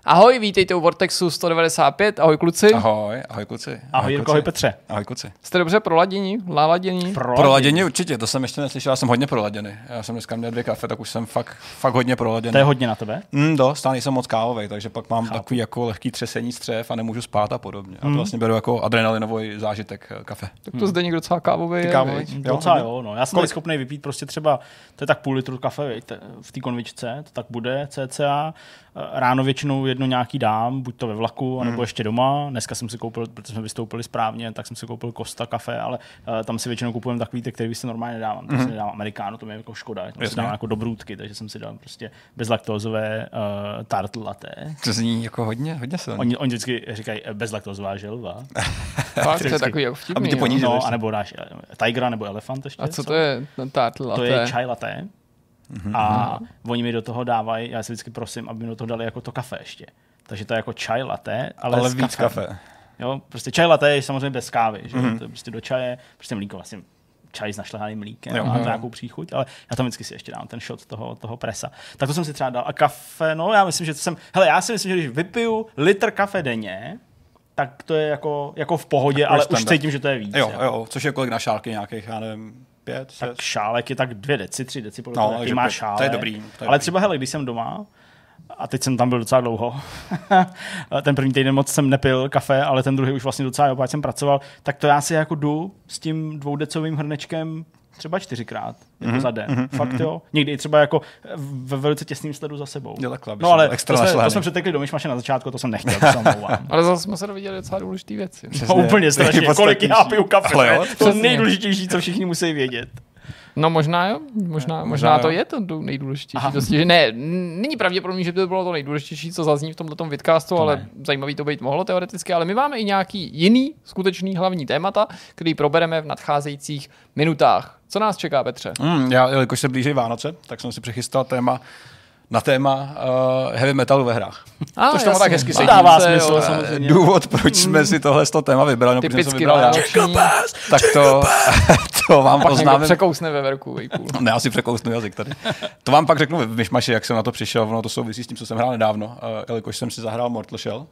Ahoj, vítejte u Vortexu 195, ahoj kluci. Ahoj kluci. Ahoj Jirko, ahoj Petře. Ahoj kluci. Jste dobře proladění, naladění? Proladění určitě, to jsem ještě neslyšel, já jsem hodně proladěný. Já jsem dneska měl 2 kafe, tak už jsem fakt hodně proladěný. To je hodně na tebe? Stále nejsem moc kávovej, takže pak mám takový jako lehký třesení střev a nemůžu spát a podobně. A to vlastně beru jako adrenalinový zážitek kafe. Tak to zde někdo docela kávový je. Docela jo, no. Já jsem schopný vypít prostě třeba, to je tak půl litru kafe v té konvičce, to tak bude cca. Ráno většinou jedno nějaký dám, buď to ve vlaku, anebo ještě doma. Dneska jsem si koupil, protože jsme vystoupili správně, tak jsem si koupil Costa kafe, ale tam si většinou kupujeme takový, který si normálně nedávám. To si nedávám amerikáno, to mi je jako škoda. To si dávám jako do brůdky, takže jsem si dal prostě bezlaktózové tart latte. To zní jako hodně silný. Oni vždycky říkají bezlaktózová želva. Fakt, to je takový jako vtipný. Aby tě ponížili. No, anebo dáš tigra nebo elefant ještě. A co to je tart latte? To je čaj latte. A oni mi do toho dávají, já si vždycky prosím, aby mi do toho dali jako to kafe ještě. Takže to je jako čaj latte, ale víc kafe. Jo, prostě čaj latte je samozřejmě bez kávy, že? To je prostě do čaje, prostě mlíko, vlastně čaj s našlehaným mlíkem, má nějakou příchuť, ale já tam vždycky si ještě dám ten shot toho presa. Tak to jsem si třeba dal. A kafe, no já myslím, že já si myslím, že když vypiju litr kafe denně, tak to je jako v pohodě, ale už cítím, že to je víc. Jo, což je kolik na šálky nějakých, já nevím, 5, 6. Tak šálek je tak 2 deci, 3 deci, podle toho, jaký má šálek. To je dobrý. Ale třeba, hele, když jsem doma, a teď jsem tam byl docela dlouho, ten první týden moc jsem nepil kafe, ale ten druhý už vlastně docela, opět jsem pracoval, tak to já si jako jdu s tím 2decovým hrnečkem třeba 4krát jako za den. Fakt jo. Někdy i třeba jako ve velice těsným sledu za sebou. No ale to jsme přetekli do myšmaše na začátku, to jsem nechtěl, to jsem omlouvám. Ale zase jsme se dověděli docela důležitý věci. No úplně strašně, kolik já piju kafe. To je nejdůležitější, co všichni musí vědět. No možná jo, možná to je to nejdůležitější. Že ne, není pravděpodobný, že by to bylo to nejdůležitější, co zazní v tomhletom vidcastu, ale zajímavý to být mohlo teoreticky, ale my máme i nějaký jiný skutečný hlavní témata, který probereme v nadcházejících minutách. Co nás čeká, Petře? Jelikož se blíží Vánoce, tak jsem si přechystal téma heavy metalu ve hrách. Což tomu tak hezky dává smysl, samozřejmě. Důvod, proč jsme si tohle téma vybrali, no, protože jsem vybral já. Tak to vám oznámím. Překousne ve verku. Ne, já si překousnu jazyk tady. To vám pak řeknu v myšmaši, jak jsem na to přišel, ono to souvisí s tím, co jsem hrál nedávno, jelikož jsem si zahrál Mortal Shell.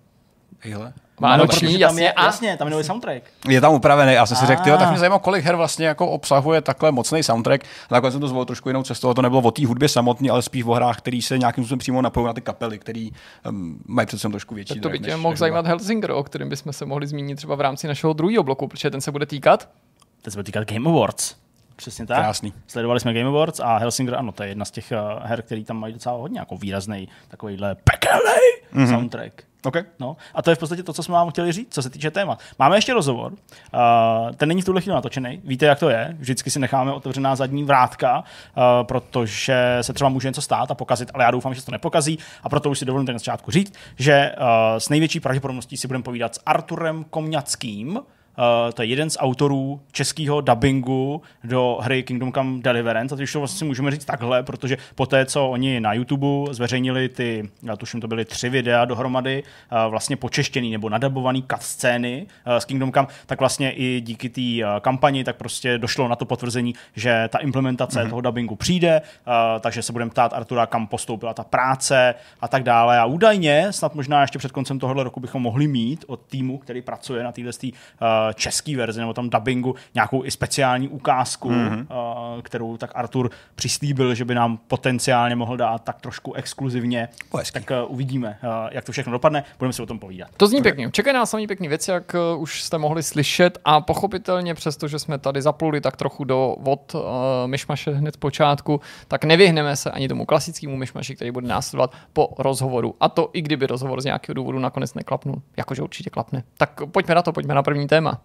Vánoční, jasně, tam je nový soundtrack. Je tam upravený, já jsem si řekl, tak mě zajímalo, kolik her vlastně jako obsahuje takhle mocný soundtrack. Nakonec jsem to zvolil trošku jinou cestou, to nebylo o té hudbě samotné, ale spíš o hrách, které se nějakým způsobem přímo napojují na ty kapely, které mají přece trošku větší. Tak to by tě mohl zajímat Hellsinger, o kterém bychom se mohli zmínit třeba v rámci našeho druhého bloku, protože ten se bude týkat Game Awards. Přesně tak. Krásný. Sledovali jsme Game Awards a Hellsinger, ano, to je jedna z těch her, který tam mají docela hodně jako výrazný takovýhle pekelný soundtrack. Okay. No, a to je v podstatě to, co jsme vám chtěli říct, co se týče témat. Máme ještě rozhovor, ten není v tuhle chvíli natočený, víte, jak to je, vždycky si necháme otevřená zadní vrátka, protože se třeba může něco stát a pokazit, ale já doufám, že se to nepokazí a proto už si dovolím ten na začátku říct, že s největší pravděpodobností si budeme povídat s Arturem Komňackým. To je jeden z autorů českého dubbingu do hry Kingdom Come Deliverance. A teď už to vlastně můžeme říct takhle, protože poté, co oni na YouTube zveřejnili tuším, to byly 3 videa dohromady, vlastně počeštěný nebo nadabovaný cutscény z Kingdom Come, tak vlastně i díky té kampani tak prostě došlo na to potvrzení, že ta implementace toho dubbingu přijde, takže se budeme ptát Artura, kam postoupila ta práce a tak dále. A údajně, snad možná ještě před koncem tohoto roku bychom mohli mít od týmu, který pracuje na této český verzi nebo tam dubbingu nějakou i speciální ukázku, kterou tak Artur přislíbil, že by nám potenciálně mohl dát tak trošku exkluzivně. Tak uvidíme, jak to všechno dopadne. Budeme si o tom povídat. To zní pěkně. Čekají nás samý pěkný věci, jak už jste mohli slyšet a pochopitelně přesto, že jsme tady zapluli tak trochu do vod myšmaše hned z počátku, tak nevyhneme se ani tomu klasickému myšmaši, který bude následovat po rozhovoru. A to i kdyby rozhovor z nějakého důvodu nakonec neklapnul. Jakože určitě klapne. Tak pojďme na to, pojďme na první téma.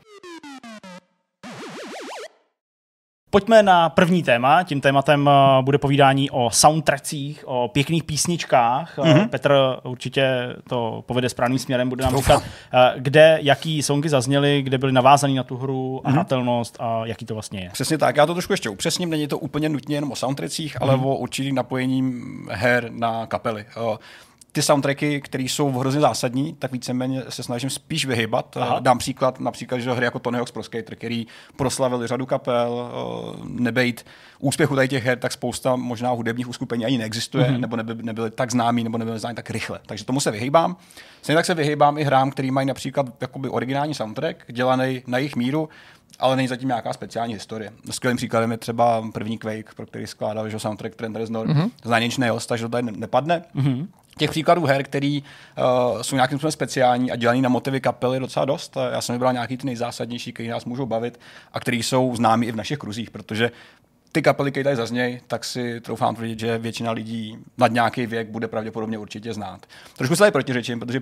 Pojďme na první téma. Tím tématem bude povídání o soundtrackích, o pěkných písničkách. Petr určitě to povede správným směrem, bude nám říkat, kde, jaký songy zazněly, kde byly navázaný na tu hru a hratelnost a jaký to vlastně je. Přesně tak, já to trošku ještě upřesním, není to úplně nutně jenom o soundtrackích, ale o určitým napojením her na kapely. ty soundtracky, které jsou hrozně zásadní, tak víceméně se snažím spíš vyhybat. Dám příklad, například, že hry jako Tony Hawk's Pro Skater, který proslavili řadu kapel, nebejt úspěchu tady těch her, tak spousta možná hudebních uskupení ani neexistuje, nebo nebyly tak známí, nebo nebyly známí tak rychle. Takže tomu se vyhýbám. Stejně tak se vyhýbám i hrám, který mají například jakoby originální soundtrack, dělaný na jejich míru, ale není zatím nějaká speciální historie. Skvělým příkladem je třeba první Quake, pro který skládal soundtrack Trent Reznor z Nine Inch Nails, takže to tady nepadne. Těch příkladů her, který jsou nějakým způsobem speciální a dělaný na motivy kapely, je docela dost. Já jsem vybral nějaký ty nejzásadnější, který nás můžou bavit a který jsou známí i v našich kruzích, protože ty kapely, které tady zaznějí, tak si troufám tvrdit, že většina lidí nad nějaký věk bude pravděpodobně určitě znát. Trošku se tady protiřečím, protože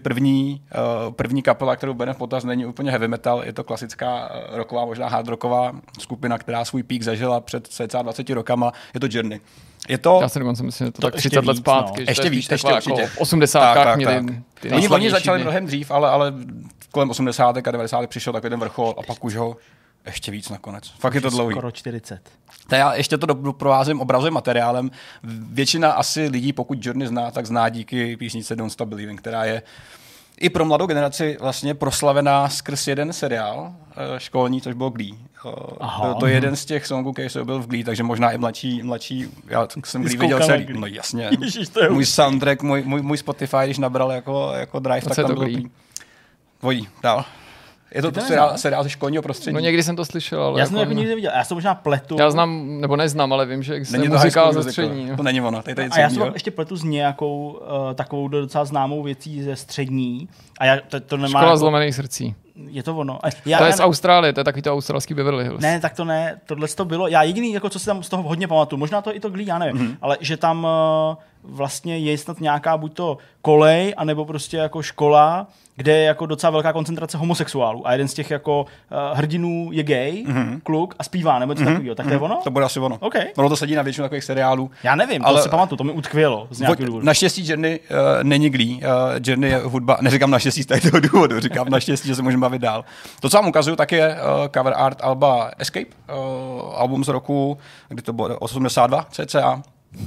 první kapela, kterou bereme v potaz, není úplně heavy metal, je to klasická rocková, možná hard rocková skupina, která svůj pík zažila před cca 20 rokama, je to Journey. Je to... Já si dokonce myslím, že to tak 30 let zpátky. No. Ještě víc, ještě určitě. Jako v 80. měli ty Oni začali mnohem dřív, ale kolem 80. a 90. přišel takový ten vrchol a pak už ho ještě víc nakonec. Fakt je to dlouhý. Skoro 40. Já ještě to doprovázím obrazovým materiálem. Většina asi lidí, pokud Journey zná, tak zná díky písnice Don't Stop Believing, která je i pro mladou generaci vlastně proslavená skrz jeden seriál školní, což byl Glee. Byl to jeden z těch songů, který se byl v Glee, takže možná i mladší já jsem Glee viděl celý. No jasně. Ježiš, můj soundtrack, můj Spotify, když nabral jako Drive, tak tam byl Glee. Dvojí, dál. Je to seriál ze školního prostředí. No někdy jsem to slyšel, ale... Já jsem to jako nikdy neviděl, já jsem možná pletu. Já znám, nebo neznám, ale vím, že existuje muzikál ze střední. To není ono. A já jsem ještě pletu s nějakou takovou docela známou věcí ze střední. A to nemá... Škola zlomených srdcí. Je to ono. To je z Austrálie, to je takový to australský Beverly Hills. Ne, tak to ne, tohle to bylo. Já jediný, jako co si tam z toho hodně pamatuju, možná to i to Glee, já nevím, ale že tam vlastně je snad nějaká buď to kolej, anebo prostě jako škola, kde je jako docela velká koncentrace homosexuálů a jeden z těch jako hrdinů je gay, kluk a zpívá, nebo něco takového. Tak to je ono? To bude asi ono. Okay. Ono to sedí na většinu takových seriálů. Já nevím, ale... to si pamatuju, to mi utkvělo z nějakého důvodu. Naštěstí Journey není Glee. Journey je hudba, neříkám naštěstí z toho důvodu, říkám naštěstí, že se můžeme bavit dál. To, co vám ukazuju, tak je cover art alba Escape, album z roku, kdy to bylo 82 cca.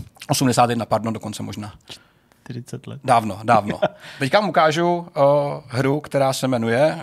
81, pardon, dokonce možná. 40 let. Dávno. Teďka vám ukážu hru, která se jmenuje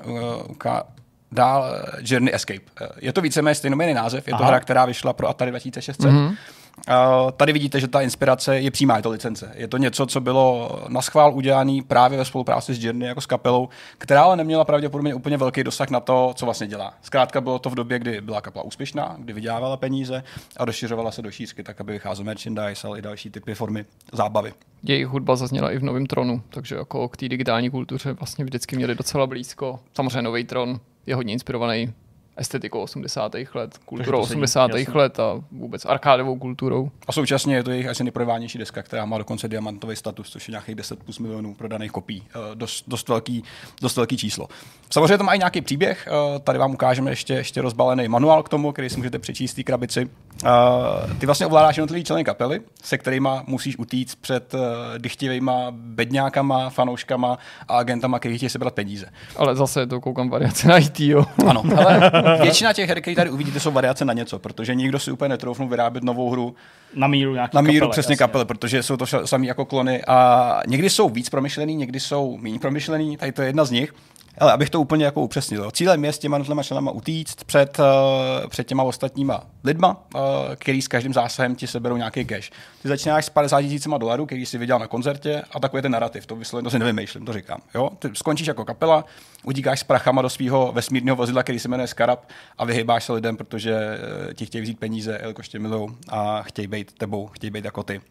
dál Journey Escape. Je to víceméně stejnojmenný název, je to hra, která vyšla pro Atari 2600. Tady vidíte, že ta inspirace je přímá, je to licence. Je to něco, co bylo naschvál udělané právě ve spolupráci s Journey jako s kapelou, která ale neměla pravděpodobně úplně velký dosah na to, co vlastně dělá. Zkrátka bylo to v době, kdy byla kapela úspěšná, kdy vydělávala peníze a rozšiřovala se do šířky, tak aby vycházel merchandise, ale i další typy formy zábavy. Jejich hudba zazněla i v novém Tronu, takže jako k té digitální kultuře vlastně vždycky měli docela blízko. Samozřejmě nový Tron je hodně inspirovaný estetikou 80. let, kulturou 80. let a vůbec arkádovou kulturou. A současně je to jejich asi nejprodávanější deska, která má dokonce diamantový status, což je nějakých 10+ milionů prodaných kopií. Dost velký číslo. Samozřejmě to má i nějaký příběh. Tady vám ukážeme ještě rozbalený manuál k tomu, který si můžete přečíst v té krabici. Ty vlastně ovládáš jednotlivý členy kapely, se kterými musíš utíct před dychtivejma bedňákama, fanouškama a agentama, kteří chtějí sebrat peníze. Ale zase to koukám variace na IT, jo. Ano, ale většina těch her, které tady uvidíte, jsou variace na něco, protože nikdo si úplně netroufnul vyrábět novou hru na míru přesně kapely, protože jsou to samý jako klony a někdy jsou víc promyšlený, někdy jsou méně promyšlený, tady to je jedna z nich. Ale abych to úplně jako upřesnil. Cílem je s těma členama utíct před těma ostatníma lidma, který s každým zásahem ti seberou nějaký cash. Ty začínáš s $50,000, který si viděl na koncertě a takový ten narrativ, to si nevymýšlím, to říkám. Jo? Ty skončíš jako kapela, utíkáš s prachama do svého vesmírného vozidla, který se jmenuje Scarab a vyhybáš se lidem, protože ti chtějí vzít peníze, jelikož tě milujou a chtějí být tebou, chtějí být jako ty.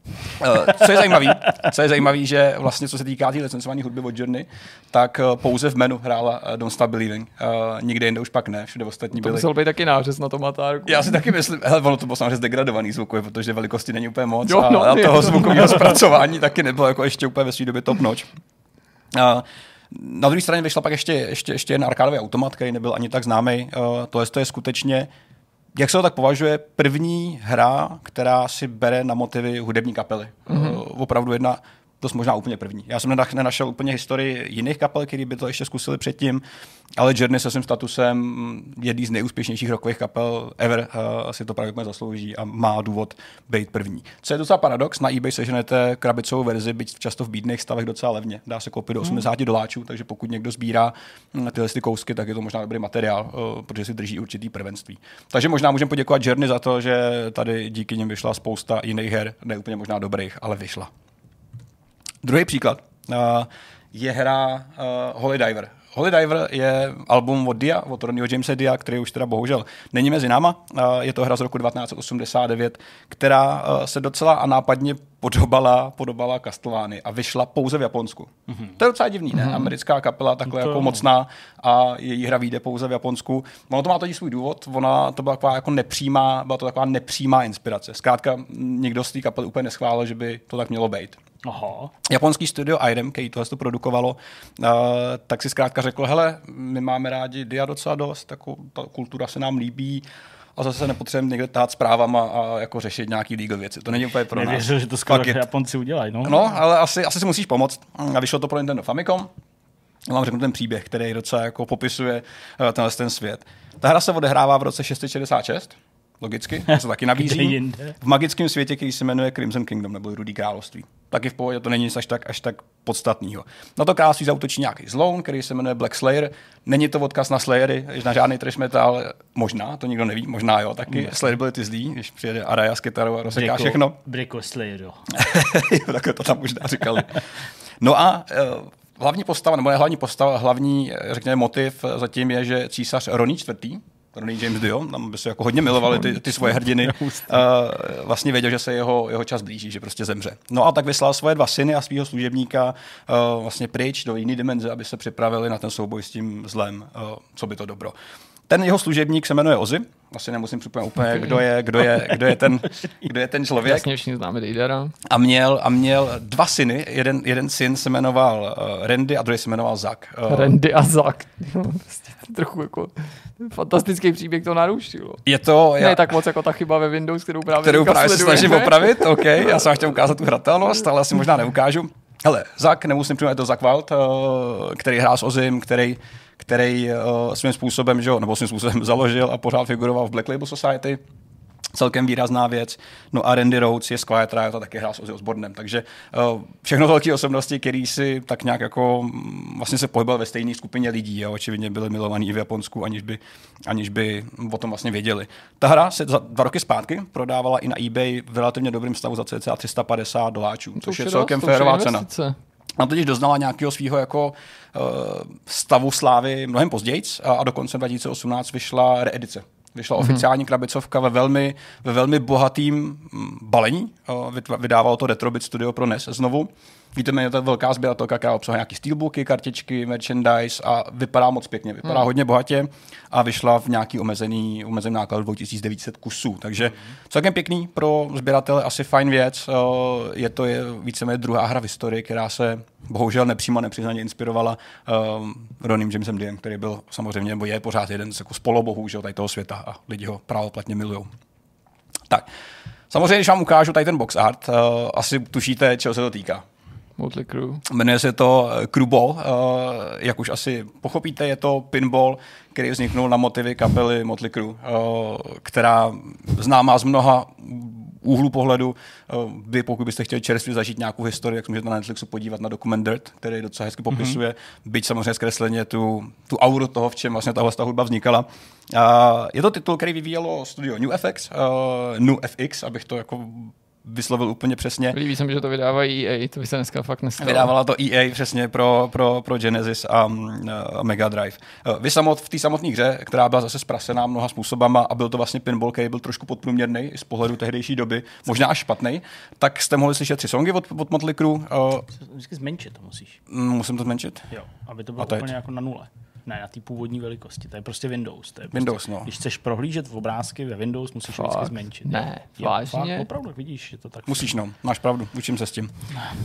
Co je zajímavý, že vlastně co se týká té licencované hudby od Journey, tak pouze v menu hrála Don't Stop Believing. Nikde jinde už pak ne, všude ostatní byly. To musel být taky nářez na tom atárku. Já si taky myslím, ono to bylo samozřejmě zdegradovaný zvuk, protože velikosti není úplně moc a toho zvukového zpracování taky nebylo jako ještě úplně ve své době top notch. Na druhé straně vyšla pak ještě jeden arkádový automat, který nebyl ani tak známý. Tohle je skutečně, jak se to tak považuje, první hra, která si bere na motivy hudební kapely. Opravdu jedna dost možná úplně první. Já jsem nenašel úplně historii jiných kapel, který by to ještě zkusili předtím, ale Journey se svým statusem jedný z nejúspěšnějších rockových kapel ever si to právě zaslouží a má důvod být první. Co je docela paradox, na eBay seženete krabicovou verzi, byť často v bídných stavech docela levně. Dá se koupit do $80, takže pokud někdo sbírá tyhle kousky, tak je to možná dobrý materiál, protože si drží určitý prvenství. Takže možná můžeme poděkovat Journey za to, že tady díky nim vyšla spousta jiných her, ne úplně možná dobrých, ale vyšla. Druhý příklad je hra Holy Diver. Holy Diver je album od Dia, od Ronnieho Jamesa Dia, který už teda bohužel není mezi náma. Je to hra z roku 1989, která se docela a nápadně podobala Castlevanii a vyšla pouze v Japonsku. Mm-hmm. To je docela divný, ne? Americká kapela takhle jako mocná a její hra vyjde pouze v Japonsku. Ono to má totiž svůj důvod, to byla taková nepřímá inspirace. Zkrátka nikdo z té kapely úplně neschválil, že by to tak mělo být. Aha. Japonský studio IDEM, který tohle to produkovalo, tak si zkrátka řekl, hele, my máme rádi Dia docela dost, ta kultura se nám líbí a zase nepotřebujeme někde tát s právama a jako řešit nějaký legal věci. To není úplně pro nás. Nevěřil, že to skoro Japonci udělají. No, ale asi si musíš pomoct. A vyšlo to pro Nintendo Famicom. Já vám řeknu ten příběh, který docela jako popisuje ten svět. Ta hra se odehrává v roce 666. Logicky, to se taky nabízí. V magickém světě, který se jmenuje Crimson Kingdom, nebo Rudý království. Taky v pohodě, to není nic až tak podstatného. Na to království zaútočí nějaký zloun, který se jmenuje Black Slayer. Není to odkaz na Slayery, na žádný trash metal, možná, to nikdo neví, možná jo, taky. Slayer byli ty zlí, když přijede Araya s kytarou a rozseká všechno. Briko Slayer, jo. Takhle to tam možná říkali. No a hlavní postava, hlavní, řekněme, motiv zatím je, že císař Ronnie IV., Ronnie James Dio, tam by se jako hodně milovali ty svoje hrdiny, vlastně věděl, že se jeho čas blíží, že prostě zemře. No a tak vyslal svoje 2 syny a svého služebníka vlastně pryč do jiné dimenze, aby se připravili na ten souboj s tím zlem, co by to dobro. Ten jeho služebník se jmenuje Ozzy. Asi nemusím připomínat úplně, kdo je ten člověk. Jasně, všichni známe Deidara. A měl 2 syny. Jeden syn se jmenoval Randy a druhý se jmenoval Zack. Randy a Zack. Trochu jako fantastický příběh to narušilo. Je to... Ne tak moc jako ta chyba ve Windows, kterou právě se snažím opravit. OK, já jsem chtěl ukázat tu hratelnost, ale asi možná neukážu. Hele, Zack, nemusím připomínat, je to Zack Wild, který hrál s Ozzym, který svým způsobem založil a pořád figuroval v Black Label Society. Celkem výrazná věc. No a Randy Rhoads je z Quiet Riot a taky hrál s Ozzy Osbournem. Takže všechno velké osobnosti, který si tak nějak jako vlastně se pohyboval ve stejné skupině lidí a očividně byli milovaní i v Japonsku, aniž by o tom vlastně věděli. Ta hra se za 2 roky zpátky prodávala i na eBay v relativně dobrém stavu za cca $350, což je celkem férová cena. A totiž doznala nějakého svého jako stavu slávy mnohem později a do konce 2018 vyšla reedice. Vyšla oficiální krabicovka ve velmi bohatým balení. Vydávalo to Retrobit Studio pro NES znovu. Víte, je to velká sběratelka, která obsahuje nějaký steelbooky, kartičky, merchandise a vypadá moc pěkně. Vypadá hodně bohatě a vyšla v nějaký omezený náklad 2900 kusů. Takže celkem pěkný pro sběratele, asi fajn věc. Je to víceméně druhá hra v historii, která se bohužel nepřiznaně inspirovala Ronnym Jamesem Diem, který byl samozřejmě, nebo je pořád jeden z polobohů tady toho světa a lidi ho právoplatně milujou. Tak, samozřejmě, když vám ukážu tady ten box art, asi tušíte, čeho se to týká. Motley Crue. Jmenuje se to Crewball, jak už asi pochopíte, je to pinball, který vzniknul na motivy kapely Motley Crue, která známá z mnoha úhlu pohledu. Vy, pokud byste chtěli čerstvě zažít nějakou historii, tak můžete na Netflixu podívat na dokument Dirt, který docela hezky popisuje, byť samozřejmě zkresleně tu auru toho, v čem vlastně tahle hudba vznikala. Je to titul, který vyvíjelo studio New FX, abych to jako vyslovil úplně přesně. Líbí se mi, že to vydávají EA, to by se dneska fakt nestalo. Vydávala to EA přesně pro Genesis a Mega Drive. Vy v té samotné hře, která byla zase zprasená mnoha způsobama a byl to vlastně pinball, který byl trošku podprůměrný z pohledu tehdejší doby, možná až špatný, tak jste mohli slyšet 3 songy od Motley Crue. Vždycky zmenšit to musíš. Musím to zmenšit? Jo, aby to bylo úplně jako na nule. Ne, na té původní velikosti. To je prostě Windows. To je Windows, prostě, no. Když chceš prohlížet v obrázky ve Windows, musíš vždycky zmenšit. Ne, jo, vážně? Fakt, opravdu, vidíš, je to tak. Musíš, no, máš pravdu, učím se s tím.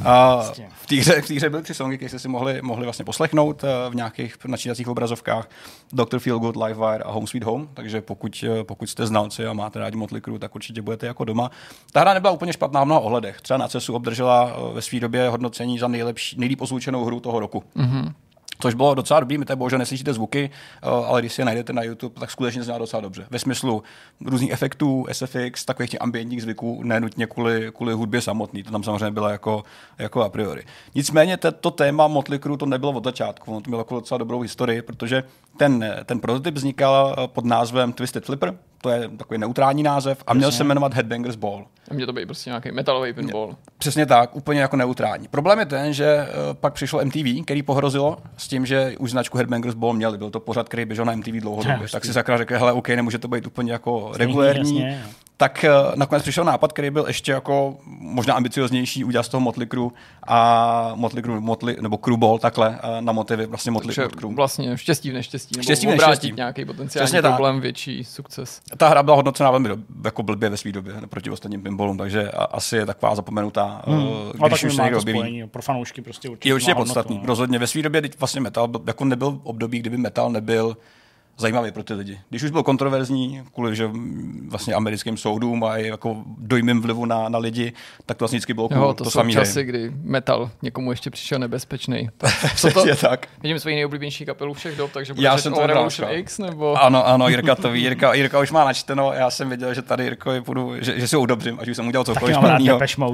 V té hře byly 3 songy, které jste si mohli vlastně poslechnout v nějakých načítacích obrazovkách. Dr. Feelgood, Livewire a Home Sweet Home, takže pokud jste znalci a máte rádi Motley Crue, tak určitě budete jako doma. Ta hra nebyla úplně špatná v mnoha ohledech. Třeba na CESu obdržela ve své době hodnocení za nejlíp ozvučenou hru toho roku. Mm-hmm. Což bylo docela dobrý, my tady bohužel neslyšíte zvuky, ale když si je najdete na YouTube, tak skutečně zná docela dobře. Ve smyslu různých efektů, SFX, takových těch ambientních zvyků, nenutně kvůli hudbě samotný, to tam samozřejmě bylo jako a priori. Nicméně to téma Motley Crue to nebylo od začátku, ono to mělo jako docela dobrou historii, protože ten prototyp vznikal pod názvem Twisted Flipper, to je takový neutrální název a měl se jmenovat Headbangers Ball. A měl to být prostě nějaký metalový pinball. Přesně tak, úplně jako neutrální. Problém je ten, že pak přišlo MTV, který pohrozilo s tím, že už značku Headbangers Ball měli. Byl to pořad, který běžel na MTV dlouhodobě. Tak si sakra řekl, hele, OK, nemůže to být úplně jako regulérní. Jasně. Tak nakonec přišel nápad, který byl ještě jako možná ambicioznější, udělat z toho Motley Crue a nebo Crue Ball takhle na motivy vlastně Motley Crue. Vlastně štěstí v neštěstí, nebo obrátit nějaký potenciální problém, větší sukces. Ta hra byla hodnocená velmi jako blbě ve své době proti ostatním pinballům, takže asi je taková zapomenutá, když už se někdo objeví. Pro fanoušky prostě určitě. Je určitě podstatný. Rozhodně ve své době vlastně metal jako nebyl období, kdyby metal nebyl zajímavý pro ty lidi. Když už byl kontroverzní kvůli že vlastně americkým soudům a jako dojmem vlivu na lidi, tak to vlastně vždycky bylo cool. To jsou časy, kdy metal někomu ještě přišel nebezpečný. Přesně tak. Vidím svoji nejoblíbenější kapelu všech dob, takže bude o Revolution X, nebo... Ano, Jirka to ví. Jirka už má načteno, já jsem viděl, že tady Jirko že si ho udobřím, až už jsem udělal cokoliv špatného. Taky mám rád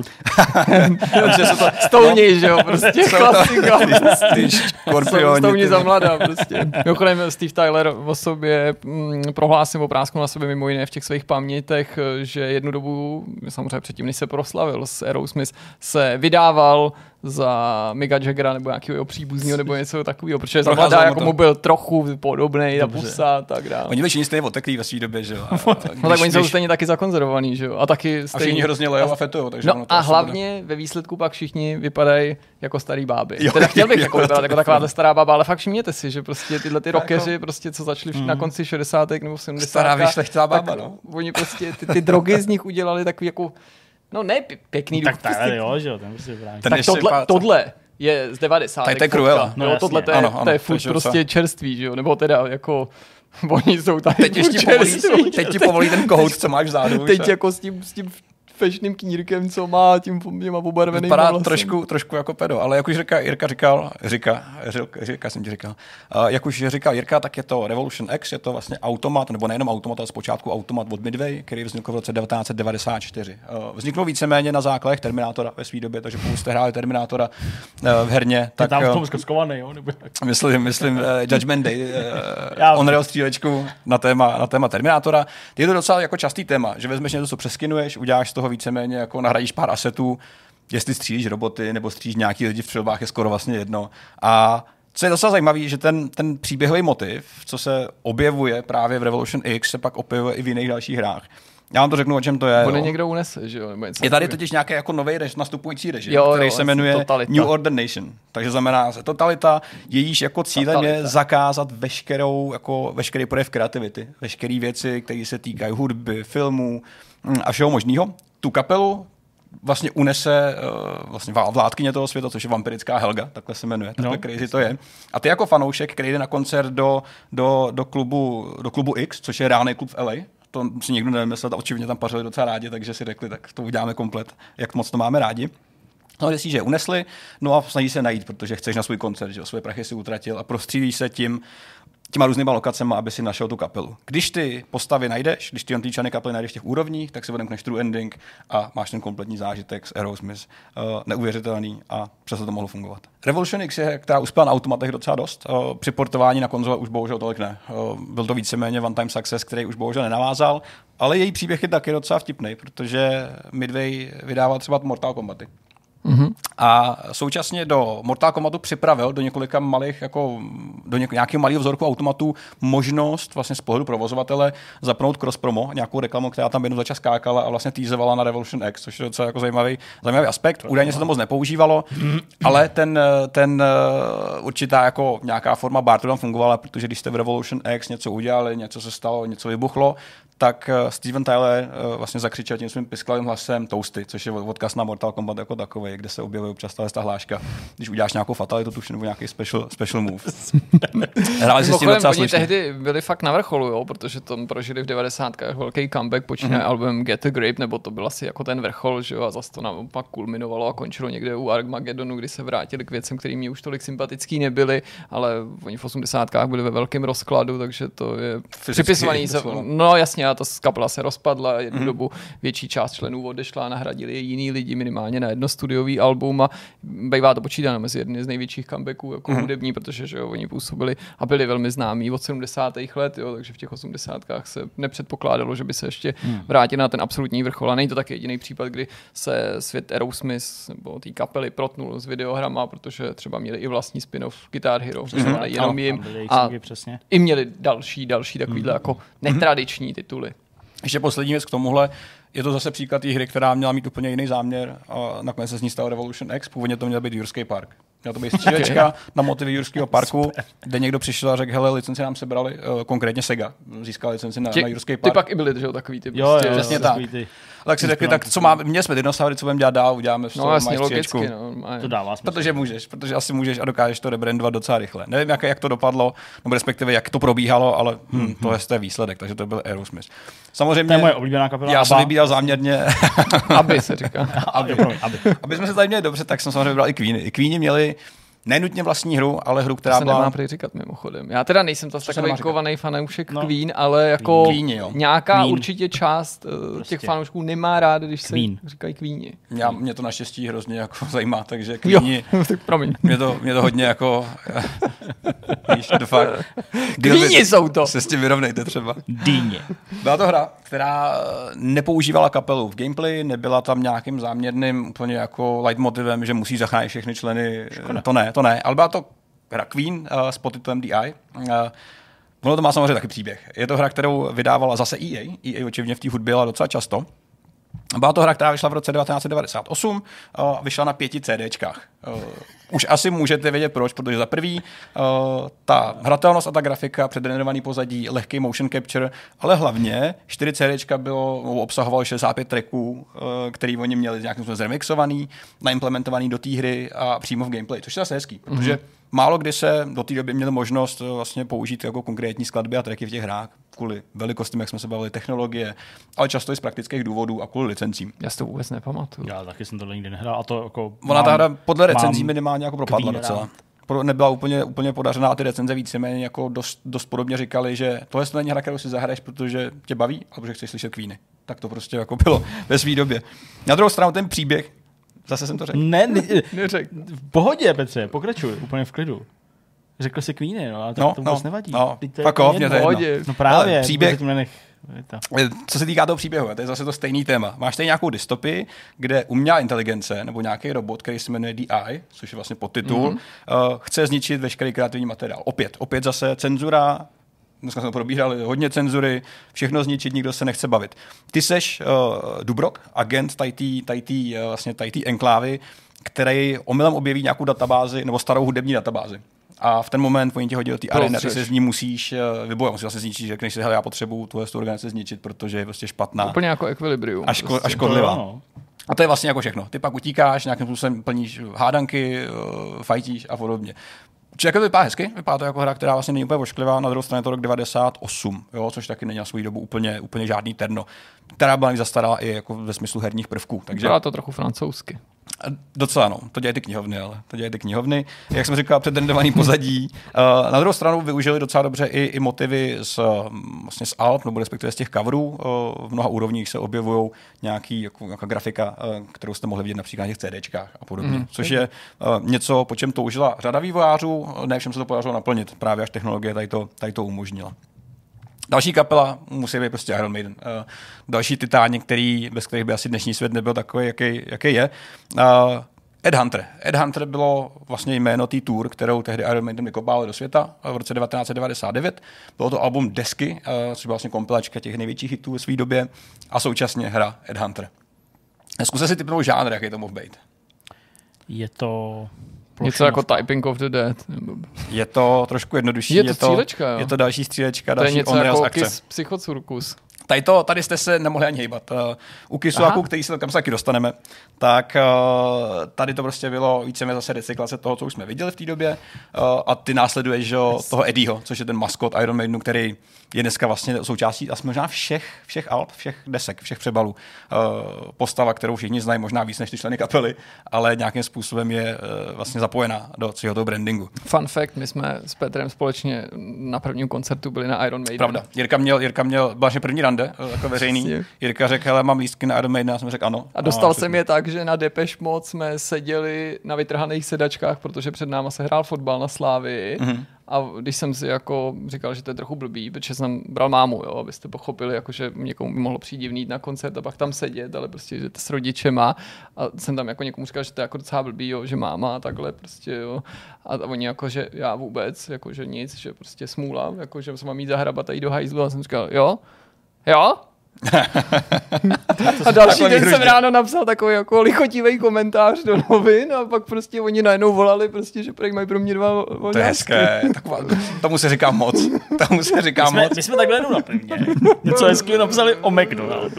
Depeche Mode. Stouní, že jo, prostě klasika. Skorpioni. za mladá, prostě. Mimochodem Steve Tyler o sobě prohlásil oprázku na sobě mimo jiné v těch svých pamětech, že jednu dobu, samozřejmě předtím, než se proslavil s Aerosmith, se vydával za Micka Jaggera nebo nějakého příbuzního nebo něco takového, protože za mladá jako mu byl trochu podobnej na pusa a tak dále. Oni byli všichni stejně oteklí ve své době, že jo. No tak oni jsou stejně taky zakonzervovaní, že jo. A taky stejně. A všichni hrozně lejou a fetujou, takže no a hlavně ve výsledku pak všichni vypadají jako starý báby. Teda chtěl bych jako vypadat jako taková stará bába, ale fakt všimněte si, že prostě tyhle ty rockeři, prostě co začali na konci 60. nebo 70. Stará vyšlechtá bába, no. Oni prostě ty drogy z nich udělali takový jako no ne pěkný duch. Tak tady jo, že jo, ten prostě právě. Tak tohle je z 90. Tak to je Cruella. No, tohle to je furt prostě čerství, že jo, nebo teda jako oni jsou tady teď ti povolí ten kohout, co máš vzadu. Teď jako s tím fešným knírkem, co má těma obarvenýma vypadá vlasem. trošku jako pedo, ale jak už Jirka jsem ti říkal, jak už říkal Jirka, tak je to Revolution X, je to vlastně automat, nebo nejenom automat, ale zpočátku automat od Midway, který vznikl v roce 1994. Vznikl víceméně na základech Terminátora ve své době, takže pokud jste hráli Terminátora v herně, tak... Tam v tom skovaný, jo? Myslím Judgment Day, Unreal střílečku na téma Terminátora. Je to docela jako častý téma, že vezmeš něco, co přeskinuješ, uděláš z toho víceméně, jako nahradíš pár asetů, jestli střílíš roboty nebo střílíš nějaký lidi v přilbách, je skoro vlastně jedno. A co je docela zajímavé, že ten příběhový motiv, co se objevuje právě v Revolution X, se pak objevuje i v jiných dalších hrách. Já vám to řeknu, o čem to je. Bude někdo unese, že jo? Je tady totiž nějaký jako nový nastupující režim, který se jmenuje totalita. New Order Nation. Takže znamená se totalita, jejíž jako cílem je zakázat veškerý projev kreativity, veškeré věci, které se týkají hudby, filmů a všeho možného. Tu kapelu vlastně unese vlastně vládkyně toho světa, což je vampirická Helga, takhle se jmenuje, takhle crazy to je. A ty jako fanoušek, který jde na koncert do klubu X, což je reálný klub v LA, to si nikdo nevymyslel, a očividně tam pařili docela rádi, takže si řekli, tak to uděláme komplet, jak moc to máme rádi. No, jestli, že unesli, no a snaží se najít, protože chceš na svůj koncert, že svoje prachy si utratil a prostřílíš se těma různýma lokacema, aby si našel tu kapelu. Když ty postavy najdeš, když ty antičany kapely najdeš v těch úrovních, tak si odemkneš True Ending a máš ten kompletní zážitek s Aerosmith. Neuvěřitelný a přesto to mohlo fungovat. Revolution X je, která uspěla na automatech docela dost. Při portování na konzole už bohužel tolik ne. Byl to víceméně one-time success, který už bohužel nenavázal, ale její příběh je taky docela vtipný, protože Midway vydával třeba Mortal Kombaty. Mm-hmm. A současně do Mortal Kombatu připravil do několika malých, jako do nějakého malého vzorku automatů možnost vlastně z pohledu provozovatele zapnout cross promo, nějakou reklamu, která tam jednou za čas skákala a vlastně teasovala na Revolution X, což je docela jako zajímavý aspekt. Údajně se to moc nepoužívalo, ale ten určitá jako nějaká forma barteru tam fungovala, protože když jste v Revolution X něco udělali, něco se stalo, něco vybuchlo, tak Steven Tyler vlastně zakřičel tím svým pisklavým hlasem toasty, což je odkaz na Mortal Kombat jako takový, kde se objevuje občas ta hláška, když uděláš nějakou fatalitu, tuž nebo nějaký special move. Hráli si s tím docela slušně. Oni tehdy byli fakt na vrcholu, jo, protože tam prožili v 90kách velký comeback, počínaje albumem Get a Grip, nebo to byl asi jako ten vrchol, že jo, a zase to naopak kulminovalo a končilo někde u Armagedonu, kdy se vrátili k věcem, které mi už tolik sympatický nebyly, ale oni v 80kách byli ve velkém rozkladu, takže to je připisovaný. No jasně, a ta kapela se rozpadla, jednu dobu větší část členů odešla a nahradili je jiný lidi minimálně na jedno studiový album a bývá to počítáno mezi jedny z největších comebacků jako hudební, protože že jo, oni působili a byli velmi známí od 70. let, jo, takže v těch 80kách se nepředpokládalo, že by se ještě vrátili na ten absolutní vrchol. A není to tak jediný případ, kdy se svět Aerosmith nebo té kapely protnul s videohrama, protože třeba měli i vlastní spin-off Guitar Hero, jenom jim a i měli další takovýhle jako netradiční tituly. Ještě poslední věc k tomuhle. Je to zase příklad té hry, která měla mít úplně jiný záměr a nakonec se z ní stalo Revolution X. Původně to měl být Jurský park. Měla to být střílečka na motivy Jurského parku, kde někdo přišel a řekl, hele, licenci nám sebrali, konkrétně Sega získal licenci na Jurský park. Ty pak i byli, že jo, takový ty. Jo, přesně tak. Tak si řekli, tak co máme, měli jsme dinosaury, co budeme dělat dál, uděláme no, jasně, logicky, no, to dává smysl. Protože asi můžeš a dokážeš to rebrandovat docela rychle. Nevím, jak to dopadlo, nebo respektive jak to probíhalo, ale to je výsledek, takže to byl Aerosmith. Samozřejmě, to je moje oblíbená kapela. Já jsem vybíral záměrně. Aby se říká. Aby jsme se tady měli dobře, tak jsem samozřejmě vybral i Queeny. I Queeny měli nenutně vlastní hru, ale hru, která byla... To se nemá prý říkat mimochodem. Já teda nejsem to takový kovaný fanoušek Queen, ale jako Queen, nějaká určitě část těch fanoušků nemá rád, když se říkají Queeni. Mě to naštěstí hrozně jako zajímá, takže Queeni... tak promiň. Mě to hodně jako... Víš, to fakt... Queeni jsou to! Se s tím vyrovnejte třeba. Dýně. Byla to hra, která nepoužívala kapelu v gameplay, nebyla tam nějakým záměrným úplně jako leitmotivem, že musí zachránit všechny členy. To ne, ale byla to hra Queen s podtitulem DI. Ono to má samozřejmě taky příběh. Je to hra, kterou vydávala zase EA. EA očivně v té hudbě byla docela často. Byla to hra, která vyšla v roce 1998, vyšla na 5 CDčkách. Už asi můžete vědět proč, protože za prvý ta hratelnost a ta grafika, předrenderovaný pozadí, lehký motion capture, ale hlavně 4 CDčka obsahovalo 65 tracků, který oni měli nějakým způsobem zremixovaný, naimplementovaný do té hry a přímo v gameplay, což je zase hezký, protože málo kdy se do té doby měli možnost vlastně použít jako konkrétní skladby a tracky v těch hrách kvůli velikostem, jak jsme se bavili, technologie, ale často i z praktických důvodů a kvůli licencím. Já si to vůbec nepamatuju. Já taky jsem to nikdy nehrál a to jako ona ta hra podle recenzí minimálně jako propadla docela. Nebyla úplně podařená a ty recenze víceméně jako dost podobně říkali, že tohle není hra, kterou si zahraješ, protože tě baví, a protože chceš slyšet Queeny. Tak to prostě jako bylo ve své době. Na druhou stranu ten příběh, zase jsem to řekl. Neřekl. V pohodě, Petře, pokračuj, úplně v klidu. Řekl jsi Queeny, no, ale to vůbec nevadí. Fuck off, mě to jedno. No právě, příběh, co se týká toho příběhu, to je zase to stejný téma. Máš tady nějakou dystopii, kde umělá inteligence nebo nějaký robot, který se jmenuje DI, což je vlastně podtitul, chce zničit veškerý kreativní materiál. Opět zase cenzura, dneska jsme probírali hodně cenzury, všechno zničit, nikdo se nechce bavit. Ty seš Dubrok, agent tady enklávy, který omylem objeví nějakou databázi nebo starou hudební databázi. A v ten moment oni tě hodí do té areny, ty se z ní musíš vybojovat, musíš se zničit, řekneš si, hele, já potřebuju tu organizaci zničit, protože je prostě špatná. Úplně jako Equilibrium. A škodlivá. A to je vlastně jako všechno. Ty pak utíkáš, nějakým způsobem plníš hádanky, fajtíš a podobně. Čiže jako to vypadá hezky, vypadá to jako hra, která vlastně není úplně ošklivá, na druhou stranu je to rok 98, jo, což taky není na svou dobu úplně žádný terno, která byla zastarala i jako ve smyslu herních prvků. Takže byla to trochu francouzsky. Docela, no. To dělají ty knihovny, Jak jsem říkal, předrendovaný pozadí. Na druhou stranu využili docela dobře i motivy z alb, nebo respektive z těch coverů. V mnoha úrovních se objevují nějaká grafika, kterou jste mohli vidět například na těch CDčkách a podobně. Což je něco, po čem toužila řada vývojářů, ne všem se to podařilo naplnit, právě až technologie tady to umožnila. Další kapela musí být prostě Iron Maiden. Další titáni, bez kterých by asi dnešní svět nebyl takový, jaký je. Ed Hunter. Ed Hunter bylo vlastně jméno té tour, kterou tehdy Iron Maiden vykopávali do světa v roce 1999. Bylo to album Desky, což byla vlastně kompilačka těch největších hitů ve své době a současně hra Ed Hunter. Zkuste si typnout žánr, jaký to mohl být. Je to... Něco jako Typing of the Dead. Je to trošku jednodušší. Je to střílečka, jo? Je to další střílečka, to je další něco on-rails jako akce. Kiss Psychocircus. Tady jste se nemohli ani hýbat. U Kissu, který se kam se taky dostaneme, tak tady to prostě bylo víceméně zase recyklace toho, co už jsme viděli v té době a ty následuješ toho Eddieho, což je ten maskot Iron Maidenu, který je dneska vlastně součástí asi možná všech alb, všech desek, všech přebalů. Postava, kterou všichni znají, možná víc než ty členy kapely, ale nějakým způsobem je vlastně zapojená do celého toho brandingu. Fun fact, my jsme s Petrem společně na prvním koncertu byli na Iron Maiden. Pravda. Jirka měl vlastně první rande, jako veřejný. Jirka řekl, hele, mám lístky na Iron Maiden, já jsem řekl ano. A dostal jsem je tak, že na Depeche Mode jsme seděli na vytrhaných sedačkách, protože před náma se hrál fotbal na Slávii. Mm-hmm. A když jsem si jako říkal, že to je trochu blbý, protože jsem bral mámu, jo, abyste pochopili, jako, že někomu by mohlo přijít divný jít na koncert a pak tam sedět, ale prostě, že to s rodičema. A jsem tam jako někomu říkal, že to je jako docela blbý, jo, že máma a takhle prostě, jo. A oni jako, že já vůbec, jako, že nic, že prostě smůla, jako, že se mám jít zahrabat a jít do hajzlu a jsem říkal, jo? A další den jsem ráno napsal takový jako lichotivý komentář do novin a pak prostě oni najednou volali prostě, že prý mají pro mě 2 volňásky. To je hezké, tomu se říká moc. My jsme takhle jenom na prvně. Něco hezkého napsali o McDonaldu.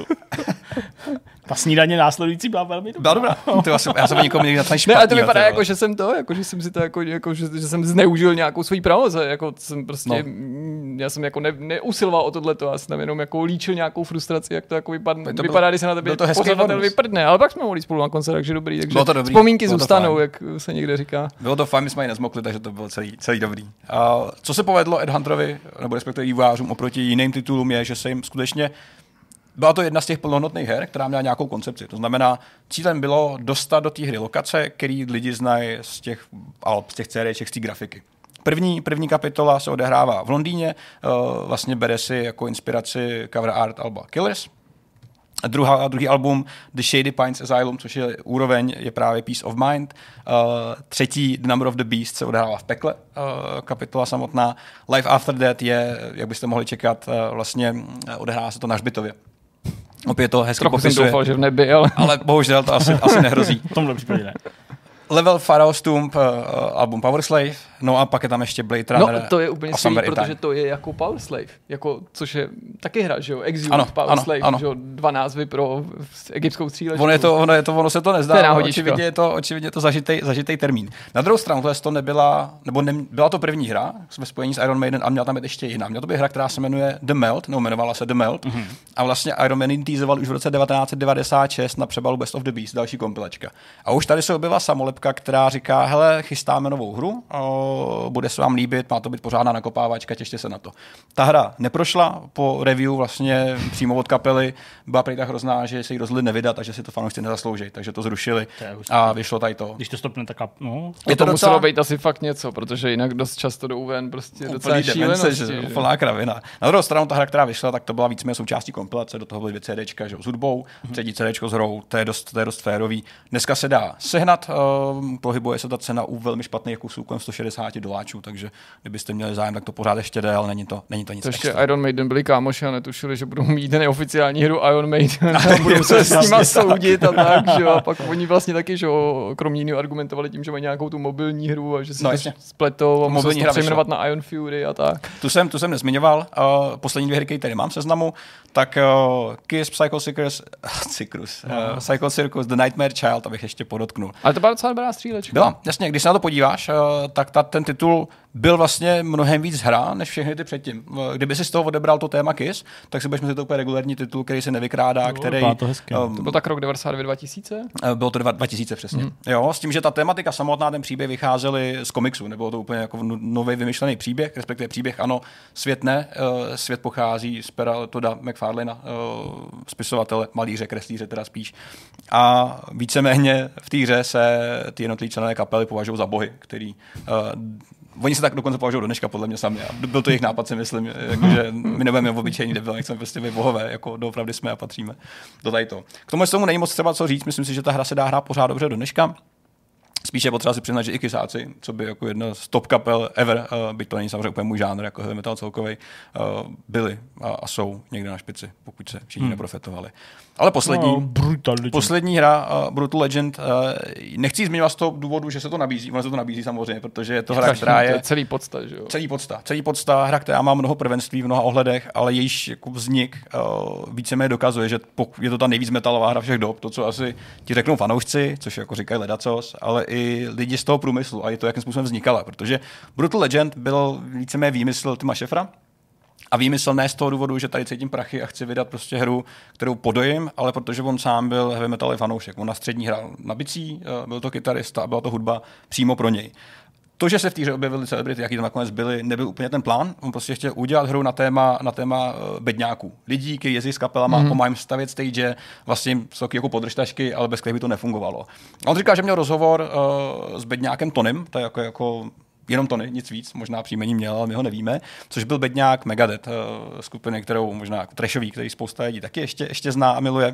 Ta snídaně následující byla velmi dobrá. Byla dobrá. Já jsem nikomu někdy napsal špatný. Ne, a to vypadá jako, že jsem to, jako, že jsem si to jako že jsem zneužil nějakou svoji pravoze, jako jsem prostě, já jsem jako neusiloval o tohleto, já jsem tam jenom jako líčil nějakou frustraci, jak to jako vypadá, když se na tebe pozorovatel vyprdne, ale pak jsme mohli spolu na koncert, takže dobrý, takže vzpomínky zůstanou, jak se někde říká. Bylo to fajn, my jsme ji nezmokli, takže to bylo celý dobrý. A co se povedlo Ed Hunterovi, nebo respektive vývojářům oproti jiným titulům, je, že se jim skutečně byla to jedna z těch plnohodnotných her, která měla nějakou koncepci. To znamená, cílem bylo dostat do té hry lokace, který lidi znají z těch alb, z těch CDček, z té grafiky. První kapitola se odehrává v Londýně, vlastně bere si jako inspiraci cover art alba Killers. Druhý album The Shady Pines Asylum, což je úroveň, je právě Peace of Mind. Třetí The Number of the Beast se odehrává v pekle, kapitola samotná. Life After Death je, jak byste mohli čekat, vlastně odehrává se to na hřbitově. Opět to hezky popisuje. Trochu jsem doufal, že v nebi, ale bohužel to asi nehrozí. V tomhle případě ne. Level Pharaoh's Tomb, album Power Slave, no a pak je tam ještě Blade Runner. No to je úplně skvělý, protože to je jako Power Slave, jako, což je taky hra, že jo, Exile Power Slave, že jo, 2 názvy pro egyptskou střílečku. Ono se to nezdá, očividně je to zažitej termín. Na druhou stranu, to nebyla, byla to první hra ve spojení s Iron Maiden a měla tam být ještě jiná. Měla to být hra, která se jmenuje The Melt, jmenovala se The Melt, a vlastně Iron Maiden teasoval už v roce 1996 na přebalu Best of the Beast, další kompilačka. A už tady se objevila samolepka, která říká, hele, chystáme novou hru, bude se vám líbit, má to být pořádná nakopávačka, těšte se na to. Ta hra neprošla po review vlastně přímo od kapely, byla prý tak hrozná, že se jí rozhodli nevydat a že si to fanoušci nezaslouží, takže to zrušili a vyšlo tady to. Když to stopne, tak je to muselo být asi fakt něco, protože jinak dost často jdou ven prostě docela šílenosti. Plná kravina. Na druhou stranu ta hra, která vyšla, tak to byla víceméně součástí kompilace, do toho byly 2 CDčka, že s hudbou, 3. CDčko s hrou, to je dost férový. Dneska se dá sehnat, pohybuje se ta cena u velmi špatných kusů kolem $160, takže kdybyste měli zájem, tak to pořád ještě jde, ale není to nic ještě extra. Iron Maiden byli kámoši a netušili, že budou mít neoficiální hru Iron Maiden a budou se s nima soudit a tak, že jo, a pak oni vlastně taky, že jo, kromě jiného argumentovali tím, že mají nějakou tu mobilní hru a že si to spletou a museli se přejmenovat na Iron Fury a tak. Tu jsem nezmiňoval, poslední 2 hry, které tady mám v seznamu, tak Kiss, Psycho Circus, The Nightmare Child, abych ještě podotknul. Ale to byla docela dobrá střílečka. Byla, jasně, když se na to podíváš, tak ten titul byl vlastně mnohem víc hra, než všechny ty předtím. Kdyby si z toho odebral to téma Kiss, tak si budeš mít to úplně regulární titul, který se nevykrádá, který... To byl tak rok 99-2000? Bylo to 2000 přesně. Jo, s tím, že ta tematika samotná, ten příběh vycházely z komiksu, nebylo to úplně jako nový vymyšlený příběh, respektive příběh, ano, svět ne, svět pochází z pera Todda McFarlane'a, spisovatele, malíře, kreslíře teda spíš. A víceméně v té hře se ty jednotlivé členové kapely považují za bohy, který oni se tak dokonce považují do dneška, podle mě sami. Byl to jejich nápad, si myslím, že my nebudeme obyčejní debil, chceme prostě být bohové, jako doopravdy jsme a patříme do tady to. K tomu není moc třeba co říct, myslím si, že ta hra se dá hrát pořád dobře do dneška. Spíše potřeba si přiznat, že i Kysáci, co by jako jedna z top kapel ever, byť to není samozřejmě úplně můj žánr, jako heavy metal celkovej, byli a jsou někde na špici, pokud se všichni neprofetovali. Ale poslední hra, Brutal Legend, nechci zmiňovat z toho důvodu, že se to nabízí, ono se to nabízí samozřejmě, protože je to hra, která je... Celý podsta, že jo? Celý podsta, hra, která má mnoho prvenství v mnoha ohledech, ale jejíž jako vznik víceméně dokazuje, že je to ta nejvíc metalová hra všech dob, to, co asi ti řeknou fanoušci, což jako říkají ledacos, ale i lidi z toho průmyslu a i to, jakým způsobem vznikala, protože Brutal Legend byl víceméně výmysl Tima Schäfera, a výmysl ne z toho důvodu, že tady cítím prachy a chci vydat prostě hru, kterou podojím, ale protože on sám byl heavy metalový fanoušek. On na střední hrál na bicí, byl to kytarista a byla to hudba přímo pro něj. To, že se v té hře objevily celebrity, jaký tam nakonec byly, nebyl úplně ten plán. On prostě chtěl udělat hru na téma bedňáků. Lidí, kteří jezdí s kapelama, pomáhají stavět stage, vlastně jsou jako podržtašky, ale bez kterých by to nefungovalo. A on říkal, že měl rozhovor s bedňákem Tonym, to je jako jenom Tony, nic víc, možná příjmení měl, ale my ho nevíme, což byl bedňák Megadeth, skupiny, kterou možná jako trashový, který spousta lidí taky ještě zná a miluje.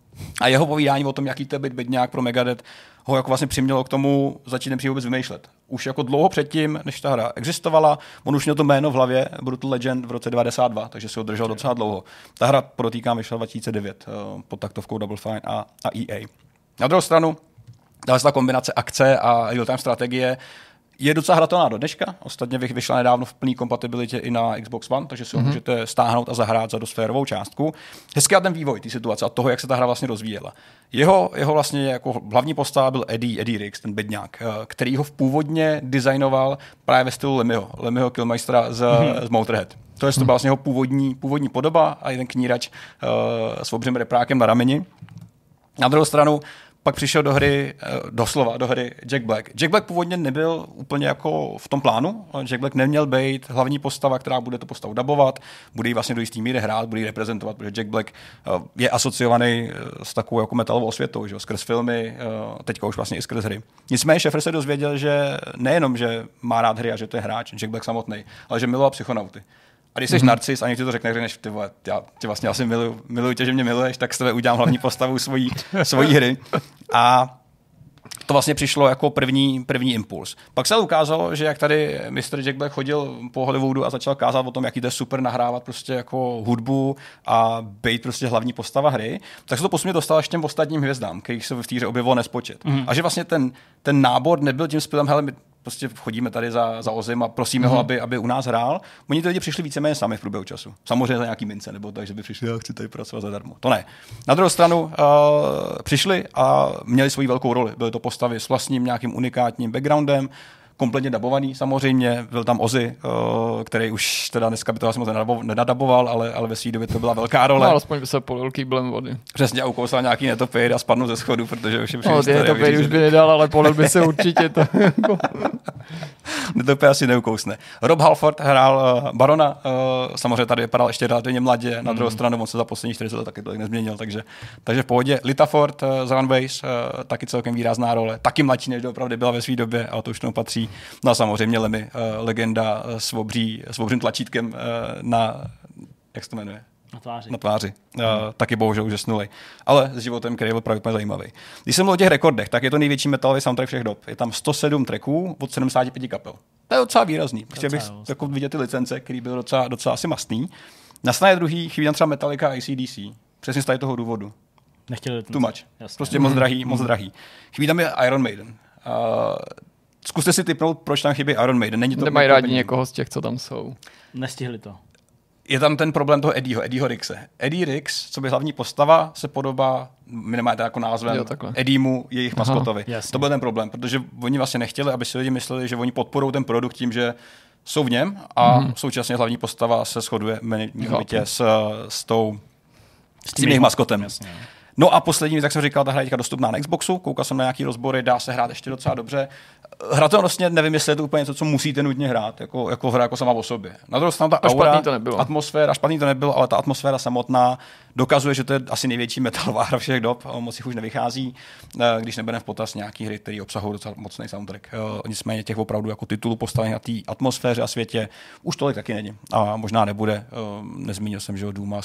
A jeho povídání o tom, jaký to je být bedňák pro Megadeth, ho jako vlastně přimělo k tomu začít nepřímo vůbec vymýšlet. Už jako dlouho předtím, než ta hra existovala, on už měl to jméno v hlavě, Brutal Legend v roce 92, takže si ho držel docela dlouho. Ta hra, podotýkám, vyšla 2009 pod taktovkou Double Fine a EA. Na druhou stranu, dále ta kombinace akce a real-time strategie je docela hratelná do dneška. Ostatně vyšla nedávno v plný kompatibilitě i na Xbox One, takže si ho můžete stáhnout a zahrát za dost férovou částku. Hezký ten vývoj té situace a toho, jak se ta hra vlastně rozvíjela. Jeho vlastně jako hlavní postava byl Eddie Riggs, ten bedňák, který ho původně designoval právě ve stylu Lemmyho Killmeistera z Motorhead. To byl vlastně jeho původní podoba a jeden knírač s obřím reprákem na rameni. Na druhou stranu pak přišel doslova do hry Jack Black. Jack Black původně nebyl úplně jako v tom plánu. Jack Black neměl být hlavní postava, která bude tu postavu dabovat, bude ji vlastně do jistý míry hrát, bude ji reprezentovat, protože Jack Black je asociovaný s takovou jako metalovou osvětou, že? Skrz filmy, teďka už vlastně i skrz hry. Nicméně Schäfer se dozvěděl, že nejenom, že má rád hry a že to je hráč, Jack Black samotný, ale že miloval psychonauty. A když jsi narcis a někdo ti to řekneš, ty vole, já tě vlastně asi miluji tě, že mě miluješ, tak s tebe udělám hlavní postavu svojí hry. A to vlastně přišlo jako první impuls. Pak se ukázalo, že jak tady Mr. Jack Black chodil po Hollywoodu a začal kázat o tom, jaký to je super nahrávat prostě jako hudbu a být prostě hlavní postava hry, tak se to postupně dostalo ještě těm ostatním hvězdám, kterých se v té hře objevilo nespočet. A že vlastně ten nábor nebyl tím stylem, hele, my prostě chodíme tady za Ozim a prosíme ho, aby u nás hrál. Oni ty lidi přišli víceméně sami v průběhu času. Samozřejmě za nějaký mince, nebo tak, že by přišli, já chci tady pracovat zadarmo. To ne. Na druhou stranu přišli a měli svoji velkou roli. Byly to postavy s vlastním nějakým unikátním backgroundem, kompletně dabovaný samozřejmě. Byl tam Ozzy, který už teda dneska by to asi moc nedadaboval, ale ve své době to byla velká role. No, alespoň by se polil kýblem vody. Přesně, a ukousal nějaký netopír a spadnul ze schodu, protože už je všechny netopír už by nedal, ale polil by se určitě to. Netopír asi neukousne. Rob Halford hrál Barona, samozřejmě tady vypadal ještě relativně mladě, na druhou stranu on se za poslední 40 let taky tolik nezměnil, takže v pohodě. Lita Ford z Runways, taky celkem výrazná role, taky mladší, než doopravdy byla ve své době, a to už tomu patří. No a samozřejmě Lemmy, legenda s obřím tlačítkem na, jak se to jmenuje? Na tváři. Taky bohužel už zesnulej. Ale s životem, který byl pravděpodobně zajímavý. Když jsem mluvil o těch rekordech, tak je to největší metalový soundtrack všech dob. Je tam 107 tracků od 75 kapel. To je docela výrazný. Prostě bych jako viděl ty licence, který byl docela asi mastný. Na straně druhý chybí tam třeba Metallica a AC/DC. Přesně z toho důvodu. Nechtěli too much. Jasně. Prostě moc drahý. Chybí tam je Iron Maiden. Zkuste si tipnout, proč tam chybí Iron Maiden. Nemají rádi někoho z těch, co tam jsou. Nestihli to. Je tam ten problém toho Eddieho Riggse. Eddie Riggs, co by hlavní postava, se podobá, minimálně jako názvem, Eddiemu, jejich maskotovi. To byl ten problém, protože oni vlastně nechtěli, aby si lidi mysleli, že oni podporují ten produkt tím, že jsou v něm a současně hlavní postava se shoduje jmenovitě s tím jejich maskotem. Jasně. No a poslední, jak jsem říkal, ta hra je dostupná na Xboxu, koukal jsem na nějaký rozbory, dá se hrát ještě docela dobře. Hratelnostně nevím, jestli je to úplně něco, co musíte nutně hrát, jako hra jako sama o sobě. Na druhou stranu ta aura, atmosféra, špatný to nebylo, ale ta atmosféra samotná dokazuje, že to je asi největší metalová hra všech dob, moc jich už nevychází, když nebudeme v potaz nějaký hry, které obsahují docela mocný soundtrack. Nicméně těch opravdu jako titulů postavených na té atmosféře a světě už tolik taky není. A možná nebude. Nezmínil jsem, že Duma s jeho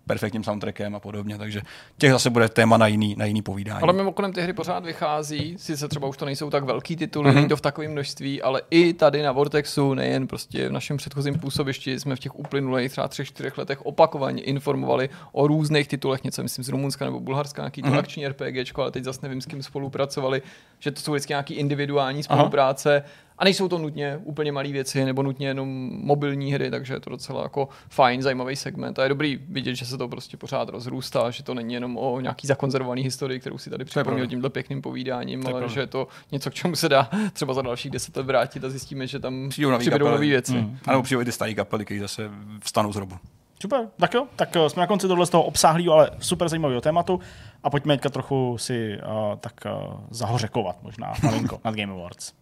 perfektním soundtrackem a podobně, takže těch zase bude téma na jiný povídání. Ale mimochodem ty hry pořád vychází, sice třeba už to nejsou tak velký tituly, není to v takovém množství, ale i tady na Vortexu, nejen prostě v našem předchozím působišti, jsme v těch uplynulých třeba 3-4 letech opakovaně informovali o různých titulech, něco myslím z Rumunska nebo Bulharska, nějaký to akční RPGčko, ale teď zase nevím, s kým spolupracovali, že to jsou vždycky nějaký individuální spolupráce. A nejsou to nutně úplně malé věci nebo nutně jenom mobilní hry, takže je to docela jako fajn, zajímavý segment. A je dobrý vidět, že se to prostě pořád rozrůstá, že to není jenom o nějaký zakonzervovaný historii, kterou si tady připomněl tímhle pěkným povídáním, ale že je to něco, k čemu se dá třeba za dalších 10 let vrátit a zjistíme, že tam přibydou nové věci. A nebo přijdou i ty staré kapely, které zase vstanou z hrobu. Super, tak jo, tak jsme na konci tohle z toho obsáhlého, ale super zajímavého tématu a pojďme teďka trochu si zahořekovat možná malinko nad Game Awards.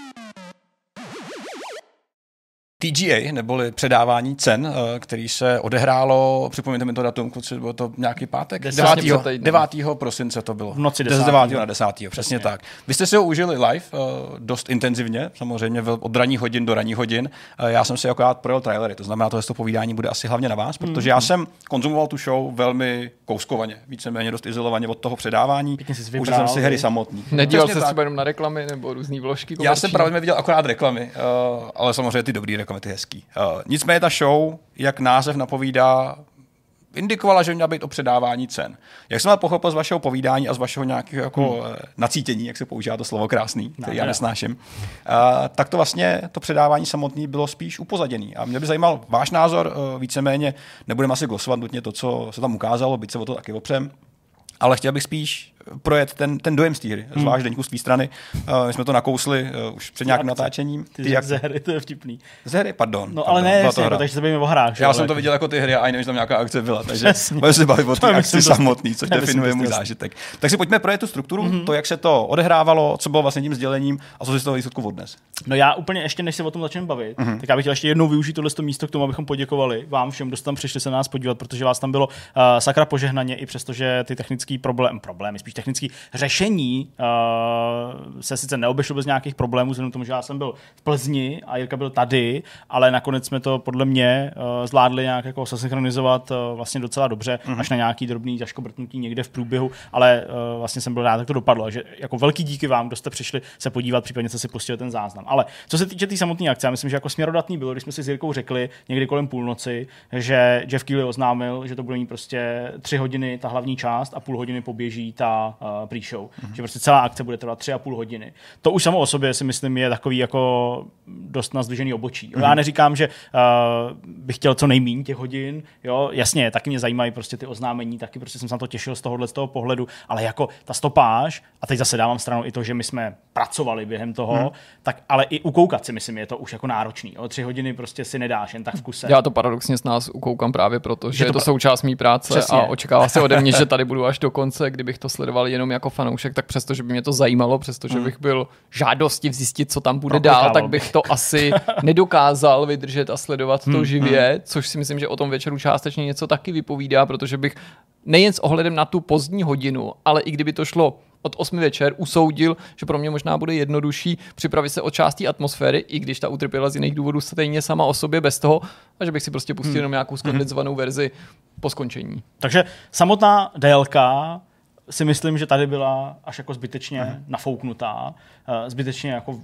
TGA, neboli předávání cen, který se odehrálo, připomeňte mi to datum, bylo to nějaký pátek? 9. prosince to bylo. V noci 10. 9. na 10. Přesně tak. Vy jste si ho užili live dost intenzivně, samozřejmě od ranních hodin do ranních hodin. Já jsem si akorát projel trailery, to znamená, to povídání bude asi hlavně na vás, protože já jsem konzumoval tu show velmi kouskovaně, víceméně dost izolovaně od toho předávání. Užil jsem si hry samotný. Nedíval se třeba jenom na reklamy nebo různý vložky? Já jsem právě viděl akorát reklamy, ale samozřejmě ty dobrý reklamy, ty hezký. Nicméně ta show, jak název napovídá, indikovala, že měla být o předávání cen. Jak jsem pochopil z vašeho povídání a z vašeho nějakého jako nacítění, jak se používá to slovo krásný, který já nesnáším, tak to vlastně to předávání samotný bylo spíš upozaděný. A mě by zajímal váš názor, víceméně nebudeme asi glosovat nutně to, co se tam ukázalo, byť se o to taky opřem, ale chtěl bych spíš projet ten dojem z té hry, zvlášť Deňku z tvý strany. My jsme to nakousli už před nějakým natáčením. Ty ze hry, to je vtipný. Ze hry, pardon. No ale ne, takže se bavíme o hrách. Já jsem to viděl jako ty hry a ani nevím, že tam nějaká akce byla, takže můžeme se bavit o té akci samotný, což definuje můj zážitek. Tak si pojďme projet tu strukturu, to, jak se to odehrávalo, co bylo vlastně tím sdělením a co si z toho výsledku odnes. No já úplně ještě, než se o tom začneme bavit, tak já bych chtěl ještě jednou využít tohle místo k tomu, abychom poděkovali vám všem, kdo jste tam přišli se nás podívat, protože vás tam bylo sakra požehnaně, i přestože ty technické problémy, spíš technické řešení se sice neobešlo bez nějakých problémů, vzhledem k tomu, že já jsem byl v Plzni a Jirka byl tady, ale nakonec jsme to podle mě zvládli nějak jako synchronizovat vlastně docela dobře, až na nějaký drobný zaškobrtnutí někde v průběhu, ale vlastně jsem byl rád, jak to dopadlo, že jako velký díky vám, kdo jste přišli se podívat, případně jste si pustili ten záznam. Ale co se týče té samotné akce, já myslím, že jako směrodatný bylo, když jsme si s Jirkou řekli někdy kolem půlnoci, že Jeff Keighley oznámil, že to bude mít prostě 3 hodiny ta hlavní část a půl hodiny poběží ta pre-show. Že prostě celá akce bude trvat 3,5 hodiny. To už samo o sobě si myslím je takový jako dost nazdvižený obočí. Já neříkám, že bych chtěl co nejméně těch hodin, jo, jasně, taky mě zajímají prostě ty oznámení, taky prostě jsem se na to těšil z toho pohledu, ale jako ta stopáž, a teď zase dávám stranou i to, že my jsme pracovali během toho, tak ale i ukoukat si myslím, je to už jako náročný. Jo? 3 hodiny prostě si nedáš jen tak v kuse. Já to paradoxně s nás ukoukám právě proto, že je to součást mý práce. Přesně. A očekává se ode mě, že tady budu až do konce, kdybych to sledoval jenom jako fanoušek, tak přesto, že by mě to zajímalo, přestože bych byl žádostiv zjistit, co tam bude dál, tak bych to asi nedokázal vydržet a sledovat to živě, což si myslím, že o tom večeru částečně něco taky vypovídá, protože bych nejen s ohledem na tu pozdní hodinu, ale i kdyby to šlo od 8 večer, usoudil, že pro mě možná bude jednodušší připravit se od části atmosféry, i když ta utrpěla z jiných důvodů stejně sama o sobě bez toho, a že bych si prostě pustil jenom nějakou skondenzovanou verzi po skončení. Takže samotná délka si myslím, že tady byla až jako zbytečně nafouknutá, zbytečně jako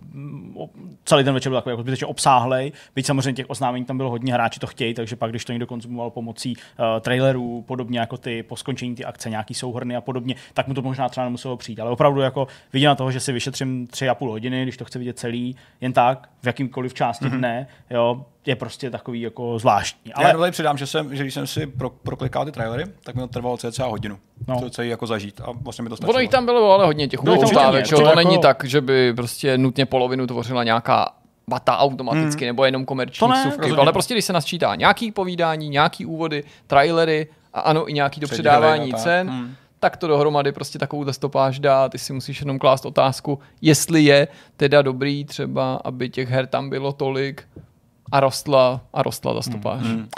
celý ten večer byl jako zbytečně obsáhlej, byť samozřejmě těch oznámení tam bylo hodně, hráči to chtějí, takže pak, když to někdo konzumoval pomocí trailerů, podobně jako ty po skončení ty akce, nějaký souhrny a podobně, tak mu to možná třeba nemuselo přijít, ale opravdu jako vidět na toho, že si vyšetřím 3,5 hodiny, když to chce vidět celý, jen tak, v jakýmkoliv části dne, jo, je prostě takový jako zvláštní. Ale já tady přidám, že když jsem si proklikal ty trailery, tak mi to trvalo cca hodinu. To celý jako zažít a vlastně mi to stačilo. Ono jich tam bylo ale hodně těch ústávek, to jako není tak, že by prostě nutně polovinu tvořila nějaká vata automaticky nebo jenom komerční vsuvky, ale prostě když se nasčítá nějaký povídání, nějaký úvody, trailery a ano i nějaký to předávání cen, tak to dohromady prostě takovou stopáž dá. Ty si musíš jenom klást otázku, jestli je teda dobrý třeba, aby těch her tam bylo tolik, a rostla ta stopáž.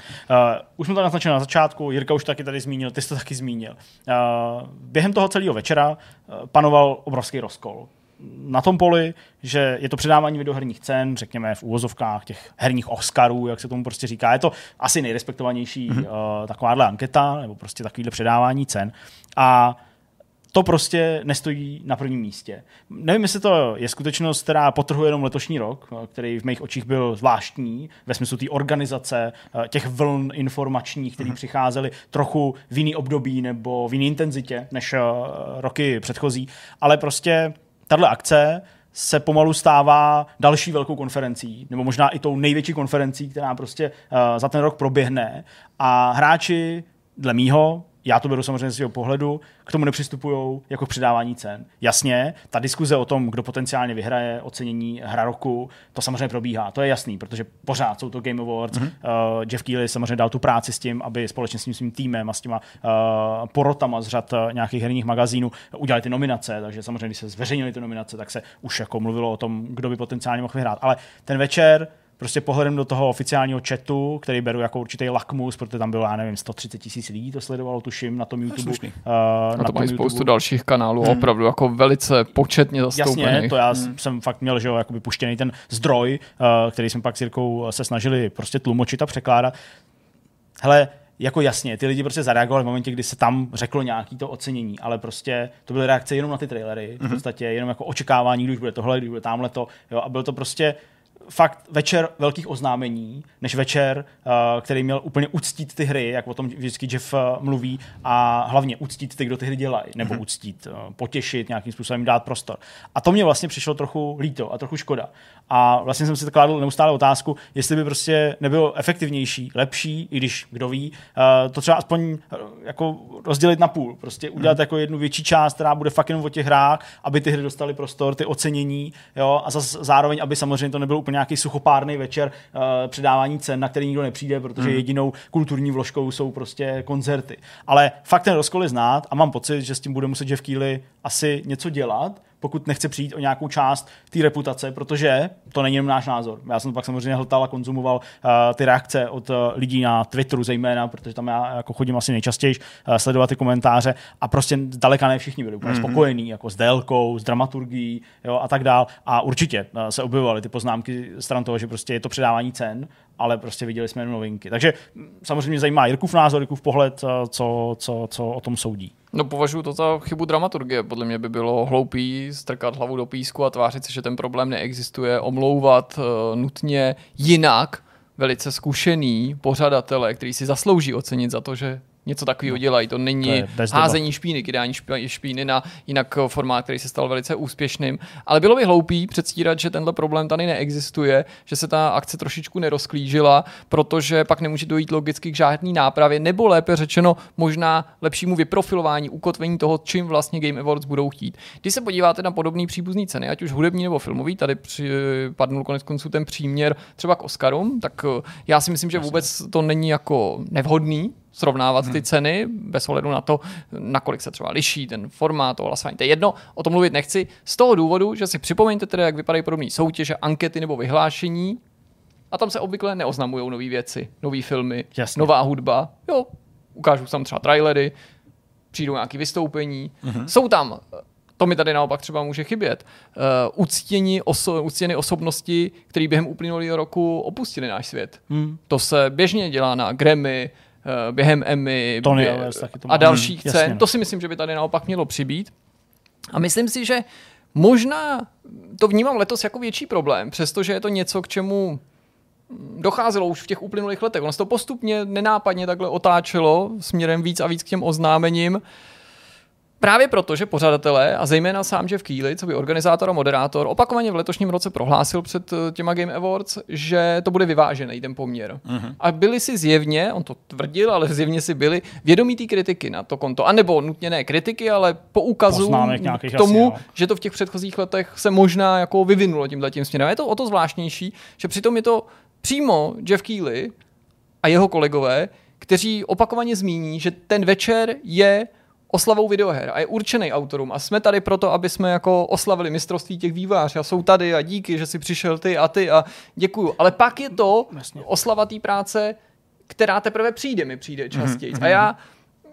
Už jsme to naznačili na začátku, Jirka už taky tady zmínil, ty jsi to taky zmínil. Během toho celého večera panoval obrovský rozkol. na tom poli, že je to předávání videoherních cen, řekněme v úvozovkách těch herních Oscarů, jak se tomu prostě říká. Je to asi nejrespektovanější takováhle anketa, nebo prostě takovýhle předávání cen. A to prostě nestojí na prvním místě. Nevím, jestli to je skutečnost, která podtrhuje jenom letošní rok, který v mých očích byl zvláštní, ve smyslu té organizace, těch vln informačních, které přicházely trochu v jiný období nebo v jiný intenzitě než roky předchozí, ale prostě tahle akce se pomalu stává další velkou konferencí, nebo možná i tou největší konferencí, která prostě za ten rok proběhne a hráči, dle mýho, já to beru samozřejmě z svého pohledu, k tomu nepřistupují jako k předávání cen. Jasně, ta diskuze o tom, kdo potenciálně vyhraje ocenění hra roku, to samozřejmě probíhá. To je jasný, protože pořád jsou to Game Awards. Jeff Keighley samozřejmě dal tu práci s tím, aby společně s svým týmem a s těma porotama z řad nějakých herních magazínů udělali ty nominace. Takže samozřejmě, když se zveřejnily ty nominace, tak se už jako mluvilo o tom, kdo by potenciálně mohl vyhrát. Ale ten večer prostě pohledem do toho oficiálního chatu, který beru jako určitý lakmus, protože tam bylo, já nevím, 130 000 lidí, to sledovalo, tuším, na tom YouTube. Na to mají spoustu dalších kanálů, opravdu jako velice početně zastoupených. Jasně, to já jsem fakt měl, že jo, jakoby puštěný ten zdroj, který jsme pak s Jirkou se snažili prostě tlumočit a překládat. Hele, jako jasně, ty lidi prostě zareagovali v momentě, kdy se tam řeklo nějaký to ocenění, ale prostě to byly reakce jenom na ty trailery, v podstatě jenom jako očekávání, když bude tohle, když bude tamhleto, jo, a byl to prostě fakt večer velkých oznámení, než večer, který měl úplně uctít ty hry, jak o tom vždycky Jeff mluví, a hlavně uctít ty, kdo ty hry dělají, nebo uctít, potěšit, nějakým způsobem dát prostor. A to mě vlastně přišlo trochu líto a trochu škoda. A vlastně jsem si kládl neustále otázku, jestli by prostě nebylo efektivnější, lepší, i když kdo ví, to třeba aspoň jako rozdělit na půl, prostě udělat jako jednu větší část, která bude fakt jenom o těch hrách, aby ty hry dostaly prostor, ty ocenění, jo, a zároveň, aby samozřejmě to nebylo úplně nějaký suchopárný večer předávání cen, na který nikdo nepřijde, protože jedinou kulturní vložkou jsou prostě koncerty. Ale fakt ten rozkol je znát a mám pocit, že s tím bude muset Jeff Keighley asi něco dělat, pokud nechce přijít o nějakou část té reputace, protože to není jenom náš názor. Já jsem to pak samozřejmě hltal a konzumoval ty reakce od lidí na Twitteru zejména, protože tam já jako chodím asi nejčastěji sledovat ty komentáře a prostě zdaleka ne všichni byli úplně spokojení, jako s délkou, s dramaturgií, jo, a tak dál. A určitě se objevovaly ty poznámky stran toho, že prostě je to předávání cen, ale prostě viděli jsme jenom novinky. Takže samozřejmě zajímá Jirkův názor, Jirkův pohled, co o tom soudí. No, považuji to za chybu dramaturgie. Podle mě by bylo hloupý strkat hlavu do písku a tvářit se, že ten problém neexistuje, omlouvat nutně jinak velice zkušený pořadatele, který si zaslouží ocenit za to, že něco takového dělají. To není házení špíny, kydání špíny na jinak formát, který se stal velice úspěšným. Ale bylo by hloupý předstírat, že tenhle problém tady neexistuje, že se ta akce trošičku nerozklížila, protože pak nemůže dojít logicky k žádný nápravě, nebo lépe řečeno možná lepšímu vyprofilování, ukotvení toho, čím vlastně Game Awards budou chtít. Když se podíváte na podobný příbuzný ceny, ať už hudební nebo filmový, tady padnul koneckonců ten příměr třeba k Oscarům, tak já si myslím, že vůbec to není jako nevhodný srovnávat ty ceny, bez ohledu na to, nakolik se třeba liší ten formát toho hlasování. To je jedno, o tom mluvit nechci. Z toho důvodu, že si připomeňte tedy, jak vypadají podobné soutěže, ankety nebo vyhlášení, a tam se obvykle neoznamují nové věci, nové filmy, nová hudba. Jo, ukážu tam třeba trailery, přijdou nějaké vystoupení. Jsou tam, to mi tady naopak třeba může chybět, uctěny osobnosti, které během uplynulého roku opustili náš svět. To se běžně dělá na Grammy, během Emmy a dalších cen. Jasně. To si myslím, že by tady naopak mělo přibýt. A myslím si, že možná to vnímám letos jako větší problém, přestože je to něco, k čemu docházelo už v těch uplynulých letech. Ono se to postupně nenápadně takhle otáčelo směrem víc a víc k těm oznámením. Právě proto, že pořadatelé a zejména sám Jeff Keighley, co by organizátor a moderátor, opakovaně v letošním roce prohlásil před těma Game Awards, že to bude vyvážený ten poměr. A byli si zjevně, on to tvrdil, ale zjevně si byli vědomí té kritiky na to konto. A nebo nutně ne kritiky, ale poukazů k tomu, že to v těch předchozích letech se možná jako vyvinulo tímhletím směrem. Je to o to zvláštnější, že přitom je to přímo Jeff Keighley a jeho kolegové, kteří opakovaně zmíní, že ten večer je oslavou videoher a je určený autorům a jsme tady proto, aby jsme jako oslavili mistrovství těch vývojářů a jsou tady a díky, že si přišel ty a děkuju. Ale pak je to oslava té práce, která teprve přijde častěji. A já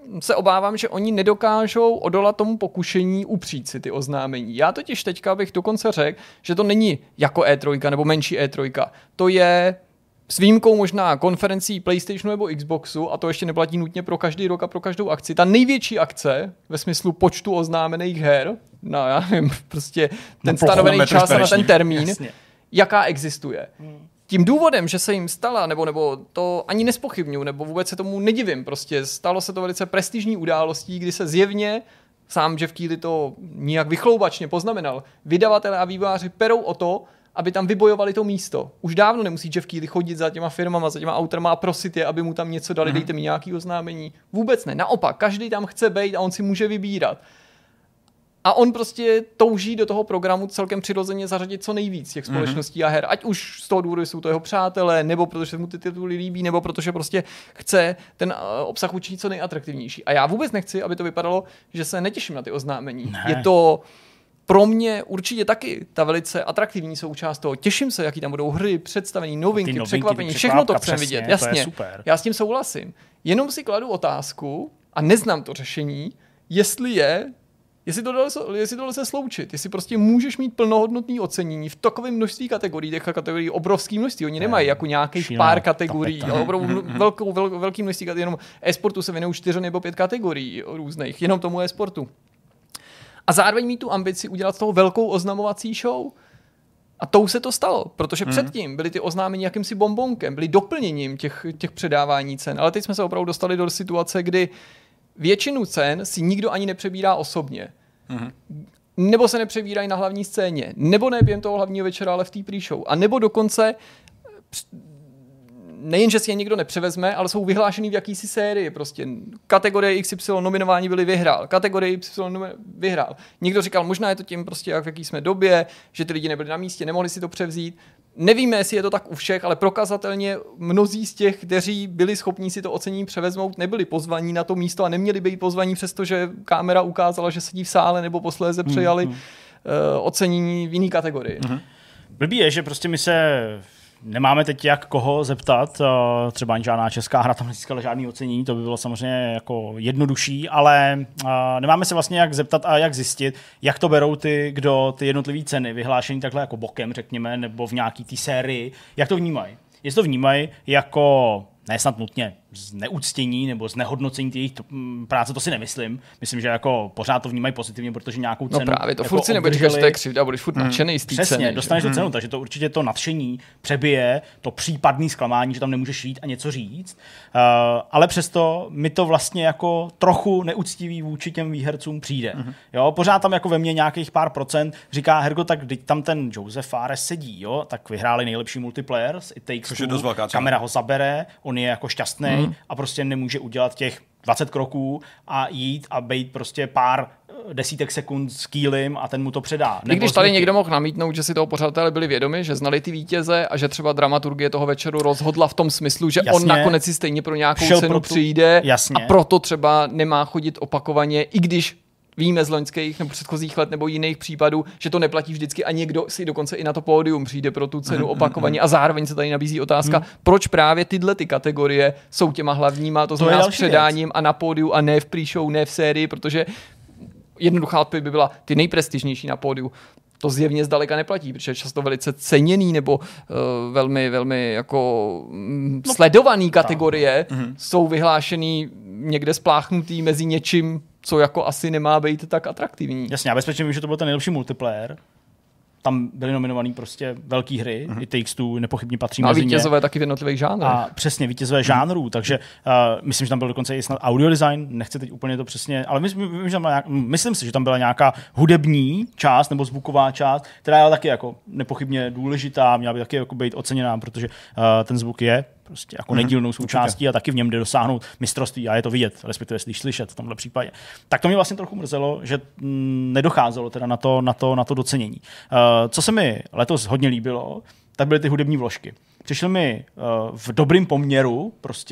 se obávám, že oni nedokážou odolat tomu pokušení upřít si ty oznámení. Já totiž teďka bych dokonce řekl, že to není jako E3 nebo menší E3. To je s výjimkou možná konferencí PlayStationu nebo Xboxu, a to ještě neplatí nutně pro každý rok a pro každou akci. Ta největší akce ve smyslu počtu oznámených her, no já nevím, prostě ten stanovený čas a na ten termín, jaká existuje. Tím důvodem, že se jim stala, nebo to ani nespochybňuji, nebo vůbec se tomu nedivím, prostě stalo se to velice prestižní událostí, kdy se zjevně, sám Jeff Keighley to nijak vychloubačně poznamenal, vydavatelé a vývojáři perou o to, aby tam vybojovali to místo. Už dávno nemusí Jeff Keighley chodit za těma firmama, za těma autorama a prosit je, aby mu tam něco dali, dejte mi nějaký oznámení. Vůbec ne, naopak, každý tam chce být a on si může vybírat. A on prostě touží do toho programu celkem přirozeně zařadit co nejvíc těch společností a her. Ať už z toho důvodu jsou to jeho přátelé, nebo protože se mu ty tituly líbí, nebo protože prostě chce ten obsah učinit co nejatraktivnější. A já vůbec nechci, aby to vypadalo, že se netěším na ty oznámení. Ne. Je to pro mě určitě taky ta velice atraktivní součást toho. Těším se, jaký tam budou hry, představení, novinky, překvapení, všechno to chcem vidět. Jasně, já s tím souhlasím. Jenom si kladu otázku a neznám to řešení, jestli to lze sloučit, jestli prostě můžeš mít plnohodnotné ocenění v takovém množství kategorií, těch kategorií obrovský množství, oni nemají jako nějakých pár kategorií, ale opravdu velký množství kategorií, jenom e-sportu se věnují 4 nebo 5 kategorií různých, jenom tomu e-sportu. A zároveň mít tu ambici udělat z toho velkou oznamovací show. A tou se to stalo, protože předtím byly ty oznámení jakýmsi bonbonkem, byly doplněním těch předávání cen, ale teď jsme se opravdu dostali do situace, kdy většinu cen si nikdo ani nepřebírá osobně. Nebo se nepřebírají na hlavní scéně, nebo ne během toho hlavního večera, ale v té pre-show. A nebo dokonce nejen, že si je nikdo nepřevezme, ale jsou vyhlášený v jakýsi sérii. Prostě kategorie XY nominování byly vyhrál, kategorie Y vyhrál. Někdo říkal, možná je to tím prostě, jak v jaký jsme době, že ty lidi nebyli na místě, nemohli si to převzít. Nevíme, jestli je to tak u všech, ale prokazatelně mnozí z těch, kteří byli schopní si to ocenění převezmout, nebyli pozvaní na to místo a neměli být pozvaní, přestože kamera ukázala, že sedí v sále, nebo posléze přejali ocenění v jiné kategorii. Blbý je, že prostě my se nemáme teď jak koho zeptat, třeba ani žádná česká hra tam nezískala žádný ocenění, to by bylo samozřejmě jako jednodušší, ale nemáme se vlastně jak zeptat a jak zjistit, jak to berou kdo ty jednotlivé ceny vyhlášení takhle jako bokem, řekněme, nebo v nějaký té sérii, jak to vnímají. Jestli to vnímají jako ne snad nutně zneuctění nebo znehodnocení jejich práce, to si nemyslím. Myslím, že jako pořád to vnímají pozitivně, protože nějakou cenu. No právě, to furt si nebudeš říkat, že to je křivda, budeš furt nadšený z té ceny. Přesně, dostaneš tu cenu, takže to určitě to nadšení přebije to případné zklamání, že tam nemůžeš jít a něco říct. Ale přesto mi to vlastně jako trochu neúctivý vůči těm výhercům přijde. Jo, pořád tam jako ve mně nějakých pár procent říká Hergo, tak když tam ten Josef Fares sedí, jo, tak vyhráli nejlepší multiplayer, It Takes Two, kamera ho zabere, on je jako šťastný a prostě nemůže udělat těch 20 kroků a jít a bejt prostě pár desítek sekund s Keighlem a ten mu to předá. I když tady někdo mohl namítnout, že si toho pořadatelé byli vědomi, že znali ty vítěze a že třeba dramaturgie toho večeru rozhodla v tom smyslu, že on nakonec si stejně pro nějakou cenu přijde a proto třeba nemá chodit opakovaně, i když víme z loňských nebo předchozích let nebo jiných případů, že to neplatí vždycky a někdo si dokonce i na to pódium přijde pro tu cenu opakovaně a zároveň se tady nabízí otázka, proč právě tyhle ty kategorie jsou těma hlavníma, to znamená s předáním a na pódiu a ne v pre-show, ne v sérii, protože jednoduchá odpověď by byla ty nejprestižnější na pódiu. To zjevně zdaleka neplatí, protože často velice ceněný nebo velmi, velmi jako sledovaný kategorie jsou vyhlášený někde spláchnutý mezi něčím, co jako asi nemá být tak atraktivní. Jasně, já bezpečně vím, že to byl ten nejlepší multiplayer. Tam byly nominovaný prostě velké hry, It Takes Two nepochybně patří mezi ně. A vítězové taky v jednotlivých žánrech. A přesně, vítězové žánrů, takže myslím, že tam byl dokonce i snad audio design, nechci teď úplně to přesně, ale myslím si, že tam byla nějaká hudební část nebo zvuková část, která je taky jako nepochybně důležitá, měla by taky jako být oceněná, protože ten zvuk je prostě jako nedílnou součástí a taky v něm jde dosáhnout mistrovství a je to vidět, respektive slyšet v tomhle případě. Tak to mě vlastně trochu mrzelo, že nedocházelo teda na to docenění. Co se mi letos hodně líbilo, tak byly ty hudební vložky. Přišly mi v dobrým poměru, prostě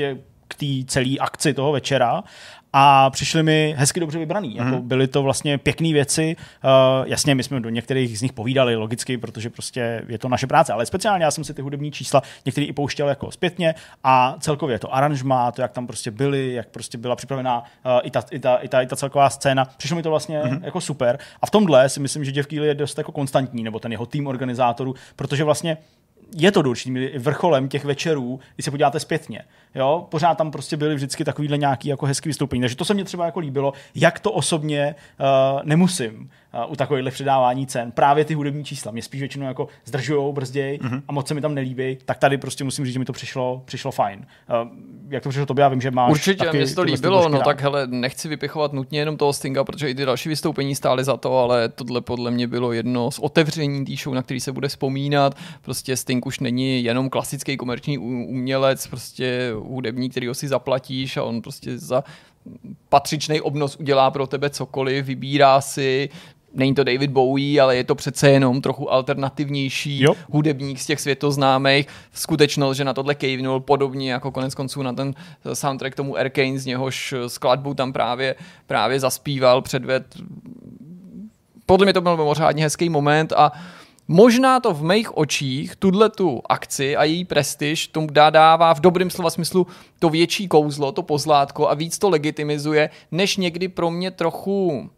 k té celé akci toho večera a přišli mi hezky dobře vybraný. Jako byly to vlastně pěkné věci. Jasně, my jsme do některých z nich povídali logicky, protože prostě je to naše práce, ale speciálně já jsem si ty hudební čísla některý i pouštěl jako zpětně a celkově to aranžmá, to jak tam prostě byly, jak prostě byla připravená i ta celková scéna. Přišlo mi to vlastně jako super. A v tomhle si myslím, že Jeff Keighley je dost jako konstantní, nebo ten jeho tým organizátorů, protože vlastně je to do určitý míry vrcholem těch večerů, když se podíváte zpětně. Jo? Pořád tam prostě byly vždycky takovýhle nějaký jako hezký vystoupení. Takže to se mně třeba jako líbilo, jak to osobně nemusím u takovýchhle předávání cen. Právě ty hudební čísla mě spíš většinou jako zdržujou, brzději a moc se mi tam nelíbí, tak tady prostě musím říct, že mi to přišlo fajn. Jak to přišlo tobě, já vím, že máš. Určitě, mě to líbilo, no tak hele, nechci vypichovat nutně jenom toho Stinga, protože i ty další vystoupení stály za to, ale tohle podle mě bylo jedno z otevření té show, na který se bude vzpomínat. Prostě Sting už není jenom klasický komerční umělec, prostě hudebník, kterýho si zaplatíš a on prostě za patřičný obnos udělá pro tebe cokoliv, vybírá si. Není to David Bowie, ale je to přece jenom trochu alternativnější hudebník z těch světoznámých. Skutečnost, že na tohle kejvnul podobně jako konec konců na ten soundtrack tomu Arcane, z něhož skladbu tam právě zaspíval, předved. Podle mě to byl mimořádně hezký moment a možná to v mých očích, tu akci a její prestiž tomu dává v dobrým slova smyslu to větší kouzlo, to pozlátko a víc to legitimizuje, než někdy pro mě trochu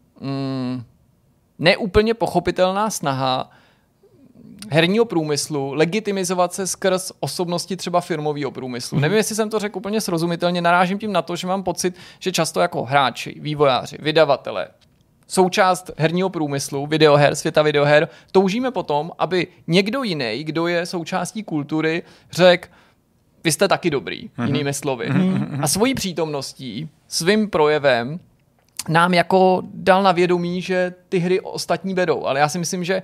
neúplně pochopitelná snaha herního průmyslu legitimizovat se skrz osobnosti třeba firmového průmyslu. Nevím, jestli jsem to řekl úplně srozumitelně, narážím tím na to, že mám pocit, že často jako hráči, vývojáři, vydavatelé, součást herního průmyslu, videoher, světa videoher, toužíme potom, aby někdo jiný, kdo je součástí kultury, řekl, vy jste taky dobrý, jinými slovy. A svojí přítomností, svým projevem nám jako dal na vědomí, že ty hry ostatní vedou. Ale já si myslím, že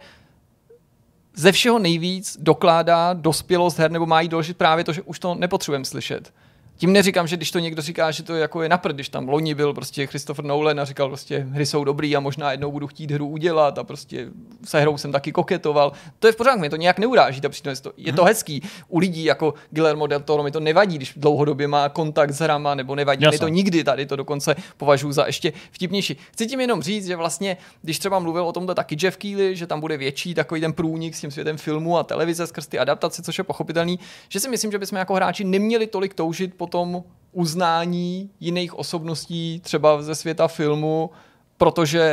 ze všeho nejvíc dokládá dospělost her, nebo má jí doložit právě to, že už to nepotřebujeme slyšet. Tím neříkám, že když to někdo říká, že to jako je na prd, když tam loni byl prostě Christopher Nolan a říkal prostě hry jsou dobrý a možná jednou budu chtít hru udělat a prostě se hrou jsem taky koketoval. To je v pořádku, mě to nějak neuráží, ta přítomnost. Je to hezký. U lidí jako Guillermo del Toro mi to nevadí, když dlouhodobě má kontakt s hrama, nebo nevadí mi to nikdy, tady to dokonce považuji za ještě vtipnější. Chci tím jenom říct, že vlastně, když třeba mluvil o tomto taky Jeff Keighley, že tam bude větší takový ten průnik s tím světem filmu a televize skrz ty adaptace, což je pochopitelný, že si myslím, že bychom jako hráči neměli tolik toužit potom uznání jiných osobností třeba ze světa filmu, protože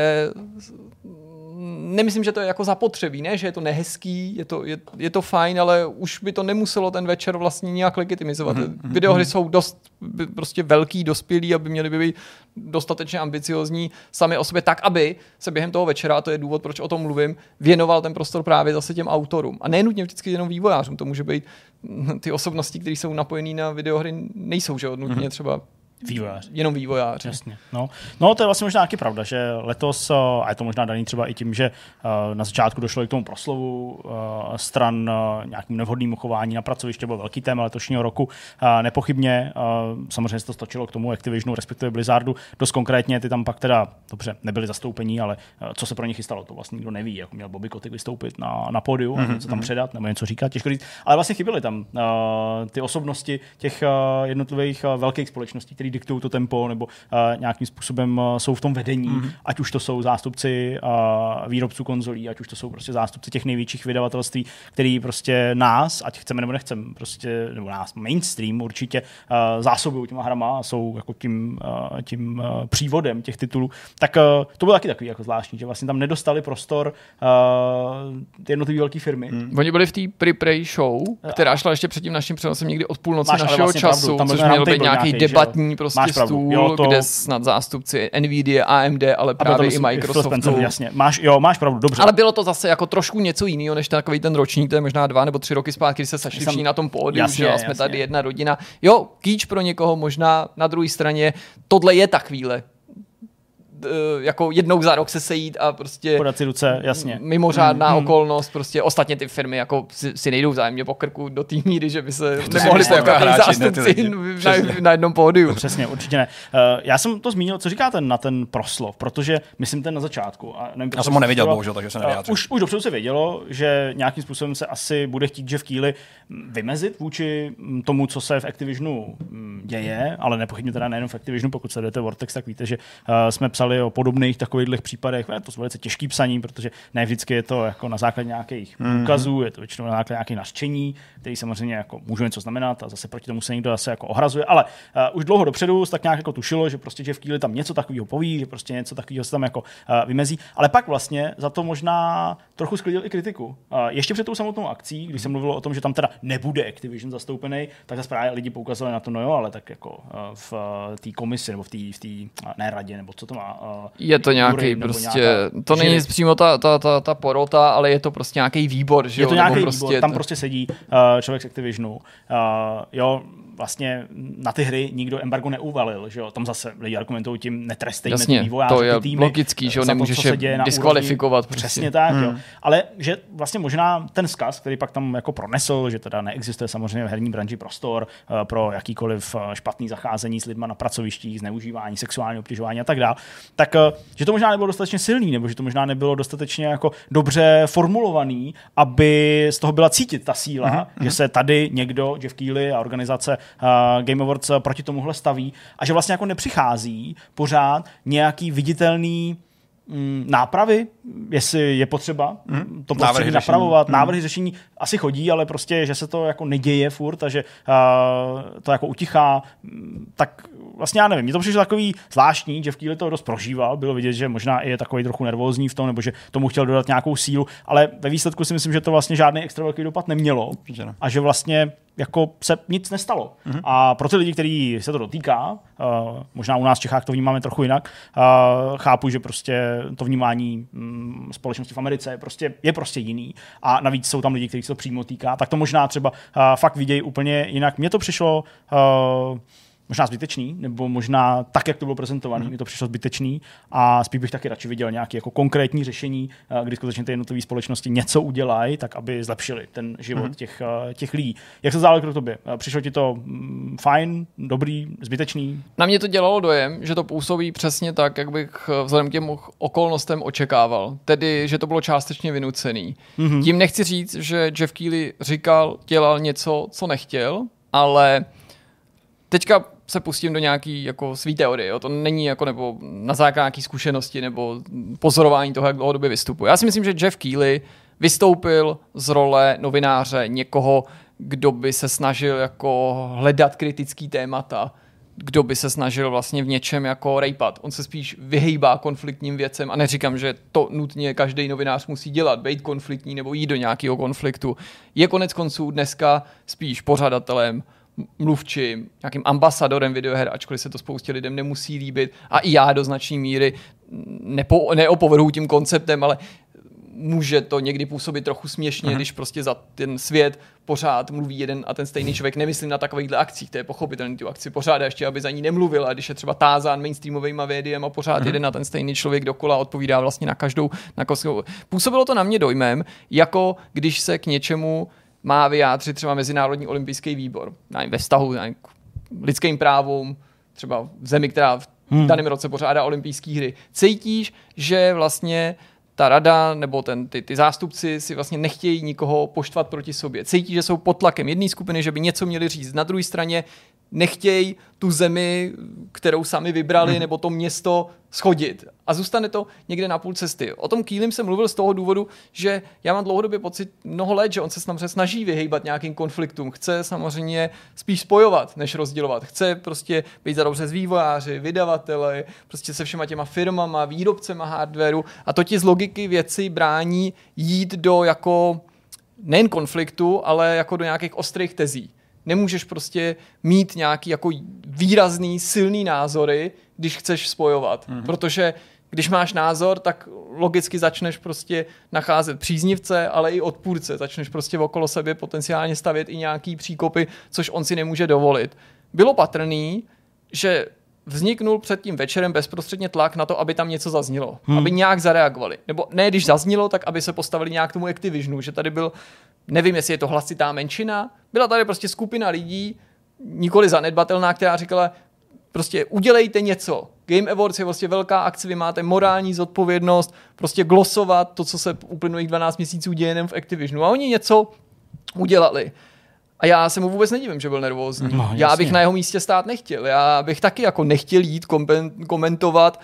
nemyslím, že to je jako zapotřebí, ne, že je to nehezký, je to fajn, ale už by to nemuselo ten večer vlastně nějak legitimizovat. Videohry jsou dost prostě velký, dospělí, aby měly by být dostatečně ambiciozní sami o sobě tak, aby se během toho večera, a to je důvod, proč o tom mluvím, věnoval ten prostor právě zase těm autorům. A nenutně vždycky jenom vývojářům, to může být ty osobnosti, které jsou napojené na videohry, nejsou, že nutně třeba vývojář. Jenom vývojář. Jasně. No, to je vlastně možná taky pravda, že letos, a je to možná daný třeba i tím, že na začátku došlo i k tomu proslovu stran nějakým nevhodnému chování na pracoviště, byl velký téma letošního roku. Nepochybně, samozřejmě se to stočilo k tomu Activisionu, respektive Blizzardu. Dost konkrétně, ty tam pak teda, dobře, nebyli zastoupení, ale co se pro ně chystalo, to vlastně nikdo neví. Jako měl Bobby Kotick vystoupit na pódiu a něco tam předat, nebo něco říkat, těžko říct. Ale vlastně chyběly tam ty osobnosti těch jednotlivých velkých společností, které diktují to tempo, nebo nějakým způsobem jsou v tom vedení, ať už to jsou zástupci výrobců konzolí, ať už to jsou prostě zástupci těch největších vydavatelství, který prostě nás, ať chceme nebo nechceme, prostě, nebo nás, mainstream určitě zásobují těma hrama a jsou jako tím přívodem těch titulů, tak to bylo taky takový jako zvláštní, že vlastně tam nedostali prostor ty jednotlivé velké firmy. Oni byli v té pre-pray show, která šla ještě před tím naším přenosem někdy od půlnoci našeho vlastně času, což měl být nějaký debatní prostě stůl, kde snad zástupci Nvidia, AMD, ale právě i Microsoftu. Jasně. Máš pravdu, dobře. Ale bylo to zase jako trošku něco jiného, než takový ten ročník, to je možná 2 nebo 3 roky zpátky, kdy se sešli všichni na tom pódiu, že jsme tady jedna rodina. Jo, kýč pro někoho, možná na druhé straně, tohle je ta chvíle. jako jednou za rok se sejít a prostě podat si ruce, jasně. Mimořádná okolnost, prostě ostatně ty firmy jako si nejdou vzájemně po krku do té míry, že by se nemohli potkat zástupci na jednom pódiu. Přesně, určitě ne. Já jsem to zmínil, co říkáte na ten proslov, protože myslím ten na začátku. A nevím, já jsem ho neviděl, bohužel, takže se nevyjádřím. Už dopředu se vědělo, že nějakým způsobem se asi bude chtít Jeff Keighley vymezit vůči tomu, co se v Activisionu děje, ale nepochybně teda nejenom v Activisionu, pokud sledujete Vortex, tak víte, že jsme psali o podobných takových případech. Je to velice těžký psaní, protože ne vždycky je to jako na základě nějakých důkazů, je to většinou na základě nějakých nařčení, který samozřejmě jako může něco znamenat a zase proti tomu se někdo zase jako ohrazuje, ale už dlouho dopředu tak nějak jako tušilo, že prostě Jeff Keighley tam něco takového poví, že prostě něco takového se tam jako vymezí, ale pak vlastně za to možná trochu sklidil i kritiku. Ještě před tou samotnou akcí, když se mluvilo o tom, že tam teda nebude Activision zastoupený, tak zase právě lidi poukazovali na to, no jo, ale tak jako v té komisi nebo v té ne radě, nebo co to má. Je to nějaký prostě, to není přímo ta porota, ale je to prostě nějaký výbor, že je to nějaký prostě výbor, tam prostě sedí člověk z Activisionu. Jo, vlastně na ty hry nikdo embargo neuvalil, že jo? Tam zase lidi argumentují tím netrestejme ty vývojáře, to je ty týmy, logický, že jo, nemůžeš je diskvalifikovat. Prostě. Přesně tak, jo. Ale že vlastně možná ten vzkaz, který pak tam jako pronesl, že teda neexistuje samozřejmě v herní branži prostor pro jakýkoliv špatný zacházení s lidma na pracovištích, zneužívání, sexuální obtěžování a tak dále, tak že to možná nebylo dostatečně silný, nebo že to možná nebylo dostatečně jako dobře formulovaný, aby z toho byla cítit ta síla, že se tady někdo, Jeff Keighley a organizace Game Awards proti tomuhle staví a že vlastně jako nepřichází pořád nějaký viditelný nápravy, jestli je potřeba to prostředí napravovat. Návrhy řešení asi chodí, ale prostě, že se to jako neděje furt a že to jako utichá, tak vlastně já nevím. Mně to přišlo takový zvláštní, že v Keighley to dost prožíval, bylo vidět, že možná i je takový trochu nervózní v tom, nebo že tomu chtěl dodat nějakou sílu, ale ve výsledku si myslím, že to vlastně žádný extra velký dopad nemělo a že vlastně jako se nic nestalo. A pro ty lidi, kteří se to dotýká, možná u nás v Čechách to vnímáme trochu jinak, chápu, že prostě to vnímání společnosti v Americe je prostě jiný a navíc jsou tam lidi, kteří se to přímo týká, tak to možná třeba fakt vidějí úplně jinak. Mně to přišlo možná zbytečný, nebo možná tak, jak to bylo prezentované, mi to přišlo zbytečný a spíš bych taky radši viděl nějaké jako konkrétní řešení, kdy skutečně ty jednotlivé společnosti něco udělají, tak aby zlepšili ten život těch lidí. Jak se zdálo k tobě? Přišlo ti to fajn, dobrý, zbytečný? Na mě to dělalo dojem, že to působí přesně tak, jak bych vzhledem k těm okolnostem očekával. Tedy, že to bylo částečně vynucený. Tím nechci říct, že Jeff Keighley dělal něco, co nechtěl, ale teďka se pustím do nějaký jako svý teorie. Jo? To není jako nebo na základě nějaký zkušenosti nebo pozorování toho, jak dlouhodobě vystupuje. Já si myslím, že Jeff Keighley vystoupil z role novináře někoho, kdo by se snažil jako hledat kritický témata, kdo by se snažil vlastně v něčem jako rejpat. On se spíš vyhejbá konfliktním věcem a neříkám, že to nutně každý novinář musí dělat, být konfliktní nebo jít do nějakého konfliktu. Je konec konců dneska spíš pořadatelem, mluvčím, nějakým ambasadorem videoher, ačkoliv se to spoustě lidem nemusí líbit. A i já do značné míry neopovrhuji tím konceptem, ale může to někdy působit trochu směšně, když prostě za ten svět pořád mluví jeden a ten stejný člověk. Nemyslím na takovýchhle akcích, to je pochopitelný, tu akci pořád ještě, aby za ní nemluvil, a když je třeba tázán mainstreamovejma médiem a pořád jeden a ten stejný člověk dokola odpovídá vlastně na každou. Působilo to na mě dojmem, jako když se k něčemu má vyjádřit třeba Mezinárodní olympijský výbor. Ve vztahu k lidským právům, třeba v zemi, která v daném roce pořádá olympijské hry. Cítíš, že vlastně ta rada nebo ty zástupci si vlastně nechtějí nikoho poštvat proti sobě. Cítí, že jsou pod tlakem jedné skupiny, že by něco měli říct. Na druhé straně nechtějí tu zemi, kterou sami vybrali, nebo to město schodit. A zůstane to někde na půl cesty. O tom Keighley jsem mluvil z toho důvodu, že já mám dlouhodobě pocit mnoho let, že on se samozřejmě snaží vyhejbat nějakým konfliktům. Chce samozřejmě spíš spojovat, než rozdělovat. Chce prostě být za dobře s vývojáři, vydavateli, prostě se všema těma firmama, výrobcema hardwareu. A to ti z logiky věci brání jít do jako nejen konfliktu, ale jako do nějakých ostrých tezí. Nemůžeš prostě mít nějaký jako výrazný, silný názory, když chceš spojovat. Protože když máš názor, tak logicky začneš prostě nacházet příznivce, ale i odpůrce. Začneš prostě okolo sebe potenciálně stavět i nějaký příkopy, což on si nemůže dovolit. Bylo patrný, že vzniknul před tím večerem bezprostředně tlak na to, aby tam něco zaznělo, aby nějak zareagovali. Nebo ne, když zaznělo, tak aby se postavili nějak k tomu Activisionu, že tady byl, nevím, jestli je to hlasitá menšina, byla tady prostě skupina lidí, nikoli zanedbatelná, která říkala, prostě udělejte něco. Game Awards je vlastně velká akce, vy máte morální zodpovědnost, prostě glosovat to, co se uplynulých 12 měsíců děje jenom v Activisionu. A oni něco udělali. A já se mu vůbec nedivím, že byl nervózní. No, já bych na jeho místě stát nechtěl. Já bych taky jako nechtěl jít komentovat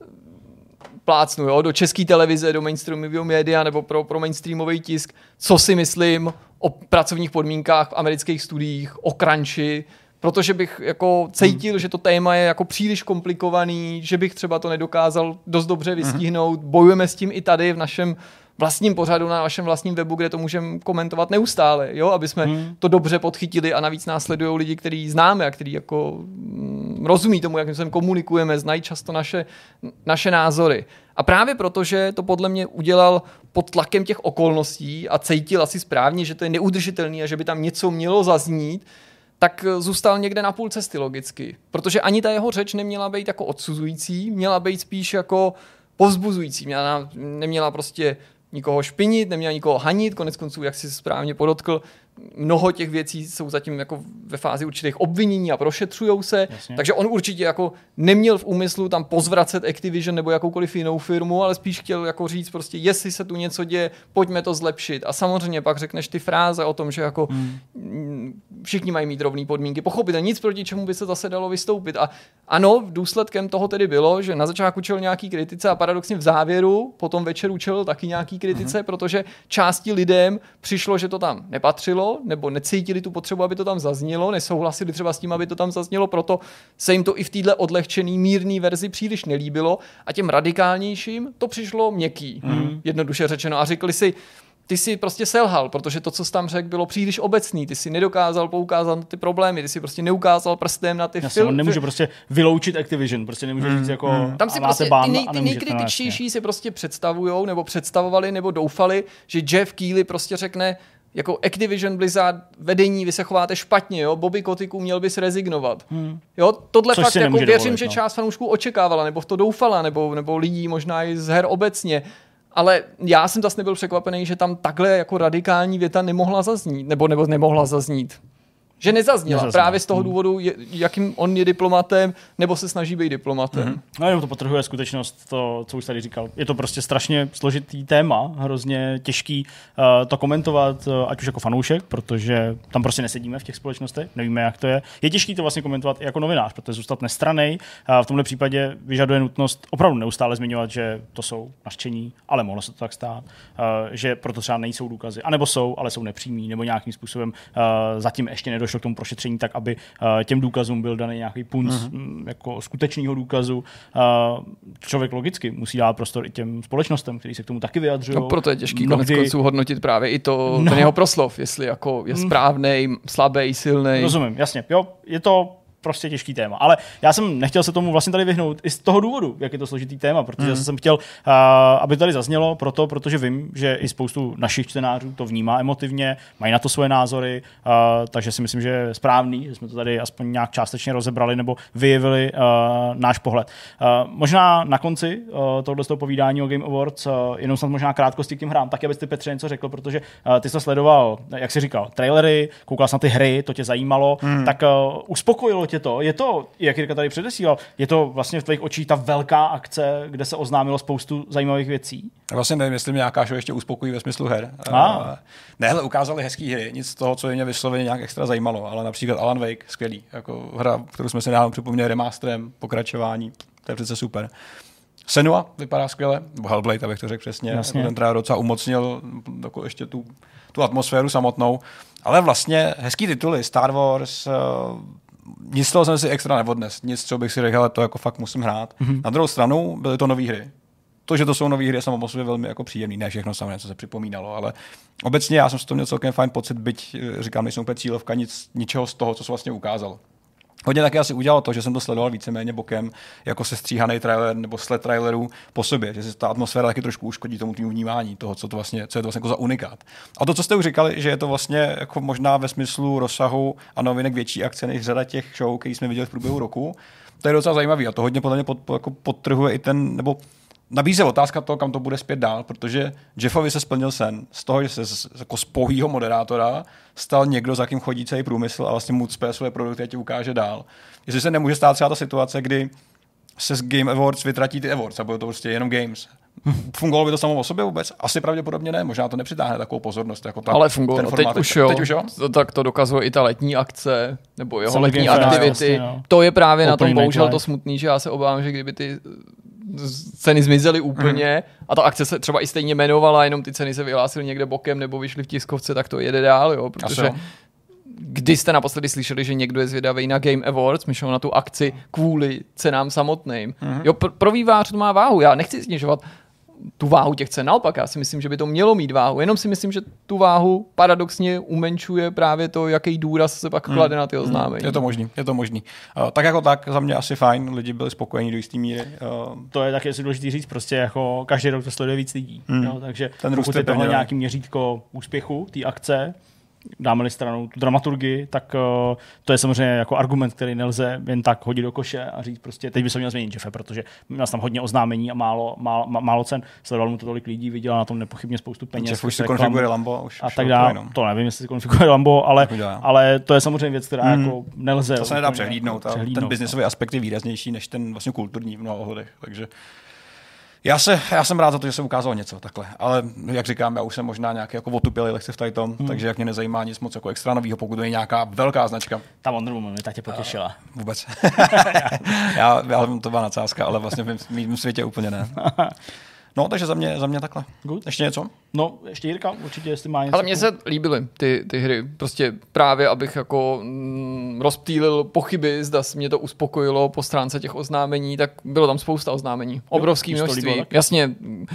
plácnu, jo, do české televize, do mainstreamového média nebo pro mainstreamový tisk, co si myslím o pracovních podmínkách v amerických studiích, o crunchi, protože bych jako cítil, že to téma je jako příliš komplikovaný, že bych třeba to nedokázal dost dobře vystihnout. Bojujeme s tím i tady v našem vlastním pořadu, na našem vlastním webu, kde to můžeme komentovat neustále, jo, aby jsme to dobře podchytili a navíc následují lidi, který známe a který jako rozumí tomu, jak my komunikujeme, znají často naše názory. A právě proto, že to podle mě udělal pod tlakem těch okolností a cítil asi správně, že to je neudržitelný a že by tam něco mělo zaznít, tak zůstal někde na půl cesty logicky. Protože ani ta jeho řeč neměla být jako odsuzující, měla být spíš jako povzbuzující. Neměla prostě nikoho špinit, neměla nikoho hanit, konec konců, jak si správně podotkl, mnoho těch věcí jsou zatím jako ve fázi určitých obvinění a prošetřujou se, takže on určitě jako neměl v úmyslu tam pozvracet Activision nebo jakoukoliv jinou firmu, ale spíš chtěl jako říct prostě, jestli se tu něco děje, pojďme to zlepšit. A samozřejmě pak řekneš ty fráze o tom, že jako všichni mají mít rovné podmínky. Pochopitelně nic proti čemu by se zase dalo vystoupit. A ano, důsledkem toho tedy bylo, že na začátku čelil nějaký kritice a paradoxně v závěru potom večeru čelil taky nějaký kritice, protože části lidem přišlo, že to tam nepatřilo, nebo necítili tu potřebu, aby to tam zaznělo, nesouhlasili třeba s tím, aby to tam zaznělo, proto se jim to i v téhle odlehčený, mírný verzi příliš nelíbilo a těm radikálnějším to přišlo měkký, jednoduše řečeno. A řekli si, ty si prostě selhal, protože to, co jsi tam řekl, bylo příliš obecný, ty si nedokázal poukázat na ty problémy, ty si prostě neukázal prstem na ty filmy. On nemůže prostě vyloučit Activision, prostě nemůže říct jako tam si prostě ty nejkritičtější si prostě představujou, nebo představovali, nebo doufali, že Jeff Keighley prostě řekne, jako Activision Blizzard vedení, vy se chováte špatně, jo? Bobby Koticků měl bys rezignovat. Jo? Tohle což fakt jako věřím, dovolit, že část fanoušků očekávala, nebo v to doufala, nebo lidí možná i z her obecně. Ale já jsem zase nebyl překvapený, že tam takhle jako radikální věta nemohla zaznít, nebo nemohla zaznít. Že nezazněla. Právě z toho důvodu, jakým on je diplomatem, nebo se snaží být diplomatem. No jenom to podtrhuje skutečnost, to, co už tady říkal. Je to prostě strašně složitý téma, hrozně těžký to komentovat, ať už jako fanoušek, protože tam prostě nesedíme v těch společnostech, nevíme, jak to je. Je těžký to vlastně komentovat i jako novinář, protože zůstat nestrannej. V tomhle případě vyžaduje nutnost opravdu neustále zmiňovat, že to jsou nařčení, ale mohlo se to tak stát, že proto třeba nejsou důkazy, anebo jsou, ale jsou nepřímý, nebo nějakým způsobem zatím ještě nedošlo k tomu prošetření tak, aby těm důkazům byl daný nějaký punc jako skutečného důkazu. Člověk logicky musí dát prostor i těm společnostem, kteří se k tomu taky vyjadřují. No proto je těžký konec konců hodnotit právě i ten jeho proslov, jestli jako je správnej, slabý, silný. Rozumím, jasně. Jo, je to prostě těžký téma. Ale já jsem nechtěl se tomu vlastně tady vyhnout i z toho důvodu, jak je to složitý téma, protože jsem chtěl, aby tady zaznělo protože vím, že i spoustu našich čtenářů to vnímá emotivně, mají na to svoje názory, takže si myslím, že je správný, že jsme to tady aspoň nějak částečně rozebrali nebo vyjevili náš pohled. Možná na konci tohoto povídání o Game Awards, jenom snad možná krátkosti k těm hrám, tak abys ty, Petře, něco řekl, protože ty jsi to sledoval, jak jsi říkal, trailery, koukal jsi na ty hry, to tě zajímalo, tak uspokojilo tě to? Je to, jak Jirka tady předesílal, je to vlastně v tvých očích ta velká akce, kde se oznámilo spoustu zajímavých věcí? Vlastně nevím, jestli mě nějaká show ještě uspokojí ve smyslu her. Ne, hele, ukázali hezký hry, nic z toho, co mě vysloveně nějak extra zajímalo, ale například Alan Wake, skvělý, jako hra, kterou jsme si nedávno připomněli remasterem, pokračování, to je přece super. Senua vypadá skvěle, nebo Hellblade, abych to řekl přesně, jako ten teda docela umocnil jako ještě tu atmosféru samotnou, ale vlastně hezký tituly, Star Wars, nic z toho jsem si extra neodnes, nic, co bych si řekl, ale to jako fakt musím hrát. Na druhou stranu byly to nové hry. To, že to jsou nové hry, je samo o sobě velmi jako příjemný, ne všechno samé, co se připomínalo, ale obecně já jsem z toho měl celkem fajn pocit, byť říkám, nejsem úplně cílovka ničeho z toho, co se vlastně ukázal. Hodně taky asi udělalo to, že jsem to sledoval víceméně bokem, jako se stříhaný trailer nebo sled trailerů po sobě, že si ta atmosféra taky trošku uškodí tomu tvýmu vnímání toho, co je to vlastně jako za unikát. A to, co jste už říkali, že je to vlastně jako možná ve smyslu rozsahu a novinek větší akce než řada těch show, který jsme viděli v průběhu roku, to je docela zajímavý a to hodně podle mě jako podtrhuje i ten, nebo nabízí otázka toho, kam to bude zpět dál, protože Jeffovi se splnil sen z toho, že se jako z pouhýho moderátora stal někdo, za kým chodí celý průmysl a vlastně mu své produkty a ti ukáže dál. Jestli se nemůže stát třeba ta situace, kdy se z Game Awards vytratí ty awards a bude to prostě jenom games. Fungovalo by to samo o sobě vůbec? Asi pravděpodobně ne, možná to nepřitáhne takovou pozornost. Jako ale fungovalo, teď už jo. Tak to dokazuje i ta letní akce, nebo jeho letní aktivity. Vlastně, no. To je právě na tom bohužel to smutný, že já se obávám, že kdyby ty ceny zmizely úplně a ta akce se třeba i stejně jmenovala, jenom ty ceny se vyhlásily někde bokem nebo vyšly v tiskovce, tak to jede dál, jo, protože kdy jste naposledy slyšeli, že někdo je zvědavý na Game Awards, myšlel na tu akci kvůli cenám samotným. Jo, pro vývář to má váhu, já nechci snižovat tu váhu těch cen, naopak, já si myslím, že by to mělo mít váhu, jenom si myslím, že tu váhu paradoxně umenšuje právě to, jaký důraz se pak klade na ty oznámení. Je to možný. Tak jako tak, za mě asi fajn, lidi byli spokojení do jistý míry. To je taky důležitý říct, prostě jako každý rok to sleduje víc lidí, jo, takže pokud je tohle nějaký měřítko úspěchu té akce, dáme-li stranou tu dramaturgii, tak to je samozřejmě jako argument, který nelze jen tak hodit do koše a říct prostě, teď by se měl změnit Jeffe, protože měl tam hodně oznámení a málo cen, sledoval mu to tolik lidí, viděl na tom nepochybně spoustu peněz. Jeff už si konfiguruje Lambo už a tak dále. To nevím, jestli si konfiguruje Lambo, ale to je samozřejmě věc, která jako nelze. To se nedá přehlídnout. Ten biznisový aspekt je výraznější než ten vlastně kulturní v mnoha ohledech, takže já jsem rád za to, že se ukázalo něco takhle, ale jak říkám, já už jsem možná nějaký jako otupělý lehce v tom, takže jak mě nezajímá nic moc jako extra novýho, pokud to je nějaká velká značka. Ta Wonder Woman mě tak tě potěšila. Vůbec. já to byla nadsázka, ale vlastně v mým světě úplně ne. No, takže za mě takhle. Good. Ještě něco? No, ještě Jirka, určitě, jestli má něco. Ale mně se líbily ty hry. Prostě právě, abych jako rozptýlil pochyby, zda mě to uspokojilo po stránce těch oznámení, tak bylo tam spousta oznámení. Obrovský množství. Jasně,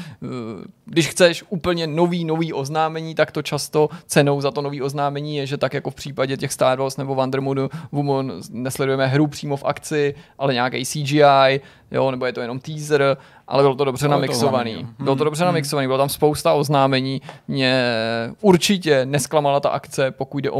když chceš úplně nový oznámení, tak to často cenou za to nový oznámení je, že tak jako v případě těch Star Wars nebo Wonder Woman nesledujeme hru přímo v akci, ale nějaký CGI, jo, nebo je to jenom teaser, ale bylo to dobře namixovaný. Bylo to dobře namixovaný, bylo tam spousta oznámení. Mě určitě nesklamala ta akce, pokud jde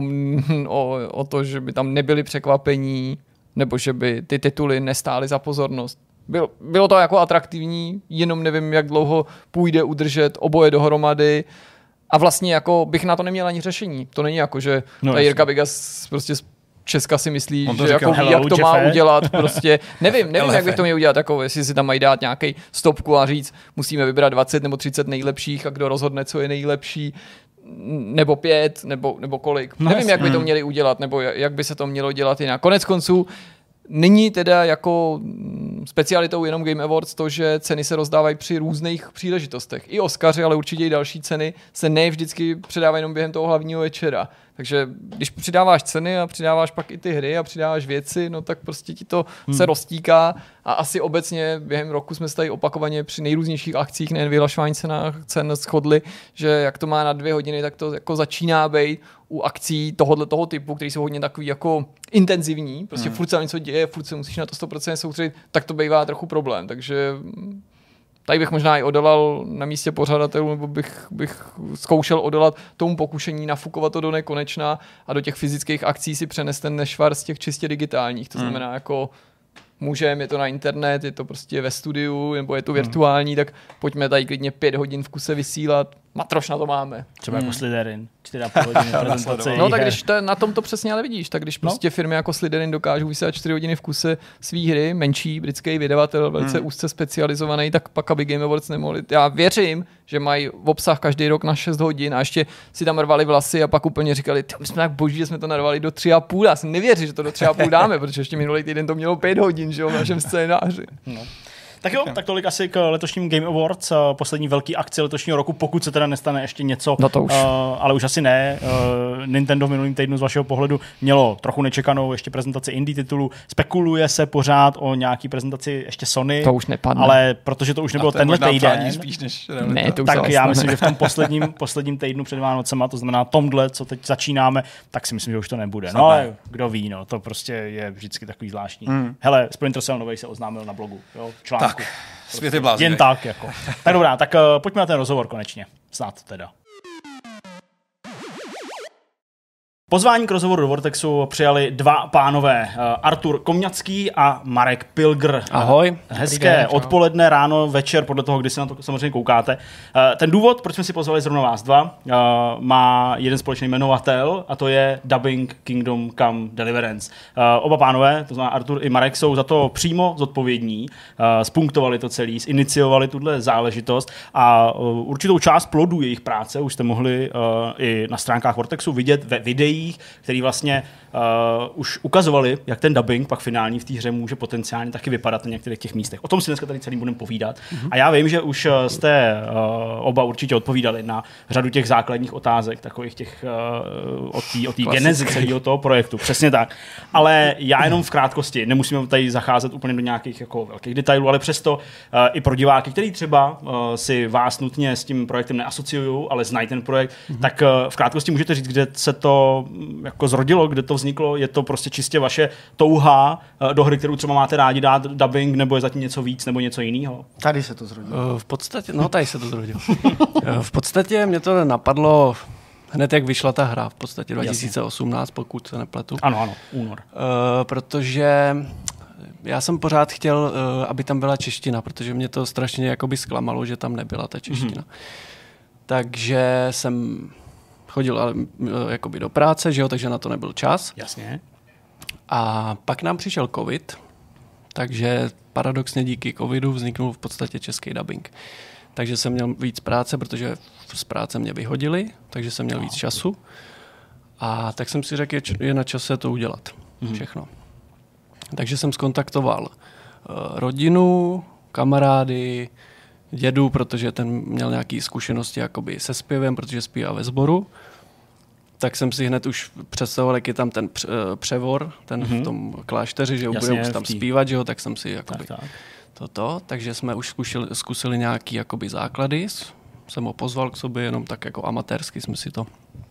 o to, že by tam nebyly překvapení, nebo že by ty tituly nestály za pozornost. Bylo to jako atraktivní, jenom nevím, jak dlouho půjde udržet oboje dohromady. A vlastně jako bych na to neměl ani řešení. To není jako, že Jirka Bigas prostě Česka si myslí, že jako ví, jak to má udělat, prostě nevím, jak bych to měl udělat, jako jestli si tam mají dát nějaký stopku a říct, musíme vybrat 20 nebo 30 nejlepších a kdo rozhodne, co je nejlepší, nebo 5, nebo kolik. Nevím, jak by to měli udělat, nebo jak by se to mělo dělat jinak. Konec konců není teda jako specialitou jenom Game Awards to, že ceny se rozdávají při různých příležitostech. I Oscaři, ale určitě i další ceny se ne vždycky předávají jenom během toho hlavního večera. Takže když přidáváš ceny a přidáváš pak i ty hry a přidáváš věci, no tak prostě ti to se roztíká a asi obecně během roku jsme se tady opakovaně při nejrůznějších akcích, nejen vyhlašování cen shodli, že jak to má na 2 hodiny, tak to jako začíná být u akcí toho typu, který jsou hodně takový jako intenzivní, prostě furt se tam něco děje, furt se musíš na to 100% soustředit, tak to bývá trochu problém, takže tady bych možná i odolal na místě pořadatelů, nebo bych zkoušel odolat tomu pokušení nafukovat to do nekonečna a do těch fyzických akcí si přenést ten nešvar z těch čistě digitálních. To znamená jako můžeme, je to na internet, je to prostě ve studiu, nebo je to virtuální, tak pojďme tady klidně 5 hodin v kuse vysílat. Matroš na to máme. Třeba jako Slytherin, 4,5 hodiny prezentace. No tak když na tom to přesně ale vidíš, tak když prostě firmy jako Slytherin dokážou vysílat 4 hodiny v kuse svý hry, menší britský vydavatel, velice úzce specializovaný, tak pak aby Game Awards nemohli. Já věřím, že mají obsah každý rok na 6 hodin a ještě si tam rvali vlasy a pak úplně říkali, my jsme tak boží, že jsme to narvali do 3,5. Já si nevěřím, že to do 3,5 dáme, protože ještě minulý týden to mělo 5 hodin, že jo, v našem scénáři. No. Tak jo, tak tolik asi k letošním Game Awards, poslední velký akci letošního roku, pokud se teda nestane ještě něco, no to už. Ale už asi ne. Nintendo v minulým týdnu z vašeho pohledu mělo trochu nečekanou ještě prezentaci indie titulů. Spekuluje se pořád o nějaký prezentaci ještě Sony. To už nepadne. Ale protože to už nebylo tenhle týden, spíš než ne, to už tak já myslím, že v tom posledním týdnu před Vánocema, to znamená tomhle, co teď začínáme, tak si myslím, že už to nebude. No ale kdo ví, no, to prostě je vždycky takový zvláštní. Hele, Splinter Cell novej se oznámil na blogu, jo, v článku. Tak, svět je blázivý. Jen tak, jako. Tak dobrá, tak pojďme na ten rozhovor konečně. Snad teda. Pozvání k rozhovoru do Vortexu přijali dva pánové, Artur Komňacký a Marek Pilger. Ahoj. Hezké odpoledne, ráno, večer, podle toho, kdy si na to samozřejmě koukáte. Ten důvod, proč jsme si pozvali zrovna vás dva, má jeden společný jmenovatel a to je Dubbing Kingdom Come Deliverance. Oba pánové, to znamená Artur i Marek, jsou za to přímo zodpovědní, spunktovali to celý, iniciovali tuhle záležitost a určitou část plodů jejich práce už jste mohli i na stránkách Vortexu vidět ve videích, který vlastně už ukazovali, jak ten dubbing pak finální v té hře může potenciálně taky vypadat na některých těch místech. O tom si dneska tady celý budeme povídat. A já vím, že už jste oba určitě odpovídali na řadu těch základních otázek, takových těch o té genezi celého toho projektu. Přesně tak. Ale já jenom v krátkosti, nemusíme tady zacházet úplně do nějakých jako velkých detailů, ale přesto i pro diváky, který třeba si vás nutně s tím projektem neasociují, ale znají ten projekt, tak v krátkosti můžete říct, kde se to jako zrodilo, kde to vzniklo, je to prostě čistě vaše touha do hry, kterou třeba máte rádi dát dubbing, nebo je zatím něco víc, nebo něco jiného? Tady se to zrodilo. V podstatě, tady se to zrodilo. V podstatě mě to napadlo hned, jak vyšla ta hra, v podstatě 2018, pokud se nepletu. Ano, únor. Protože já jsem pořád chtěl, aby tam byla čeština, protože mě to strašně jakoby zklamalo, že tam nebyla ta čeština. Takže jsem chodil ale jakoby do práce, že jo, takže na to nebyl čas. Jasně. A pak nám přišel covid, takže paradoxně díky covidu vzniknul v podstatě český dubbing. Takže jsem měl víc práce, protože z práce mě vyhodili, takže jsem měl víc času. A tak jsem si řekl, je na čase to udělat. Všechno. Takže jsem skontaktoval rodinu, kamarády, dědu, protože ten měl nějaké zkušenosti jakoby se zpěvem, protože zpívá ve sboru. Tak jsem si hned už představoval, jak je tam ten převor, ten v tom klášteři, že bude už tam zpívat, že jo, tak jsem si jakoby toto. Takže jsme už zkusili nějaký jakoby základy. Jsem ho pozval k sobě, jenom tak jako amatérsky jsme si to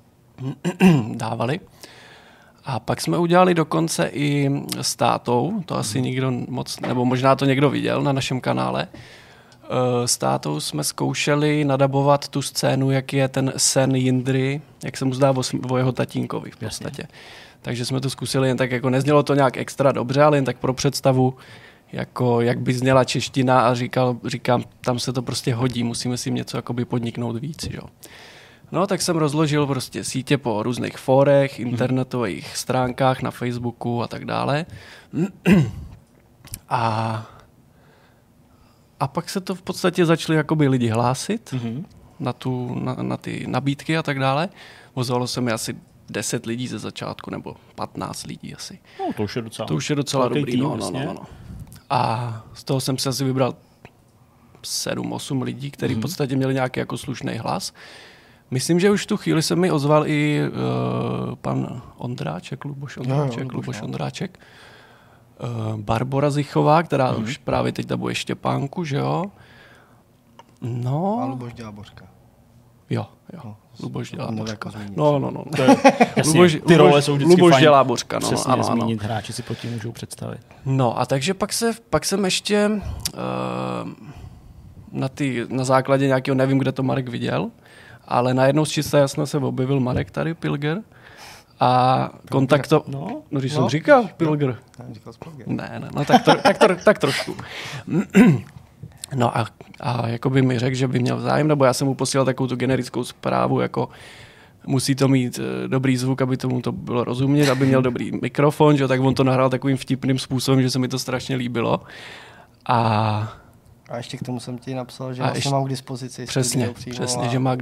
dávali. A pak jsme udělali dokonce i s tátou, to asi nikdo moc, nebo možná to někdo viděl na našem kanále. S tátou jsme zkoušeli nadabovat tu scénu, jak je ten sen Jindry, jak se mu zdá o jeho tatínkovi v podstatě. Jasně. Takže jsme to zkusili jen tak, jako neznělo to nějak extra dobře, ale jen tak pro představu, jako jak by zněla čeština a říkám, tam se to prostě hodí, musíme si něco jakoby podniknout víc, jo. No, tak jsem rozložil prostě sítě po různých fórech, internetových stránkách na Facebooku a tak dále. A pak se to v podstatě začali jakoby lidi hlásit na ty nabídky a tak dále. Ozvalo se mi asi 10 lidí ze začátku, nebo 15 lidí asi. No, to už je docela dobrý. Tým, no. A z toho jsem si asi vybral 7-8 lidí, kteří v podstatě měli nějaký jako slušný hlas. Myslím, že už v tu chvíli se mi ozval i pan Ondráček, Luboš Ondráček. Barbora Zichová, která už právě teď dabuje Štěpánku, že jo? No. A Luboš dělá Bořka. Jo. Luboš dělá Bořka. No. Ty role jsou vždycky Luboš fajn. dělá Bořka, no. Přesně, zmínit hráči si pod tím můžou představit. No a takže pak jsem ještě na základě nějakého, nevím, kde to Marek viděl, ale najednou z čisté jasna se objevil Marek tady, Pilger, a když jsem říkal Pilger. Ne, no tak trošku. No a jakoby mi řekl, že by měl zájem, nebo já jsem mu posílal takovou tu generickou zprávu, jako musí to mít dobrý zvuk, aby tomu to bylo rozumět, aby měl dobrý mikrofon, že tak on to nahrál takovým vtipným způsobem, že se mi to strašně líbilo. A ještě k tomu jsem ti napsal, že vlastně mám k dispozici. Přesně, že má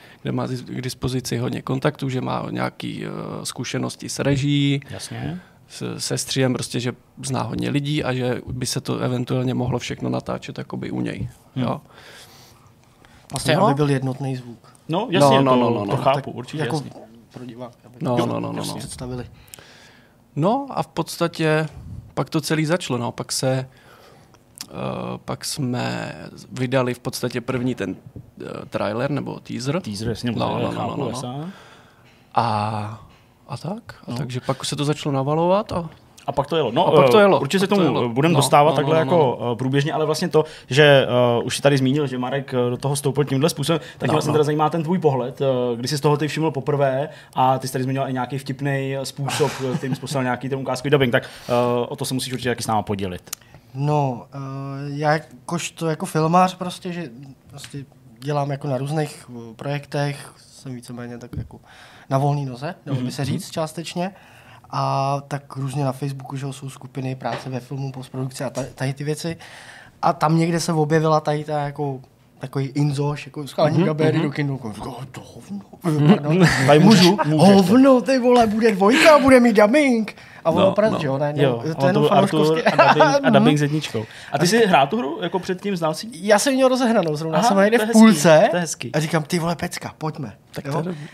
k dispozici hodně kontaktů, že má nějaké zkušenosti s režií, Jasně. se stříhem prostě, že zná hodně lidí a že by se to eventuálně mohlo všechno natáčet jakoby u něj. Jo. Vlastně, aby byl jednotný zvuk. No, jasně, to chápu, určitě jako jasně. Pro diváky, No. představili. No a v podstatě pak to celý začalo, no, pak jsme vydali v podstatě první ten trailer nebo teaser. Teaser, jasně, no. A tak. A takže pak se to začalo navalovat a pak to jelo. No, pak to jelo. Určitě se tomu budeme dostávat takhle jako průběžně, ale vlastně to, že už si tady zmínil, že Marek do toho vstoupil tímhle způsobem, tak mě vlastně teda zajímá ten tvůj pohled, kdy jsi z toho ty všiml poprvé a ty jsi tady zmínil i nějaký vtipný způsob, kterým způsobil nějaký ten ukázkový dubbing, tak o to se musíš určitě taky s náma podělit. No, já jakožto jako filmář prostě, že prostě dělám jako na různých projektech, jsem víceméně tak jako na volný noze, dalo by se říct částečně. A tak různě na Facebooku, že jsou skupiny práce ve filmu, postprodukce a tady ty věci. A tam někde se objevila tady ta jako takový inzoš, jako schání gabéry do kinu. To hovno. Můžu? Hovno, ty vole, bude 2, bude mít dubbing. A ono opravdu, jo, ne, to je jenom fanouškovský. A dubbing s jedničkou. A ty jsi hrál tu hru jako předtím, znal jsi? Já jsem měl rozehranou zrovna, jsem někde v půlce hezký. a říkám, ty vole, pecka, pojďme. Tak to je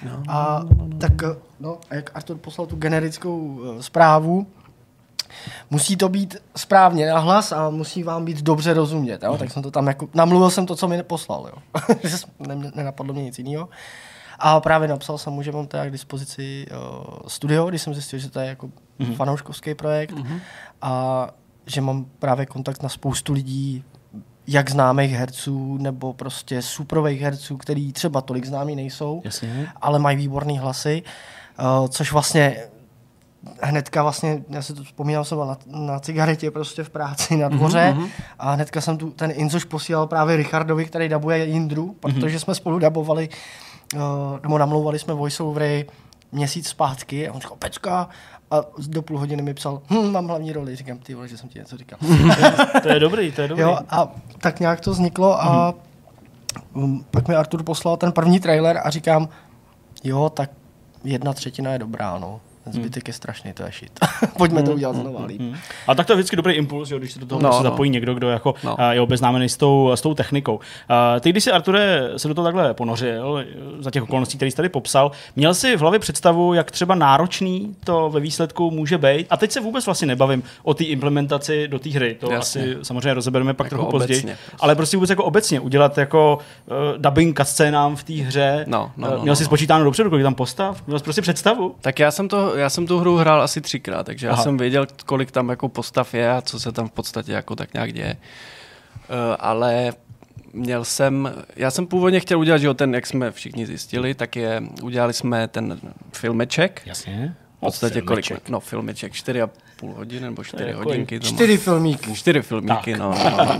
a jak Artur poslal tu generickou zprávu, musí to být správně nahlas a musí vám být dobře rozumět, jo? Tak jsem to tam jako, namluvil jsem to, co mi poslal, jo. Nenapadlo mě nic jiného. A právě napsal jsem mu, že mám teda k dispozici studio, když jsem zjistil, že to je jako fanouškovský projekt a že mám právě kontakt na spoustu lidí, jak známých herců, nebo prostě suprových herců, který třeba tolik známí nejsou, ale mají výborný hlasy, což vlastně hnedka vlastně, já si to vzpomínám, jsem na cigaretě prostě v práci na dvoře a hnedka jsem ten inzoš posílal právě Richardovi, který dabuje Jindru, protože jsme spolu dabovali, nebo namlouvali jsme voiceovery měsíc zpátky a on říkal, pecka, a do půl hodiny mi psal, mám hlavní roli, říkám, ty vole, že jsem ti něco říkal. To je dobrý. Jo, a tak nějak to vzniklo a pak mi Artur poslal ten první trailer a říkám, jo, tak 1/3 je dobrá, no. Ten zbytek je strašný, to je shit. Pojďme to udělat znova líp. A tak to je vždycky dobrý impuls, jo, když se do toho se zapojí někdo, kdo jako je obeznámený s tou technikou. Ty, když si, Arture, se do toho takhle ponořil, za těch okolností, které jsi tady popsal, měl jsi v hlavě představu, jak třeba náročný to ve výsledku může být? A teď se vůbec vlastně nebavím o té implementaci do té hry. To asi samozřejmě rozebereme pak jako trochu později. Prostě. Ale prostě vůbec jako obecně udělat jako dubbing cutscénám v té hře. Měl jsi spočítáno dopředu, kolik tam postav? Měl jsi prostě představu? Tak já jsem tu hru hrál asi 3krát, takže já jsem věděl, kolik tam jako postav je a co se tam v podstatě jako tak nějak děje. Ale já jsem původně chtěl udělat, že jo, ten, jak jsme všichni zjistili, tak udělali jsme ten filmeček. Jasně. V podstatě kolik? No, filmeček, 4,5 hodiny nebo 4 hodinky. 4 filmíky. 4 filmíky, no.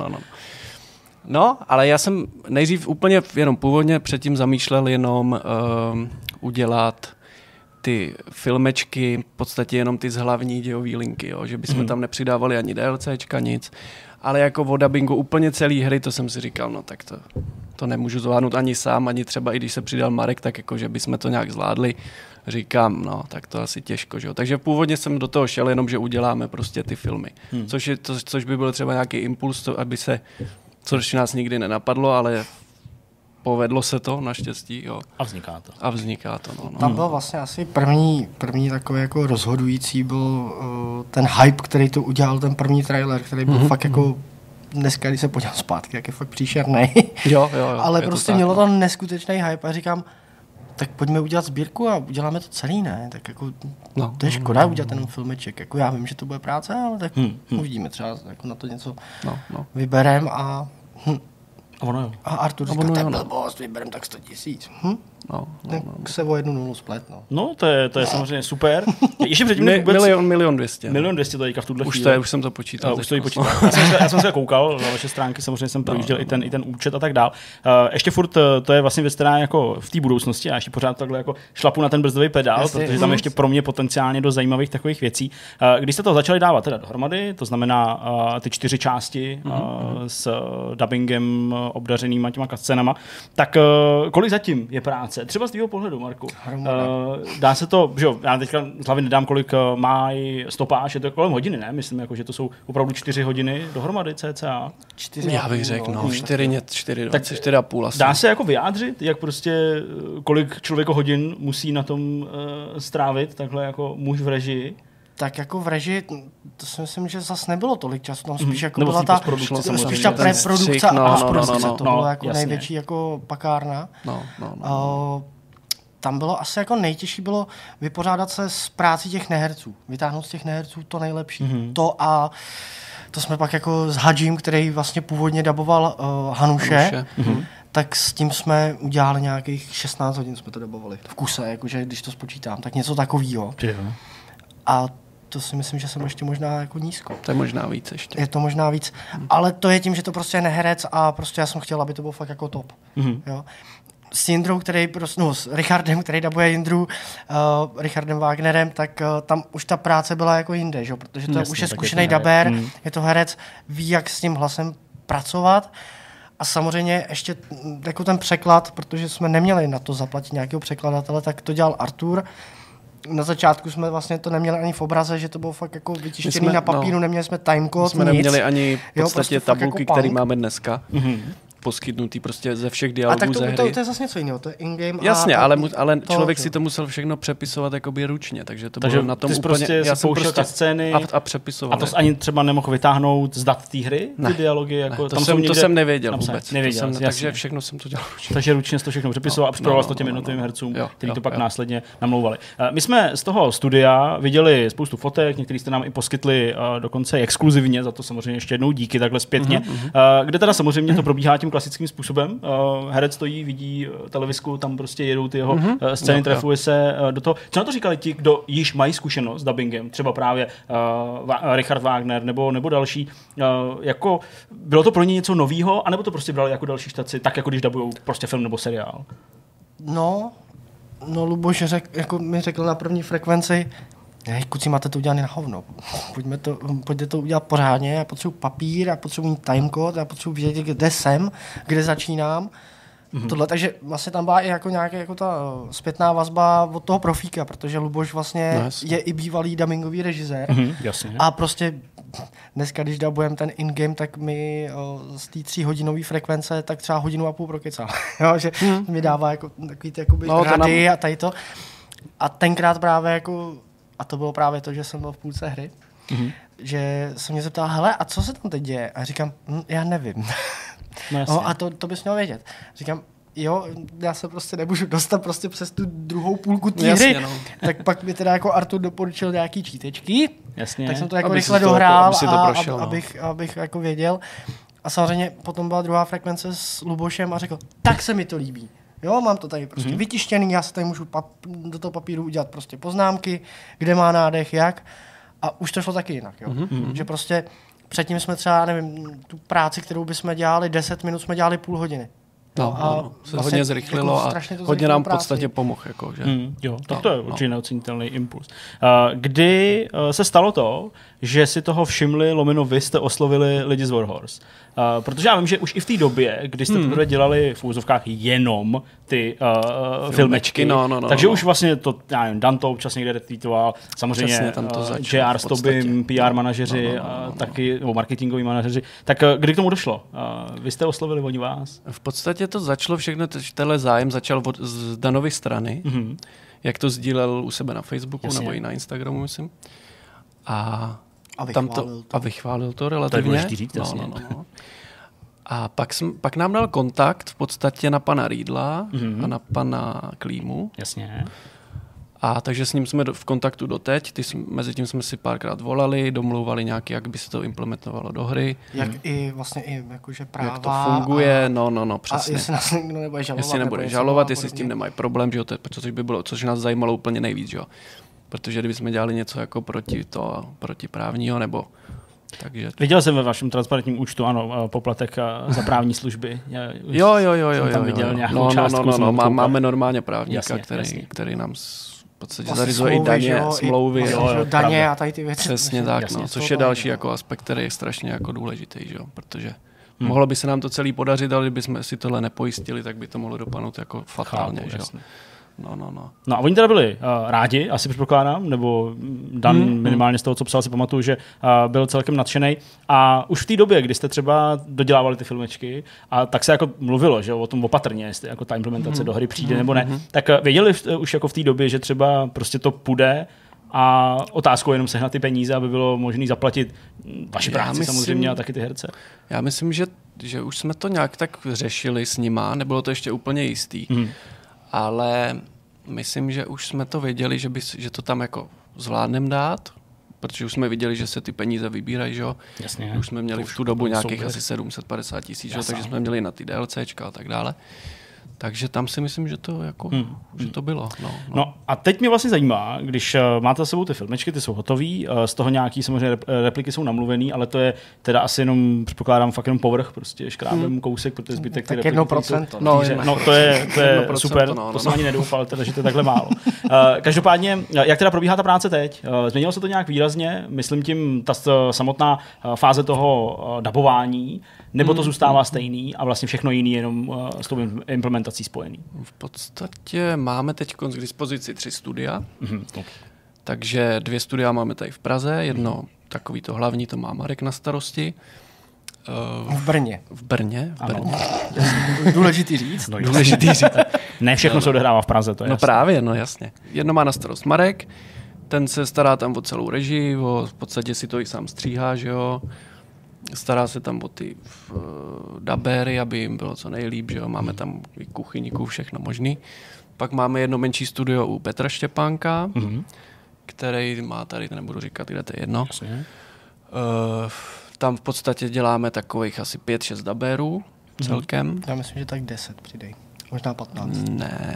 No, ale já jsem nejdřív úplně jenom původně předtím zamýšlel jenom udělat ty filmečky, v podstatě jenom ty z hlavní dějové linky, jo? Že bychom tam nepřidávali ani DLCčka, nic. Ale jako o dubbingu úplně celý hry, to jsem si říkal, no tak to nemůžu zvládnout ani sám, ani třeba i když se přidal Marek, tak jako, že bychom to nějak zvládli. Říkám, no tak to asi těžko, že jo. Takže původně jsem do toho šel jenom, že uděláme prostě ty filmy. Což by byl třeba nějaký impuls, což nás nikdy nenapadlo, ale povedlo se to, naštěstí, jo. A vzniká to, no. Tam byl vlastně asi první takový jako rozhodující byl ten hype, který to udělal, ten první trailer, který byl fakt jako dneska, když se podívám zpátky, jak je fakt příšerný. Jo. Ale prostě mělo to neskutečný hype a říkám, tak pojďme udělat sbírku a uděláme to celý, ne? Tak jako to je škoda udělat ten filmeček. Jako já vím, že to bude práce, ale tak uvidíme, třeba jako na to něco vyberem a a Artur říká, tak blbost, vyberem tak 100 000. Tak se o 1 0 splet, no. No, to je samozřejmě super. Ještě předtím vůbec... 1 200 000. 1 200 000 to teďka v tuhle chvíli. Už jsem to počítal. Už to i počítal. Já jsem se koukal na vaše stránky, samozřejmě jsem projížděl i ten účet a tak dál. Ještě furt to je vlastně věc, která jako v té budoucnosti a ještě pořád takhle jako šlapu na ten brzdový pedál, protože tam ještě pro mě potenciálně do zajímavých takových věcí. Když jste to začali dávat teda dohromady, to znamená ty 4 části s dubbingem obdařenýma těma cutscenama, tak kolik zatím je práce práce, třeba z tvýho pohledu, Marku, dá se to, že jo, já teďka z hlavy nedám, kolik mají stopáž, je to kolem hodiny, ne? Myslím, jako, že to jsou opravdu 4 hodiny dohromady cca. 4, já bych řekl, 4,5 asi. Dá se jako vyjádřit, jak prostě, kolik hodin musí na tom strávit, takhle jako muž v režii? Tak jako v režii, to si myslím, že zase nebylo tolik času, tam spíš jako nebo byla ta preprodukce a postprodukce, to bylo jako jasně. Největší jako pakárna. Tam bylo asi jako nejtěžší bylo vypořádat se s práci těch neherců, vytáhnout z těch neherců to nejlepší. To jsme pak jako s Hadžím, který vlastně původně daboval Hanuše. Tak s tím jsme udělali nějakých 16 hodin, jsme to dabovali v kuse, jakože když to spočítám, tak něco takového. A to si myslím, že jsem ještě možná jako nízko. To je možná víc ještě. Je to možná víc, ale to je tím, že to prostě je neherec a prostě já jsem chtěl, aby to bylo fakt jako top. Jo. S Jindrou, který prostě, s Richardem, který dabuje Jindru, Richardem Wagnerem, tak tam už ta práce byla jako jinde, že? Protože to už je zkušený daber, je to herec, ví, jak s tím hlasem pracovat. A samozřejmě ještě jako ten překlad, protože jsme neměli na to zaplatit nějakého překladatele, tak to dělal Artur. Na začátku jsme vlastně to neměli ani v obraze, že to bylo fakt jako vytištěný na papíru, neměli jsme timecode, jsme nic. Neměli ani v podstatě prostě tabulky, jako které máme dneska. Poskytnutý prostě ze všech dialogů ze hry. A tak to je zase něco jiného, to je in-game. Jasně, ale člověk si to musel všechno přepisovat jakoby ručně, takže to bylo na tom úplně... Prostě já jsem pouštěl scény a přepisoval. A to ani třeba nemohl vytáhnout z dat té hry, ty dialogy? Jako, to jsem nevěděl vůbec. Takže všechno jsem to dělal ručně. Takže ručně jsi to všechno přepisoval a připravoval to těm jednotlivým hercům, kteří to pak následně namlouvali. My jsme z toho studia viděli spoustu fotek, některý jste nám i poskytli dokonce exkluzivně, za to samozřejmě ještě jednou díky takhle zpětně, kde teda samozřejmě to probíhá tím klasickým způsobem. Herec stojí, vidí televizku, tam prostě jedou ty jeho scény, trefuje se do toho. Co na to říkali ti, kdo již mají zkušenost s dubbingem? Třeba právě Richard Wagner nebo další. Jako, bylo to pro ně něco novýho, anebo to prostě brali jako další štaci, tak jako když dubujou prostě film nebo seriál? No Luboš jako mi řekl na první frekvenci, kuci, máte to udělané na hovno. Pojďte to udělat pořádně, já potřebuji papír, já potřebuji timecode, já potřebuji vědět, kde jsem, kde začínám. Tohle, takže vlastně tam byla i jako nějaká jako ta zpětná vazba od toho profíka, protože Luboš vlastně je i bývalý dubbingový režisér. Jasně. A prostě dneska, když dabujeme ten in-game, tak mi z té 3hodinové frekvence tak třeba 1,5 hodiny prokecá. Že mi dává jako takový ty jakoby rady a tady to. A tenkrát právě jako a to bylo právě to, že jsem byl v půlce hry, že se mě zeptal, hele, a co se tam teď děje? A říkám, já nevím. A to bys měl vědět. Říkám, já se prostě nemůžu dostat prostě přes tu druhou půlku té hry. Tak pak mi teda jako Artur doporučil nějaký čítečky, tak jsem to jako rychle dohrál, abych jako věděl. A samozřejmě potom byla druhá frekvence s Lubošem a řekl, tak se mi to líbí. Mám to tady prostě vytištěný, já se tady můžu do toho papíru udělat prostě poznámky, kde má nádech, jak. A už to šlo taky jinak, Že prostě předtím jsme třeba, nevím, tu práci, kterou bychom dělali 10 minut, jsme dělali půl hodiny. Se hodně zrychlilo a hodně nám v podstatě pomohl. Jako, že? Tak to je určitě neocenitelný impuls. Kdy se stalo to, že si toho všimli, vy jste oslovili lidi z Warhorse? Protože já vím, že už i v té době, kdy jste teprve dělali v úzovkách jenom ty filmečky, takže už vlastně to, já nevím, Dan to občas někde retweetoval, samozřejmě J.R. Stobim, PR manažeři, taky, nebo marketingoví manažeři. Tak kdy k tomu došlo? Vy jste oslovili oni vás? V podstatě to začalo všechno, tenhle zájem začal z Danovy strany, jak to sdílel u sebe na Facebooku nebo i na Instagramu, myslím. A vychválil to relativně. To je říct, A pak nám dal kontakt v podstatě na pana Riedla a na pana Klímu. Jasně. A takže s ním jsme v kontaktu doteď. Mezi tím jsme si párkrát volali, domlouvali nějak, jak by se to implementovovalo do hry. Jak i vlastně i jakože práva. Jak to funguje, přesně. A jestli nás někdo nebude žalovat. Jestli nebude žalovat, jestli s tím nemají problém, že jo, což nás zajímalo úplně nejvíc, že jo. Protože kdybychom dělali něco jako proti právního, nebo takže... Viděl jsem ve vašem transparentním účtu, poplatek za právní služby. Jo. Tam viděl nějakou částku. Máme normálně právníka, který nám v podstatě zařizuje i daně, smlouvy. Daně a tady ty věci. Přesně tak, což je další jako aspekt, který je strašně jako důležitý, že jo, protože Mohlo by se nám to celý podařit, ale kdybychom si tohle nepojistili, tak by to mohlo dopadnout jako fatálně. No a oni teda byli rádi, asi předpokládám, nebo Dan minimálně z toho, co psal, si pamatuju, že byl celkem nadšenej. A už v té době, kdy jste třeba dodělávali ty filmečky, a tak se jako mluvilo, že o tom opatrně, jestli jako ta implementace do hry přijde nebo ne, tak věděli už jako v té době, že třeba prostě to půjde a otázkou jenom sehnat ty peníze, aby bylo možné zaplatit vaši práci samozřejmě a taky ty herce. Já myslím, že už jsme to nějak tak řešili s nima, nebylo to ještě úplně jistý. Ale myslím, že už jsme to věděli, že to tam jako zvládneme dát, protože už jsme viděli, že se ty peníze vybírají, že jo. Jasně. Už jsme měli v tu dobu nějakých asi 750 000, takže jsme měli na ty DLCčka a tak dále. Takže tam si myslím, že to jako, že to bylo. No a teď mě vlastně zajímá, když máte za sebou ty filmečky, ty jsou hotový, z toho nějaký samozřejmě repliky jsou namluvený, ale to je teda asi jenom, předpokládám, fakt jenom povrch, prostě škrábem kousek, protože zbytek ty repliky 1%. No to je super, to jsem ani nedoufal, teda, že to je takhle málo. Každopádně, jak teda probíhá ta práce teď? Změnilo se to nějak výrazně? Myslím tím ta samotná fáze toho dabování, nebo to zůstává stejný a vlastně všechno jiný jenom s tou implementací spojený? V podstatě máme teď k dispozici 3 studia, takže 2 studia máme tady v Praze, jedno takový to hlavní, to má Marek na starosti. V Brně. V Brně. Důležitý říct. Ne všechno se odehrává v Praze, to je jasné. Právě, jasně. Jedno má na starost Marek, ten se stará tam o celou režii, v podstatě si to i sám stříhá, že jo. Stará se tam o ty dabery, aby jim bylo co nejlíp, že jo. Máme tam i kuchyňku, všechno možný. Pak máme jedno menší studio u Petra Štěpánka, který má tady, nebudu říkat, kde to je jedno. Tam v podstatě děláme takových asi 5-6 daberů celkem. Já myslím, že tak 10 přidej. Možná 15. Ne.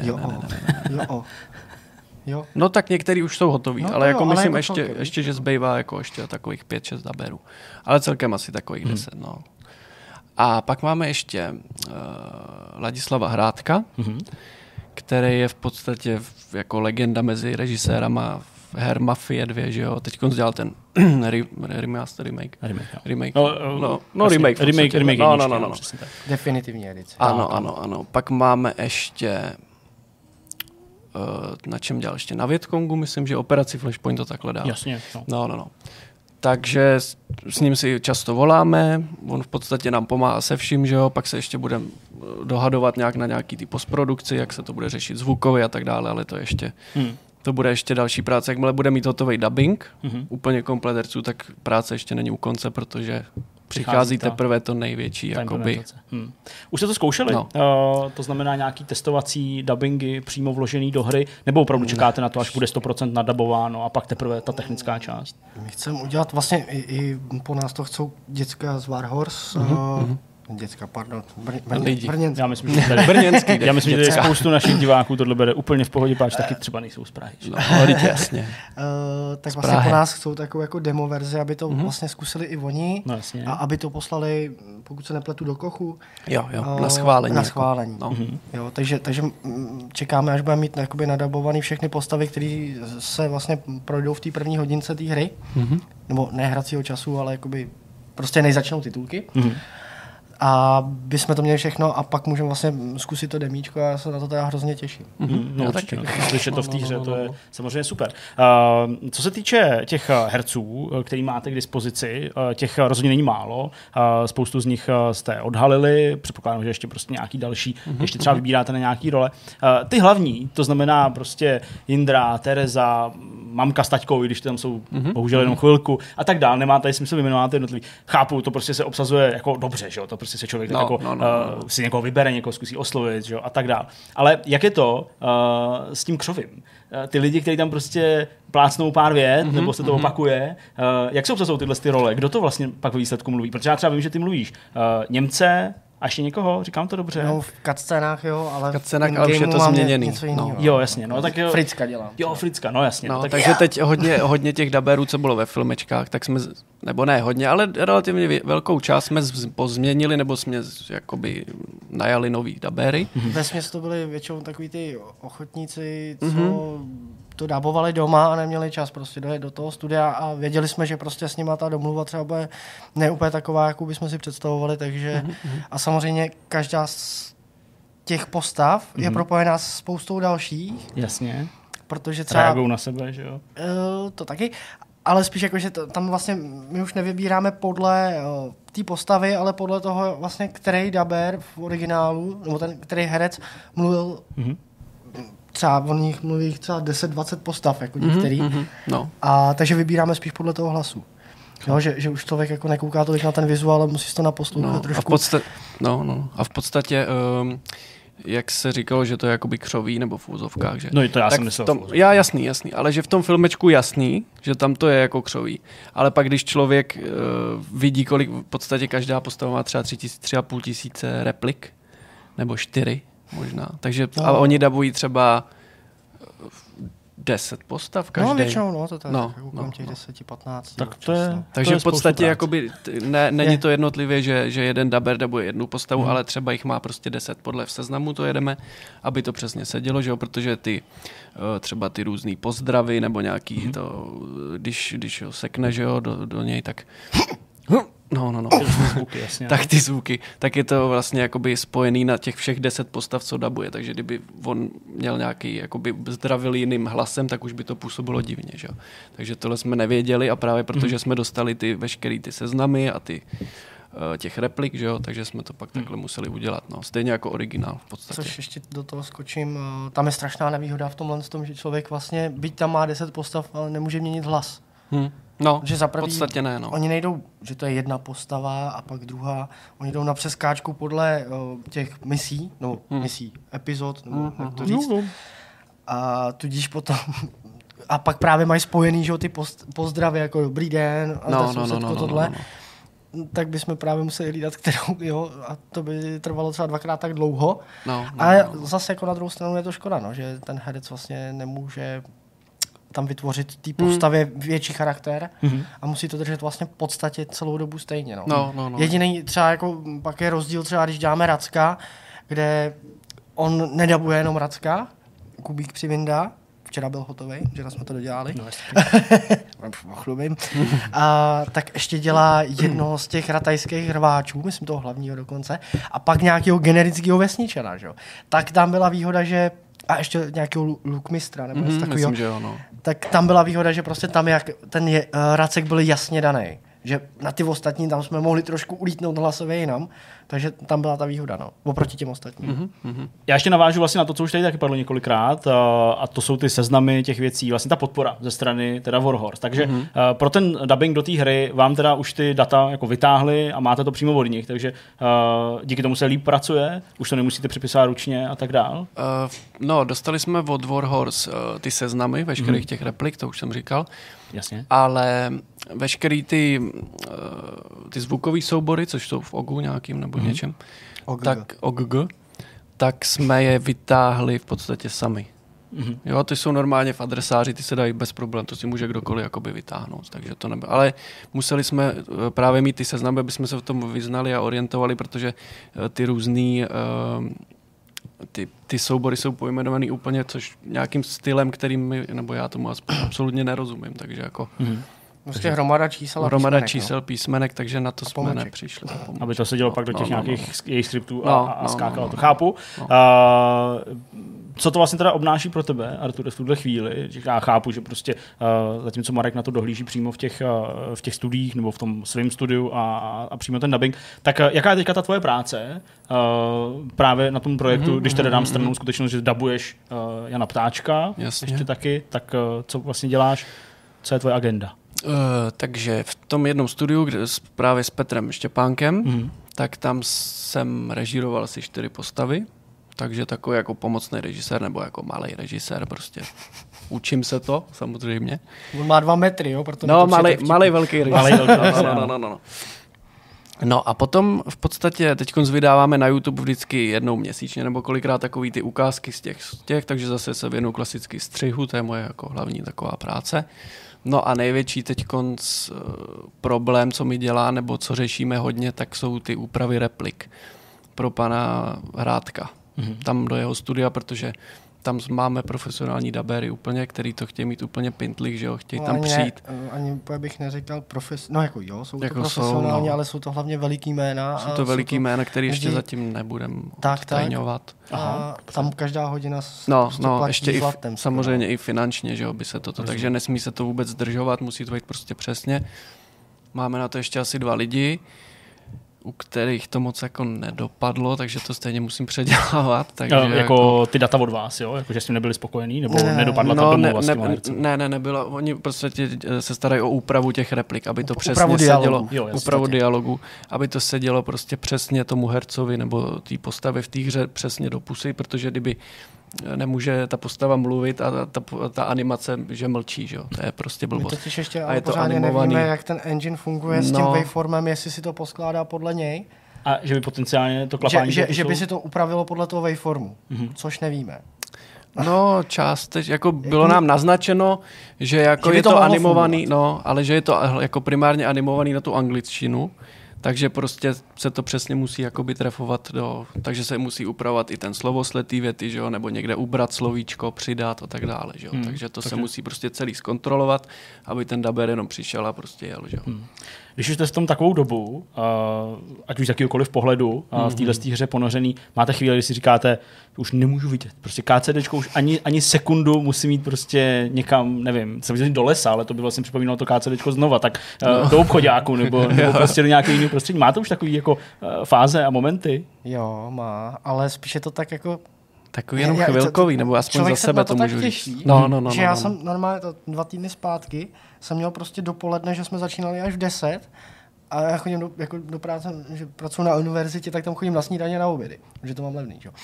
Jo. No tak některý už jsou hotový, ale jako myslím ještě, že zbývá jako ještě takových 5-6 daberů. Ale celkem asi takových 10, no. A pak máme ještě Ladislava Hrádka, který je v podstatě jako legenda mezi režisérama her Mafie 2, že jo. Teď dělal ten remake. Definitivní edice. Ano. Pak máme ještě na čem dělal ještě na Vietkongu, myslím, že operaci Flashpoint to takhle dál. Jasně. No. Takže s ním si často voláme, on v podstatě nám pomáhá se vším, že jo, pak se ještě budeme dohadovat nějak na nějaký ty postprodukci, jak se to bude řešit zvukově a tak dále, ale to ještě to bude ještě další práce. Jakmile bude mít hotový dubbing, úplně komplet herců, tak práce ještě není u konce, protože přichází teprve to největší. Jakoby. Už jste to zkoušeli? No. To znamená nějaký testovací dubbingy přímo vložený do hry? Nebo opravdu čekáte na to, až bude 100% nadabováno a pak teprve ta technická část? My chceme udělat vlastně i po nás to chcou děcka z Warhorse. Děcka, pardon. Brněnský. Já myslím, že Brněnský. Já myslím, že spoustu našich diváků tohle bere úplně v pohodě, páč taky třeba nejsou z Prahy. Jasně. Tak vlastně po nás chcou takovou jako demo verzi, aby to vlastně zkusili i oni a aby to poslali, pokud se nepletu, do Kochu. Jo, na schválení. Na schválení. Jo, takže čekáme, až budeme mít nadabovaný všechny postavy, které se vlastně projdou v té první hodince té hry. Nebo ne hracího času, ale jakoby prostě než začnou titulky. A bychom to měli všechno a pak můžeme vlastně zkusit to demíčko a já se na to teda hrozně těším. No určitě, slyšet to v té hře, to je samozřejmě super. Co se týče těch herců, který máte k dispozici, těch rozhodně není málo, spoustu z nich jste odhalili, předpokládám, že ještě prostě nějaký další, ještě třeba vybíráte na nějaký role. Ty hlavní, to znamená prostě Jindra, Tereza, mamka s taťkou, i když tam jsou bohužel jenom chvilku a tak dál, nemá tady smysl vyjmenovat jednotlivý. Chápu, to prostě se obsazuje jako dobře, že jo, to prostě se člověk si někoho vybere, někoho zkusí oslovit, že jo, a tak dál. Ale jak je to s tím křovím? Ty lidi, kteří tam prostě plácnou pár vět, nebo se to opakuje, jak se obsazují tyhle role? Kdo to vlastně pak ve výsledku mluví? Protože já třeba vím, že ty mluvíš Němce, a ještě někoho, říkám to dobře. No, v cutscénách, jo, ale ale už je to změněný. Jo, jasně. No, tak Fricka dělám. Jo, Fricka, no jasně. No, takže teď hodně těch daberů, co bylo ve filmečkách, tak jsme, nebo ne hodně, ale relativně velkou část jsme pozměnili, nebo jsme jakoby najali nový dabery. Vesměs to byli většinou takový ty ochotníci, co to dabovali doma a neměli čas prostě dojet do toho studia a věděli jsme, že prostě s nima ta domluva třeba bude ne úplně taková, jakou bychom si představovali, takže a samozřejmě každá z těch postav je propojená s spoustou dalších. Jasně. Protože třeba... Reagují na sebe, že jo? To taky, ale spíš jako, že tam vlastně my už nevybíráme podle té postavy, ale podle toho vlastně, který daber v originálu, nebo ten, který herec mluvil třeba, on nich mluví třeba 10-20 postav, jako některý. No. A takže vybíráme spíš podle toho hlasu. Jo, že už člověk jako nekouká tolik na ten vizuál, ale musí si to naposlouchat trošku. A v podstatě jak se říkalo, že to je jakoby křoví nebo v úzovkách, že? No i to já jsem myslel. Jasný, ale že v tom filmečku jasný, že tam to je jako křoví. Ale pak když člověk vidí, kolik v podstatě každá postava má třeba 3,5 tisíce replik, nebo 4 možná. Takže a oni dabují třeba 10 postav každý. No většinou, to tak kolem těch 10-15. Tak to je, takže v podstatě jakoby, není to jednotlivě, že jeden daber dabuje jednu postavu, ale třeba jich má prostě 10 podle v seznamu to jedeme, aby to přesně sedělo, že jo, protože třeba ty různý pozdravy nebo nějaký to, když ho sekne, že jo, do něj, tak Zvuky, jasně, tak ty zvuky, tak je to vlastně jakoby spojený na těch všech 10 postav, co dabuje, takže kdyby on měl nějaký, jakoby zdravil jiným hlasem, tak už by to působilo divně, že jo. Takže tohle jsme nevěděli a právě protože jsme dostali veškerý ty seznamy a těch replik, že jo, takže jsme to pak takhle museli udělat, no. Stejně jako originál v podstatě. Což ještě do toho skočím, tam je strašná nevýhoda v tomhle tom, že člověk vlastně, byť tam má 10 postav, ale nemůže měnit hlas. No, že v podstatě ne, no. Oni nejdou, že to je jedna postava a pak druhá, oni jdou na přeskáčku podle těch misí, nebo misí, epizod, nebo jak to říct. A tudíž potom, a pak právě mají spojený, že ty pozdravy, jako dobrý den, a tohle. Tak bychom právě museli hlídat, kterou, jo, a to by trvalo třeba 2x tak dlouho. Ale zase jako na druhou stranu je to škoda, no, že ten herec vlastně nemůže tam vytvořit té postavě větší charakter a musí to držet vlastně v podstatě celou dobu stejně. No. Jediný třeba jako pak je rozdíl třeba, když děláme Racka, kde on nedabuje jenom Racka, Kubík Přivinda, včera byl hotový, včera jsme to dodělali. A tak ještě dělá jednoho z těch ratajských hrváčů, myslím toho hlavního dokonce, a pak nějakého generického vesničana, že? Tak tam byla výhoda, že a ještě nějakého lukmistra, nebo něco takového. Myslím, že jo, no. Tak tam byla výhoda, že prostě tam Racek byl jasně daný. Že na ty ostatní tam jsme mohli trošku ulítnout hlasově jinam, takže tam byla ta výhoda, no, oproti těm ostatním. Já ještě navážu vlastně na to, co už tady taky padlo několikrát, a to jsou ty seznamy těch věcí, vlastně ta podpora ze strany teda Warhorse. Takže pro ten dubbing do té hry vám teda už ty data jako vytáhli a máte to přímo od nich, takže díky tomu se líp pracuje, už to nemusíte přepisovat ručně a tak dál. Dostali jsme od Warhorse ty seznamy veškerých těch replik, to už jsem říkal. Jasně. Ale veškerý ty zvukové soubory, což jsou v OGU nějakým nebo něčem, tak jsme je vytáhli v podstatě sami. Jo, ty jsou normálně v adresáři, ty se dají bez problém, to si může kdokoliv jakoby vytáhnout, takže to nebylo. Ale museli jsme právě mít ty seznamy, aby jsme se v tom vyznali a orientovali, protože ty různý ty soubory jsou pojmenovaný úplně nějakým stylem, kterým nebo já tomu absolutně nerozumím, takže jako prostě hromada čísel písmenek, takže na to jsme nepřišli. Aby to se dělo pak do těch nějakých jejich skriptů a skákalo, to chápu. Co to vlastně teda obnáší pro tebe, Arture, v tuhle chvíli? Já chápu, že prostě zatímco Marek na to dohlíží přímo v těch studiích nebo v tom svém studiu a přímo ten dubbing, tak jaká je teďka ta tvoje práce právě na tom projektu, když teda dám stranou skutečnost, že dabuješ Jana Ptáčka, ještě taky, tak co vlastně děláš, co je tvoje agenda? Takže v tom jednom studiu, právě s Petrem Štěpánkem, tak tam jsem režíroval asi 4 postavy, takže takový jako pomocný režisér nebo jako malý režisér prostě. Učím se to, samozřejmě. On má 2 metry, jo? Malý velký režisér. No a potom v podstatě teď vydáváme na YouTube vždycky jednou měsíčně nebo kolikrát takový ty ukázky z těch, takže zase se věnuju klasicky střihu, to je moje jako hlavní taková práce. No a největší teď problém, co mi dělá, nebo co řešíme hodně, tak jsou ty úpravy replik pro pana Hrádka. Tam do jeho studia, protože tam máme profesionální dabéry úplně, který to chtějí mít úplně pintlich, že jo, chtějí tam ani přijít. Ani úplně bych neřekl no jako jo, jsou jako to profesionální, ale jsou to hlavně veliký jména. Jsou to veliký jména, který ještě zatím nebudeme odtajňovat. A tam každá hodina ještě i zlatem, samozřejmě i finančně, že jo, by se toto, takže nesmí se to vůbec zdržovat, musí to být prostě přesně. Máme na to ještě asi 2 lidi, u kterých to moc jako nedopadlo, takže to stejně musím předělávat. Takže jako ty data od vás, jo? Jako, že s tím nebyli spokojení? Nebo nedopadla ta domluva s těma hercema? Nebyla. Oni prostě se starají o úpravu těch replik, aby to přesně sedělo. Úpravu dialogu, aby to sedělo prostě přesně tomu hercovi nebo té postavě v té hře přesně do pusy, protože kdyby nemůže ta postava mluvit a ta animace, že mlčí, že jo? To je prostě blbost. My totiž ještě ale pořádně nevíme, jak ten engine funguje s tím waveformem, jestli si to poskládá podle něj. A že by potenciálně to klapání... Že by si to upravilo podle toho waveformu, což nevíme. No, jako bylo nám naznačeno, že jako je to animovaný, ale že je to jako primárně animovaný na tu angličtinu, takže prostě se to přesně musí jakoby trefovat takže se musí upravovat i ten slovosled té věty, že jo, nebo někde ubrat slovíčko, přidat a tak dále, že jo. Takže to se musí prostě celý zkontrolovat, aby ten daber jenom přišel a prostě jel, že jo. Když už jste v tom takovou dobu, ať už z jakýhokoliv pohledu v téhle hře ponořený, máte chvíli, kdy si říkáte, už nemůžu vidět. Prostě KCDčko už ani sekundu musí mít prostě někam, nevím, jsem viděl do lesa, ale to by vlastně připomínalo to KCDčko znova, tak do obchodáku nebo prostě do nějakého jiného prostředí. Máte už takový jako fáze a momenty? Jo, má, ale spíše to tak jako takový jenom chvilkový, nebo aspoň za sebe to můžu říct. Že já jsem normálně 2 týdny zpátky jsem měl prostě dopoledne, že jsme začínali až v 10 a já chodím do práce, že pracuji na univerzitě, tak tam chodím na snídaně na obědy, že to mám levný, jo.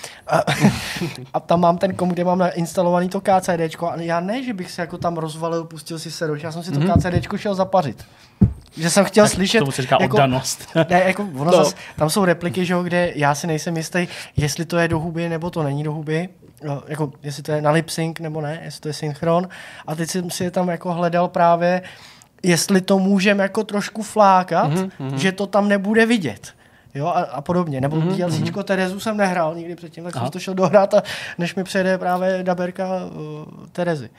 A tam mám ten komu, kde mám nainstalovaný to KCDčko a já ne, že bych se jako tam rozvalil, pustil si sedoč, já jsem si to KCDčko šel zapařit. Že jsem chtěl slyšet... Tomu se říká jako, oddanost. Ne, jako zas, tam jsou repliky, že jo, kde já si nejsem jistý, jestli to je do huby, nebo to není do huby. Jako, jestli to je na lip sync, nebo ne, jestli to je synchron. A teď jsem si je tam jako hledal právě, jestli to můžeme jako trošku flákat, že to tam nebude vidět. Jo, a podobně. Nebo DLCčko Terezu jsem nehrál nikdy předtím, tak jsem to šel dohrát, než mi přijede právě daberka Terezy.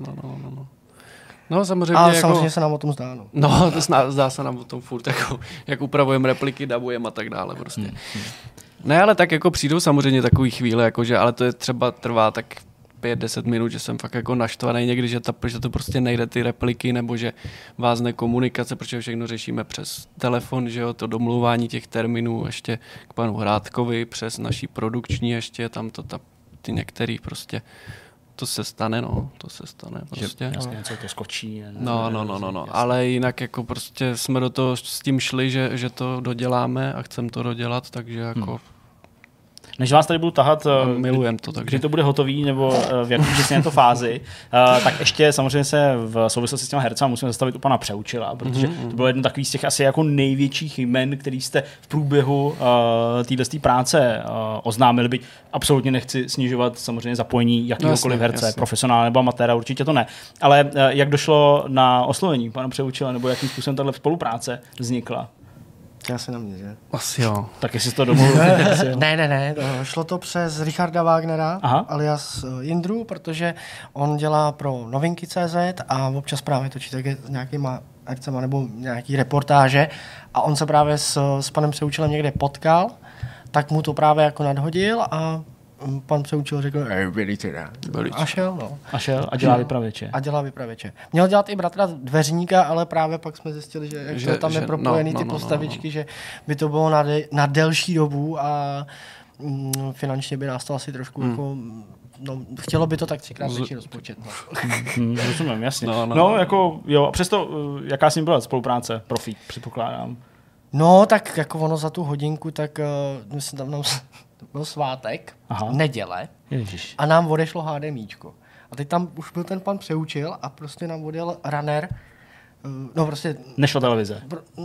No, samozřejmě. A samozřejmě se nám o tom zdá. No, zdá se nám o tom furt, jak upravujeme repliky, dabujeme a tak dále prostě. Ne, ale tak jako přijdou samozřejmě takový chvíle, jakože, ale to je třeba trvá tak 5-10 minut, že jsem fakt jako naštvaný někdy, že to prostě nejde ty repliky, nebo že vázne komunikace, protože všechno řešíme přes telefon, že jo, to domluvání těch termínů ještě k panu Hrádkovi, přes naší produkční ještě, tam ty některý prostě to se stane prostě. Jasně, něco to skočí. No, ale jinak jako prostě jsme do toho s tím šli, že to doděláme a chceme to dodělat, takže jako... Než vás tady budu tahat, milujem to, takže. Kdy to bude hotový, nebo v jaké přesně to fázi, tak ještě samozřejmě se v souvislosti s těma hercema musíme zastavit u pana Přeučila, protože to bylo jedno takový z těch asi jako největších jmen, který jste v průběhu této práce oznámili, byť absolutně nechci snižovat samozřejmě zapojení jakýhokoliv herce, profesionála nebo amatéra, určitě to ne. Ale jak došlo na oslovení pana Přeučila, nebo jakým způsobem tato spolupráce vznikla? Já se na mě, že? Asi jo. Tak jestli to domluvil. Ne, šlo to přes Richarda Wagnera, alias Jindru, protože on dělá pro Novinky.cz a občas právě točí také s nějakýma hercema nebo nějaký reportáže a on se právě s panem Přeučilem někde potkal, tak mu to právě jako nadhodil a pan Přeučil řekl, a šel, no. A dělá vypravěče. Měl dělat i bratra dveřníka, ale právě pak jsme zjistili, že jak to tam je propojený ty postavičky, že by to bylo na delší dobu a finančně by nás to asi trošku jako... No, chtělo by to tak 3x větší rozpočet. Rozumím, jasně. No, jako, jo, a přesto, jaká s ním byla spolupráce? Profík, předpokládám. No, tak jako ono za tu hodinku, tak myslím, tam byl svátek, neděle, Ježiš. A nám odešlo HDMíčko. A teď tam už byl ten pan Přeučil a prostě nám odjel runner. No prostě... Nešla televize.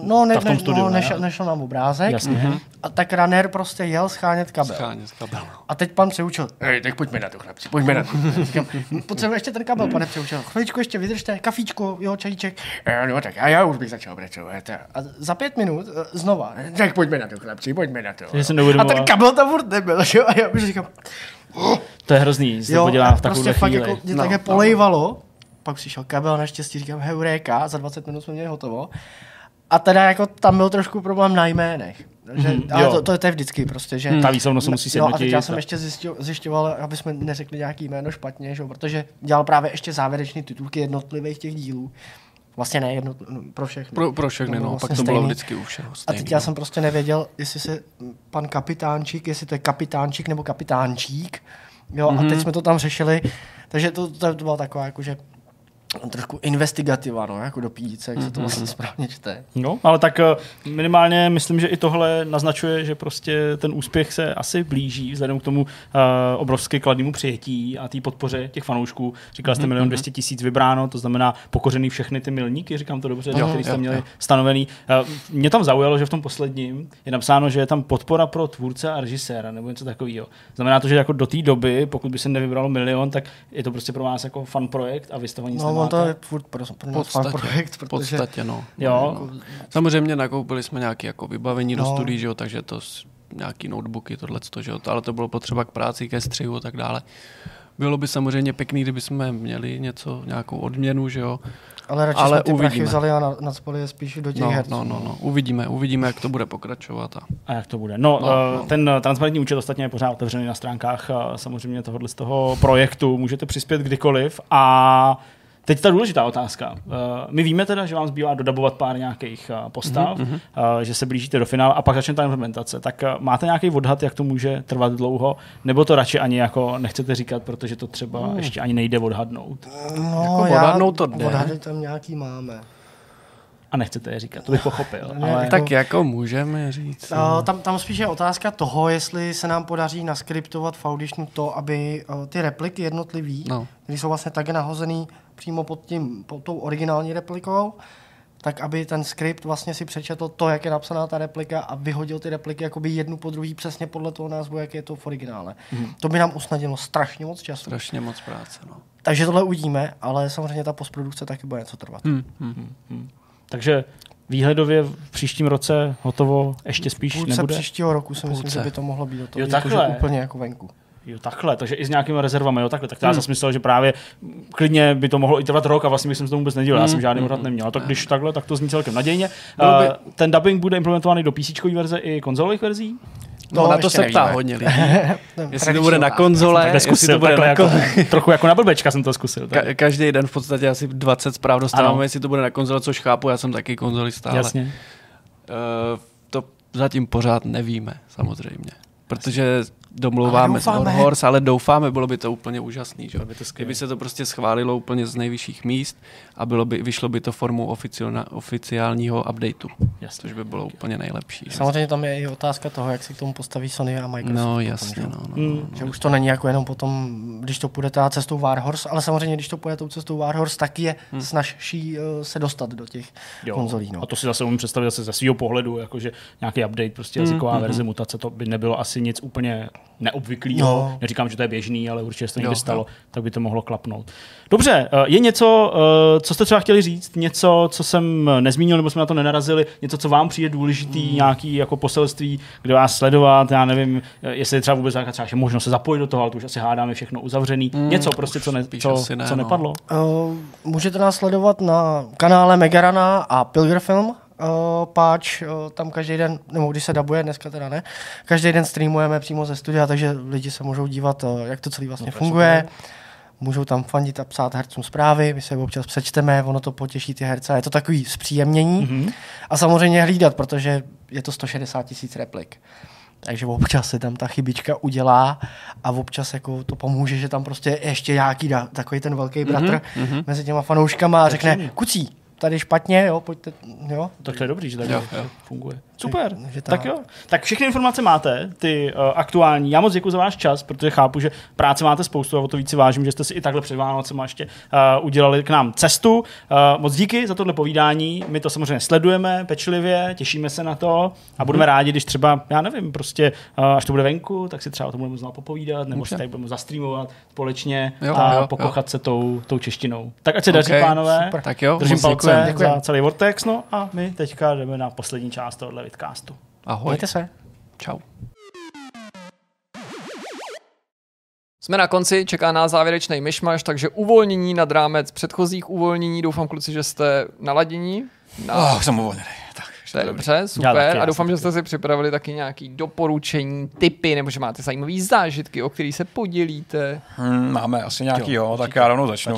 Nešel nám obrázek. Jasně. A tak runner prostě jel schánět kabel. A teď pan Přeučil, tak pojďme na to, chlapci, pojďme na to. Říkám, potřebujeme ještě ten kabel, pane Přeučil. Chviličku ještě vydržte, kafíčko, jo, čajíček. No tak a já už bych začal pracovat. A za 5 minut znova, tak pojďme na to, chlapci, pojďme na to. A ten kabel tam furt nebyl, jo? A já už říkám, To je hrozný, se podělá v takovouhle prostě chvíli. fakt jako mě také polejvalo, pak přišel kabel, naštěstí říkám heuréka, za 20 minut jsme měli hotovo. A teda jako tam byl trošku problém na jménech. Že, ale to je vždycky prostě, že... Ta výslovnost se musí sjednotit. A teď já jsem ještě zjišťoval, aby jsme neřekli nějaký jméno špatně, že? Protože dělal právě ještě závěrečné titulky jednotlivých těch dílů. Vlastně ne pro všechny. Pro všechny, no, vlastně pak to bylo vždycky u všeho stejný. A teď já jsem prostě nevěděl, jestli se pan kapitánčík, jestli to je kapitánčík nebo kapitánčík. Jo, a teď jsme to tam řešili, takže to bylo taková jakože trošku investigativa, no, jako do pídice, jak se to vlastně správně čte. No, ale tak minimálně myslím, že i tohle naznačuje, že prostě ten úspěch se asi blíží vzhledem k tomu obrovsky kladnému přijetí a té podpoře těch fanoušků. Říkal jste 1 200 000 vybráno, to znamená pokořený všechny ty milníky, říkám to dobře, který jste měli stanovený. Mě tam zaujalo, že v tom posledním je napsáno, že je tam podpora pro tvůrce a režiséra nebo něco takového. Znamená to, že jako do té doby, pokud by se nevybralo 1 000 000, tak je to prostě pro vás jako fan projekt a vy z toho nic nemáte. To je furt pro nás fan projekt, protože... podstatě, no. Jo. Samozřejmě nakoupili jsme nějaké jako vybavení do studií, že jo, takže to nějaký notebooky, tohleto, že jo, ale to bylo potřeba k práci, ke střihu a tak dále. Bylo by samozřejmě pěkný, kdyby jsme měli nějakou odměnu, že jo. Ale radši jsme ty prachy vzali a nacpali je spíš do těch herců. No. Uvidíme, jak to bude pokračovat. A jak to bude. Ten transparentní účet ostatně je pořád otevřený na stránkách samozřejmě tohohle z toho projektu. Můžete přispět kdykoliv a teď ta důležitá otázka. My víme teda, že vám zbývá dodabovat pár nějakých postav, že se blížíte do finále a pak začne ta implementace. Tak máte nějaký odhad, jak to může trvat dlouho? Nebo to radši ani jako nechcete říkat, protože to třeba ještě ani nejde odhadnout? No, jako odhadnout to jde. Odhady tam nějaký máme. A nechcete je říkat, to bych pochopil. Ale tak jako můžeme říct. Tam spíš je otázka toho, jestli se nám podaří naskriptovat v Auditionu to, aby ty repliky jednotlivý, které jsou vlastně tak nahozený přímo pod tou originální replikou, tak aby ten skript vlastně si přečetl to, jak je napsaná ta replika a vyhodil ty repliky jakoby jednu po druhý přesně podle toho názvu, jak je to v originále. To by nám usnadnilo strašně moc času. Strašně moc práce, no. Takže tohle uvidíme, ale samozřejmě ta postprodukce taky bude něco trvat. Takže výhledově v příštím roce hotovo ještě spíš nebude? Příštího roku si myslím, že by to mohlo být hotovo. Jo, takhle. Úplně jako venku. Jo, takhle, takže i s nějakými rezervami, jo, takhle. Tak já zase myslel, že právě klidně by to mohlo i trvat rok a vlastně bych jsem se tomu vůbec nedělal, já jsem žádný odhad neměl. Tak když takhle, tak to zní celkem nadějně. Ten dubbing bude implementovaný do PC verze i konzolových verzí? No, na to se ptá hodně lidí. Jestli to bude na konzole, jestli to bude trochu jako na blbečka jsem to zkusil. Každý den v podstatě asi 20 zpráv dostáváme, jestli to bude na konzole, což chápu, já jsem taky konzolista. Jasně. To zatím pořád nevíme, samozřejmě. Protože domlouváme s Warhorse, ale doufáme, bylo by to úplně úžasný. Že? Kdyby se to prostě schválilo úplně z nejvyšších míst a vyšlo by to formou oficiálního updateu. Což by bylo úplně nejlepší. Samozřejmě tam je i otázka toho, jak se k tomu postaví Sony a Microsoft. No jasně. Že už to není jako jenom potom, když to půjde teda cestou Warhorse, ale samozřejmě, když to půjde tou cestou Warhorse, tak je snazší se dostat do těch konzolí. No. A to si zase umím představit zase ze svého pohledu, jakože nějaký update, prostě jazyková verze, mutace, to by nebylo asi nic úplně neobvyklého. Neříkám, že to je běžný, ale určitě se to někdy stalo, tak by to mohlo klapnout. Dobře, je něco, co jste třeba chtěli říct, něco, co jsem nezmínil, nebo jsme na to nenarazili, něco, co vám přijde důležitý, nějaký jako poselství, kde vás sledovat, já nevím, jestli je třeba vůbec nějaká třeba možnost se zapojit do toho, ale to už asi hádáme všechno uzavřený. Něco prostě, co nepadlo. Můžete nás sledovat na kanále Megarana a Pilgerfilm. Páč, tam každý den, nebo když se dabuje, dneska teda ne, každý den streamujeme přímo ze studia, takže lidi se můžou dívat, jak to celý vlastně funguje. Můžou tam fandit a psát hercům zprávy, my se občas přečteme, ono to potěší ty herce, je to takový zpříjemnění. A samozřejmě hlídat, protože je to 160 000 replik. Takže občas se tam ta chybička udělá a občas jako to pomůže, že tam prostě ještě nějaký takový ten velký bratr mezi těma fanouškama a řekne, kucí, tady špatně, jo, pojďte, jo. Tak to je dobrý, že tak funguje. Super, tak jo. Tak všechny informace máte, ty aktuální. Já moc děkuji za váš čas, protože chápu, že práce máte spoustu a o to víc si vážím, že jste si i takhle před Vánocema ještě udělali k nám cestu. Moc díky za tohle povídání. My to samozřejmě sledujeme pečlivě, těšíme se na to a budeme rádi, když třeba, já nevím, prostě až to bude venku, tak si třeba o tom budeme znát popovídat, nebo si tady budeme zastreamovat společně a pokochat se tou češtinou. Tak ať se daří, pánové. Tak jo, držím palce za celý Vortex, no a my teďka jdeme na poslední část tohohle vidcastu. Ahoj. Mějte se. Čau. Jsme na konci, čeká nás závěrečný myšmaš, takže uvolnění nad rámec předchozích uvolnění. Doufám, kluci, že jste naladění. Jsem uvolněný. Tak, to je dobře, super. Taky, a doufám, že jste si připravili taky nějaké doporučení, tipy, nebo že máte zajímavé zážitky, o kterých se podělíte. Máme asi nějaký, jo, tak já rovnou začnu.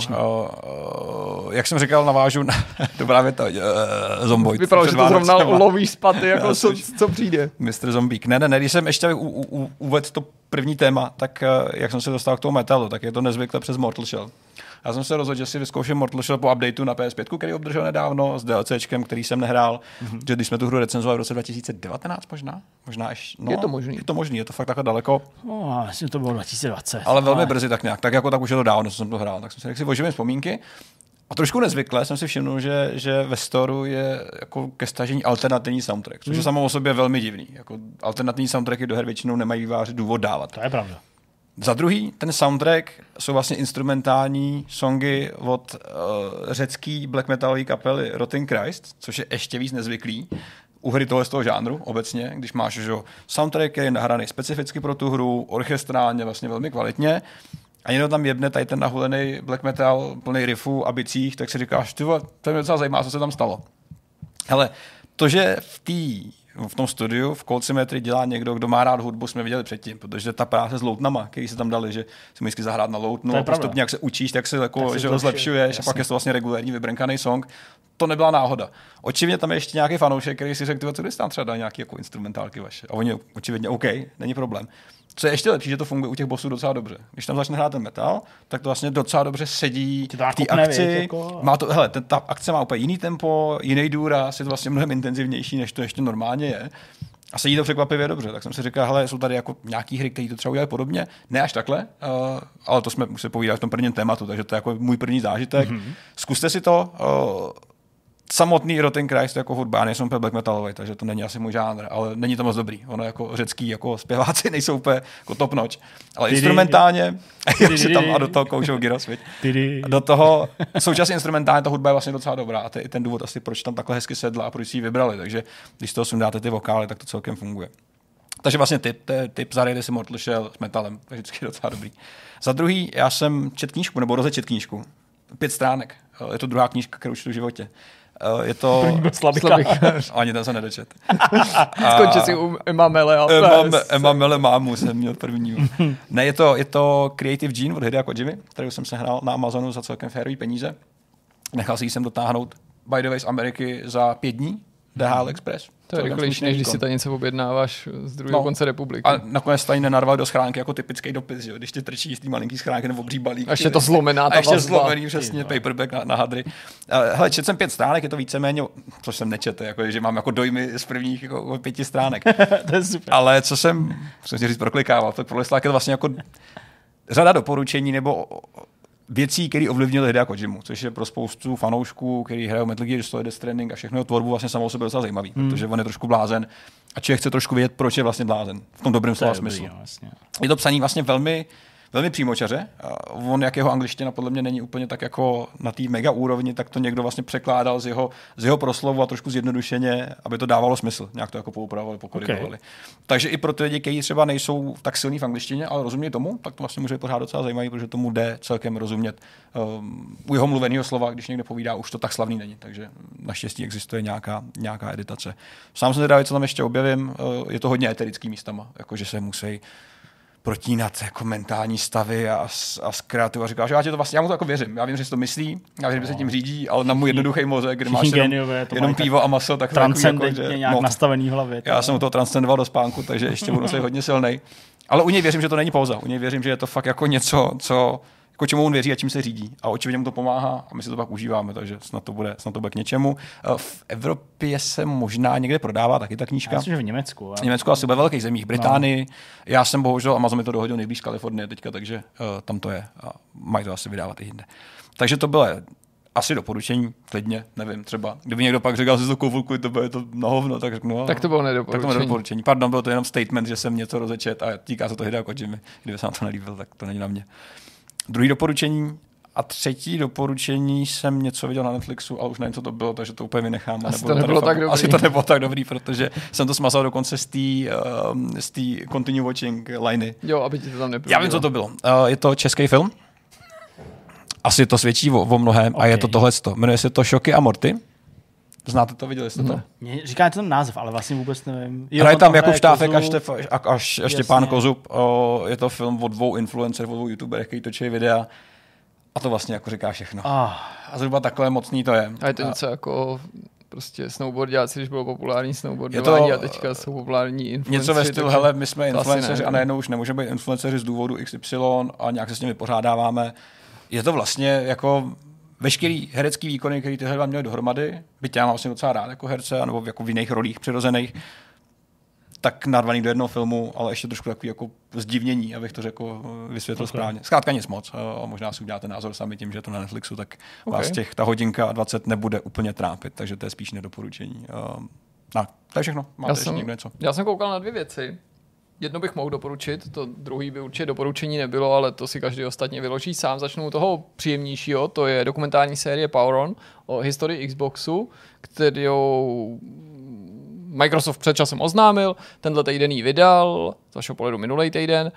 Jak jsem říkal, navážu na dobrá věta, Zomboid. Vypadalo, že to zrovna lovíš spaty, jako co přijde. Mr. Zombík. Ne, když jsem ještě uvedl to první téma, tak jak jsem se dostal k tomu metalu, tak je to nezvykle přes Mortal Shell. Já jsem se rozhodl, že si vyzkouším Mortal Shell po updateu na PS5, který obdržel nedávno s DLCčkem, který jsem nehrál. Že když jsme tu hru recenzovali v roce 2019 možná ještě. No, je to možný. Je to možný, je to fakt takhle daleko. Myslím, to bylo 2020. Ale velmi brzy tak nějak. Tak už je to dávno, co jsem to hrál. Tak jsem si oživím vzpomínky. A trošku nezvykle jsem si všiml, že ve storu je jako ke stažení alternativní soundtrack, což je samo o sobě velmi divný. Jako alternativní soundtracky do her většinou nemají výváři důvod dávat. To je pravda. Za druhý, ten soundtrack jsou vlastně instrumentální songy od řecký black metalové kapely Rotting Christ, což je ještě víc nezvyklý u hry z toho žánru obecně, když máš že soundtrack, který je nahraný specificky pro tu hru, orchestrálně vlastně velmi kvalitně, a někdo tam jebne tady ten nahulený black metal plný riffů a bicích, tak si říkáš, to mě docela zajímá, co se tam stalo. Hele, to, že v tom studiu v Cold Symmetry dělá někdo, kdo má rád hudbu, jsme viděli předtím, protože ta práce s loutnama, který se tam dali, že si můžeš zahrát na loutnu a postupně jak se učíš, tak se jako, že ho zlepšuješ a pak je to vlastně regulární vybrankaný song. To nebyla náhoda. Očividně tam je ještě nějaký fanoušek, který si řekl, co když tam třeba dá nějaký jako instrumentálky vaše. A oni očividně OK, není problém. Co je ještě lepší, že to funguje u těch bossů docela dobře. Když tam začne hrát ten metal, tak to vlastně docela dobře sedí v té akci. Jako... Má to, hele, ta akce má úplně jiný tempo, jiný důraz, je to vlastně mnohem intenzivnější, než to ještě normálně je. A sedí to překvapivě dobře. Tak jsem si říkal, hele, jsou tady jako nějaký hry, které to třeba udělají podobně. Ne až takhle, ale to jsme museli povídat v tom prvním tématu, takže to je jako můj první zážitek. Zkuste si to. Samotný Rotting Christ jako hudba, nejsou úplně black metalový, takže to není asi můj žánr, ale není to moc dobrý. Ono jako řecký jako zpěváci nejsou úplně jako top notch, ale instrumentálně si tam a do toho koušou gyros, do toho současně instrumentálně ta hudba je vlastně docela dobrá a to je i ten důvod asi, proč tam takhle hezky sedla a proč si ji vybrali, takže když z toho sundáte ty vokály, tak to celkem funguje. Takže vlastně tip zahrajte si Mortal Shell s metalem, to je vždycky docela dobrý. Za druhý, já jsem čet knížku, nebo rozečet knížku, 5 stránek, je to druhá knížka, kterou čtu v životě. Je to... Ani ten se nedočet. Skončil si u Emamele. Emamele mámu jsem měl první. Ne, je to Creative Gene od Hidea Kojimy, kterou jsem sehnal na Amazonu za celkem férový peníze. Nechal si ji sem dotáhnout by the way z Ameriky za 5 dní. DHL Express. To je rychlejší, než když si tady něco objednáváš z druhého konce republiky. A nakonec tady nenarval do schránky jako typický dopis, jo? Když ti trčí z té malinký schránky nebo obří balík. A ještě to zlomená ta vazba. A ještě zlomený přesně paperback na hadry. Hele, četl jsem 5 stránek, je to víceméně, což jsem nečetl, jako, že mám jako dojmy z prvních jako 5 stránek. To je super. Ale co jsem si říct proklikával, to prolistla, je to vlastně jako řada doporučení nebo věcí, které ovlivnily Hidea Kojimu, což je pro spoustu fanoušků, kteří hrajou Metal Gear Solid, Death Stranding a všechno tvorbu vlastně samou sebe docela zajímavý, protože on je trošku blázen a člověk chce trošku vědět, proč je vlastně blázen v tom dobrém slova smyslu. Vlastně. Je to psaný vlastně velmi přímočaře. On, jak jeho angličtina podle mě není úplně tak jako na té mega úrovni, tak to někdo vlastně překládal z jeho proslovu a trošku zjednodušeně, aby to dávalo smysl. Nějak to jako poupravovali, pokorigovali. Okay. Takže i pro ty lidi, kteří třeba nejsou tak silní v angličtině, ale rozumějí tomu, tak to vlastně může pořád docela zajímavý, protože tomu jde celkem rozumět. U jeho mluveného slova, když někdo povídá, už to tak slavný není, takže naštěstí existuje nějaká editace. Sám jsem teda, co tam ještě objevím, je to hodně eterický místama, jakože se musí protínat jako mentální stavy a z kreativa říká, že já mu to jako věřím. Já vím, že si to myslí, já vím, že se tím řídí, ale na můj jednoduchý mozek, kde máš jenom pivo a maso, tak transcendentně jako, nějak nastavený v hlavě. Já jsem u toho transcendoval do spánku, takže ještě budu se hodně silnej. Ale u něj věřím, že to není pauza. U něj věřím, že je to fakt jako něco, co jako čemu on věří a čím se řídí. A očividně mu to pomáhá a my si to pak užíváme, takže snad to bude k něčemu. V Evropě se možná někde prodává taky ta knížka. Já myslím, že v Německu. V Německu asi ve velkých zemích, Británii. No. Já jsem bohužel, Amazon mi to dohodil nejblíž z Kalifornie teďka, takže tam to je a mají to asi vydávat i jinde. Takže to bylo asi doporučení, klidně, nevím, třeba. Kdyby někdo pak řekl, že to kouvulku, to bude to na hovno, tak řeknu. Tak to bylo nedoporučení. Pardon, bylo to jenom statement, že jsem něco rozečet a týká se to Hidea Kojimy. Kdyby se vám to nelíbil, tak to není na mě. Druhý doporučení, A třetí doporučení jsem něco viděl na Netflixu, ale už nevím, co to bylo, takže to úplně vynechám. Asi to nebylo tak dobrý. Asi to nebylo tak dobrý, protože jsem to smazal dokonce z té continue watching liney. Jo, aby ti to tam neprobilo. Já vím, co to bylo. Je to český film. Asi to svědčí o mnohém a je to tohleto. Jmenuje se to Šoky a Morty. Znáte to, viděli jste to? Mně říkáte ten název, ale vlastně vůbec nevím. Hraje tam Jakub Štáfek a Štěpán Kozub. Je to film o 2 influencerech, o 2 youtuberech, kteří točí videa. A to vlastně jako říká všechno. A zhruba takhle mocný to je. A je to něco jako prostě snowboardiáci, když bylo populární snowboardování a teďka jsou populární influenceři. Něco ve stylu, hele, my jsme influenceři a najednou už nemůžeme být influenceři z důvodu XY a nějak se s nimi pořádáváme. Je to vlastně jako veškerý herecký výkony, který tyhle dva měli dohromady, byť já mám vlastně docela rád jako herce, nebo jako v jiných rolích přirozených, tak narvaný do jednoho filmu, ale ještě trošku takový jako zdivnění, abych to řekl, vysvětlil správně. Zkrátka nic moc. A možná si uděláte názor sami tím, že je to na Netflixu, tak vás ta hodinka a 20 nebude úplně trápit, takže to je spíš nedoporučení. To je všechno. Máte ještě někdo něco? Já jsem koukal na 2 věci. Jedno bych mohl doporučit, to druhý by určitě doporučení nebylo, ale to si každý ostatně vyloží sám. Začnu u toho příjemnějšího, to je dokumentární série Power On o historii Xboxu, kterou Microsoft před časem oznámil, tenhle týden ji vydal, z vašeho pohledu minulý týden,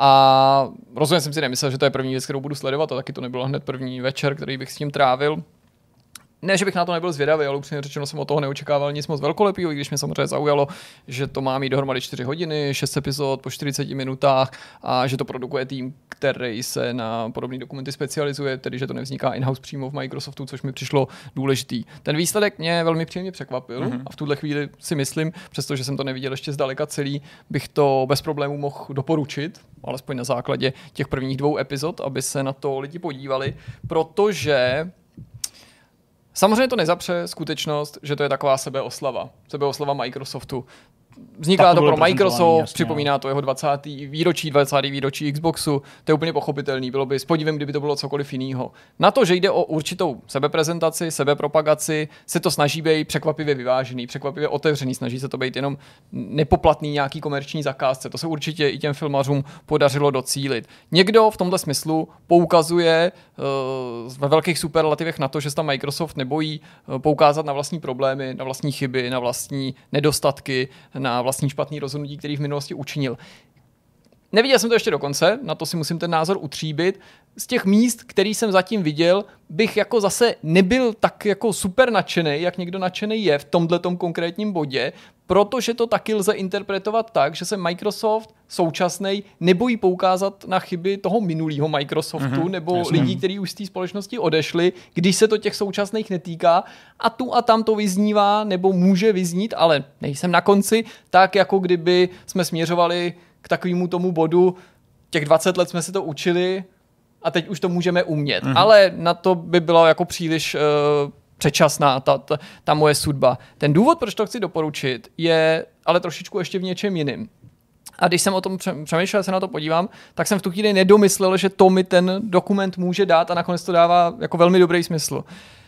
a rozhodně jsem si nemyslel, že to je první věc, kterou budu sledovat, a taky to nebylo hned první večer, který bych s tím trávil. Ne, že bych na to nebyl zvědavý, ale upřímně řečeno jsem od toho neočekával nic moc velkolepého, i když mě samozřejmě zaujalo, že to má mít dohromady 4 hodiny, 6 epizod po 40 minutách a že to produkuje tým, který se na podobné dokumenty specializuje, tedy že to nevzniká in-house přímo v Microsoftu, což mi přišlo důležitý. Ten výsledek mě velmi příjemně překvapil a v tuhle chvíli si myslím, přestože jsem to neviděl ještě zdaleka celý, bych to bez problémů mohl doporučit, alespoň na základě těch prvních 2 epizod, aby se na to lidi podívali, protože samozřejmě to nezapře skutečnost, že to je taková sebeoslava Microsoftu. Vzniká to pro Microsoft, jasně, připomíná to jeho 20. výročí Xboxu, to je úplně pochopitelný, bylo by s podívem, kdyby to bylo cokoliv jiného. Na to, že jde o určitou sebeprezentaci, sebepropagaci, se to snaží být překvapivě vyvážený, překvapivě otevřený, snaží se to být jenom nepoplatný nějaký komerční zakázce, to se určitě i těm filmařům podařilo docílit. Někdo v tomto smyslu poukazuje ve velkých superlativech na to, že se tam Microsoft nebojí poukázat na vlastní problémy, na vlastní chyby, na vlastní nedostatky, na vlastní špatný rozhodnutí, který v minulosti učinil. Neviděl jsem to ještě do konce, na to si musím ten názor utříbit. Z těch míst, který jsem zatím viděl, bych jako zase nebyl tak jako super nadšenej, jak někdo nadšenej je v tomhletom konkrétním bodě, protože to taky lze interpretovat tak, že se Microsoft současnej nebojí poukázat na chyby toho minulého Microsoftu nebo lidí, kteří už z té společnosti odešli, když se to těch současných netýká a tu a tam to vyznívá nebo může vyznít, ale nejsem na konci, tak jako kdyby jsme směřovali k takovému tomu bodu, těch 20 let jsme se to učili a teď už to můžeme umět. Ale na to by bylo jako příliš předčasná ta moje sudba. Ten důvod, proč to chci doporučit, je ale trošičku ještě v něčem jiným. A když jsem o tom přemýšlel, se na to podívám, tak jsem v tu chvíli nedomyslel, že to mi ten dokument může dát a nakonec to dává jako velmi dobrý smysl.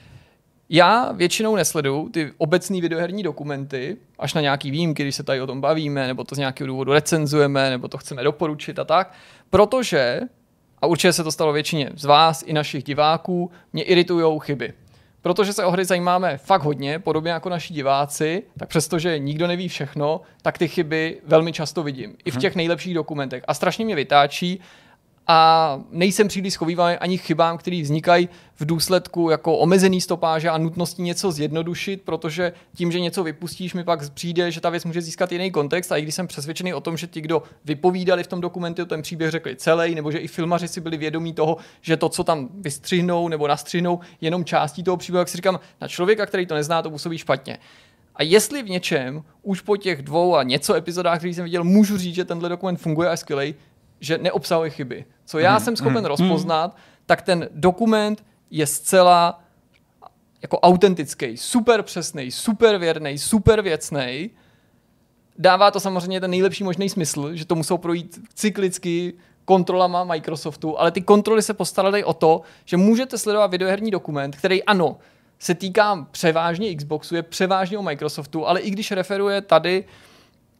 Já většinou nesleduju ty obecný videoherní dokumenty, až na nějaký výjimky, když se tady o tom bavíme, nebo to z nějakého důvodu recenzujeme, nebo to chceme doporučit a tak, protože, a určitě se to stalo většině z vás i našich diváků, mě iritujou chyby. Protože se o hry zajímáme fakt hodně, podobně jako naši diváci, tak přestože nikdo neví všechno, tak ty chyby velmi často vidím. I v těch nejlepších dokumentech. A strašně mě vytáčí a nejsem příliš schovývaný ani chybám, které vznikají v důsledku jako omezený stopáže a nutnosti něco zjednodušit, protože tím, že něco vypustíš, mi pak přijde, že ta věc může získat jiný kontext, a i když jsem přesvědčený o tom, že ti, kdo vypovídali v tom dokumentu, ten příběh řekli celý, nebo že i filmaři si byli vědomí toho, že to, co tam vystřihnou nebo nastřihnou, jenom částí toho příběhu, jak si říkám, na člověka, který to nezná, to působí špatně. A jestli v něčem už po těch 2 a něco epizodách, který jsem viděl, můžu říct, že tenhle dokument funguje a je skvělý, že neobsahuje chyby. Co já jsem schopen rozpoznat, tak ten dokument je zcela jako autentický, super přesnej, super věrnej, super věcnej. Dává to samozřejmě ten nejlepší možný smysl, že to musou projít cyklicky kontrolama Microsoftu, ale ty kontroly se postaraly o to, že můžete sledovat videoherní dokument, který ano, se týká převážně Xboxu, je převážně o Microsoftu, ale i když referuje tady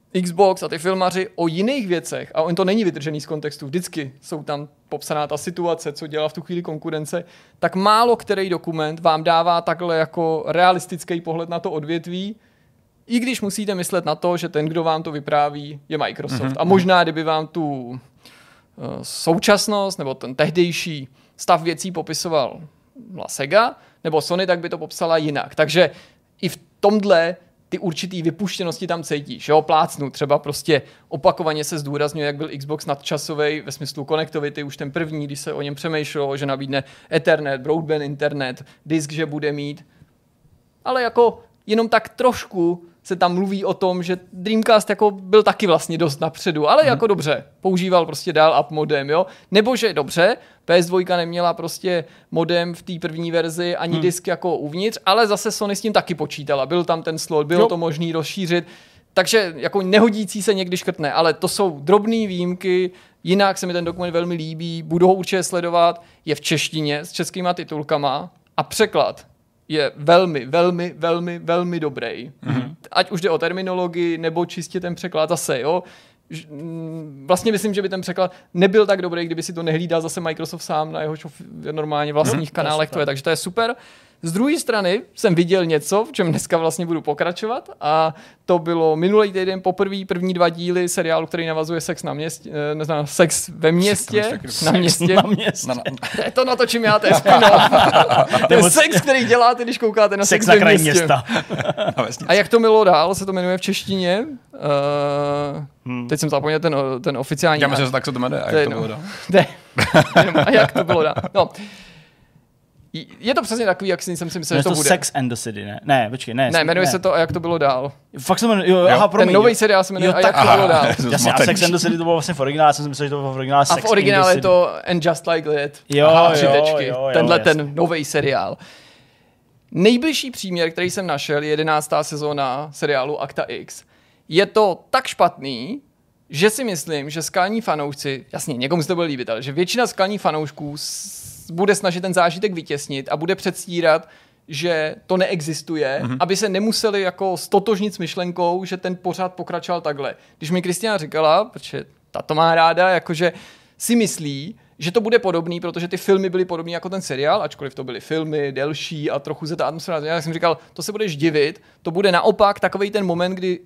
Xbox a ty filmaři o jiných věcech, a on to není vytržený z kontextu, vždycky jsou tam popsaná ta situace, co dělá v tu chvíli konkurence, tak málo který dokument vám dává takhle jako realistický pohled na to odvětví, i když musíte myslet na to, že ten, kdo vám to vypráví, je Microsoft. A možná, kdyby vám tu současnost nebo ten tehdejší stav věcí popisoval Sega nebo Sony, tak by to popsala jinak. Takže i v tomhle ty určitý vypuštěnosti tam cítíš. Jo? Plácnu, třeba prostě opakovaně se zdůrazňuje, jak byl Xbox nadčasovej ve smyslu konektivity, už ten první, když se o něm přemýšlelo, že nabídne Ethernet, broadband internet, disk, že bude mít. Ale jako jenom tak trošku se tam mluví o tom, že Dreamcast jako byl taky vlastně dost napředu, ale jako dobře, používal prostě dial-up modem, jo? Nebo že dobře, PS2 neměla prostě modem v té první verzi ani disk jako uvnitř, ale zase Sony s tím taky počítala, byl tam ten slot, bylo to možný rozšířit, takže jako nehodící se někdy škrtne, ale to jsou drobné výjimky, jinak se mi ten dokument velmi líbí, budu ho určitě sledovat, je v češtině s českýma titulkama a překlad je velmi, velmi, velmi, velmi dobrý. Ať už jde o terminologii, nebo čistě ten překlad zase, jo. Vlastně myslím, že by ten překlad nebyl tak dobrý, kdyby si to nehlídal zase Microsoft sám na jeho normálně vlastních kanálech, to je, takže to je super. Z druhé strany jsem viděl něco, v čem dneska vlastně budu pokračovat a to bylo minulý týden poprvé první 2 díly seriálu, který navazuje Sex na městě, Sex ve městě, na městě. To je to natočím já, to je spin-off. Ten sex, který děláte, když koukáte na Sex na ve kraji městě. města. A jak to bylo dál, se to jmenuje v češtině. Teď jsem zapomněl ten oficiální. Já myslím, že tak se to jmenuje. A jak to bylo dál? A jak to bylo dál? No. Je to přesně takový, jak jsem si myslel, že to bude. Sex and the City, ne? Ne, počkej, ne. Ne, jmenuje se to A jak to bylo dál. Fakt se jmenuje, aha, promiň. Ten nový seriál se jmenuje A jak to bylo dál. Jasně, a Sex and the City to bylo vlastně v originále, já jsem si myslel, že to bylo v originále Sex and the City. A v originále je to And Just Like That. Jo, 3 tečky. jo, Tenhle ten nový seriál. Nejbližší příměr, který jsem našel, je 11. sezóna seriálu Akta X. Je to tak špatný, že si myslím, že skalní fanoušci, jasně, někomu se to bude líbit, ale že většina skalních fanoušků bude snažit ten zážitek vytěsnit a bude předstírat, že to neexistuje, aby se nemuseli jako stotožnit s myšlenkou, že ten pořád pokračoval takhle. Když mi Kristina říkala, protože ta to má ráda, jakože si myslí, že to bude podobný, protože ty filmy byly podobný jako ten seriál, ačkoliv to byly filmy delší a trochu se ta atmosféra. Já jsem říkal, to se budeš divit, to bude naopak takovej ten moment, kdy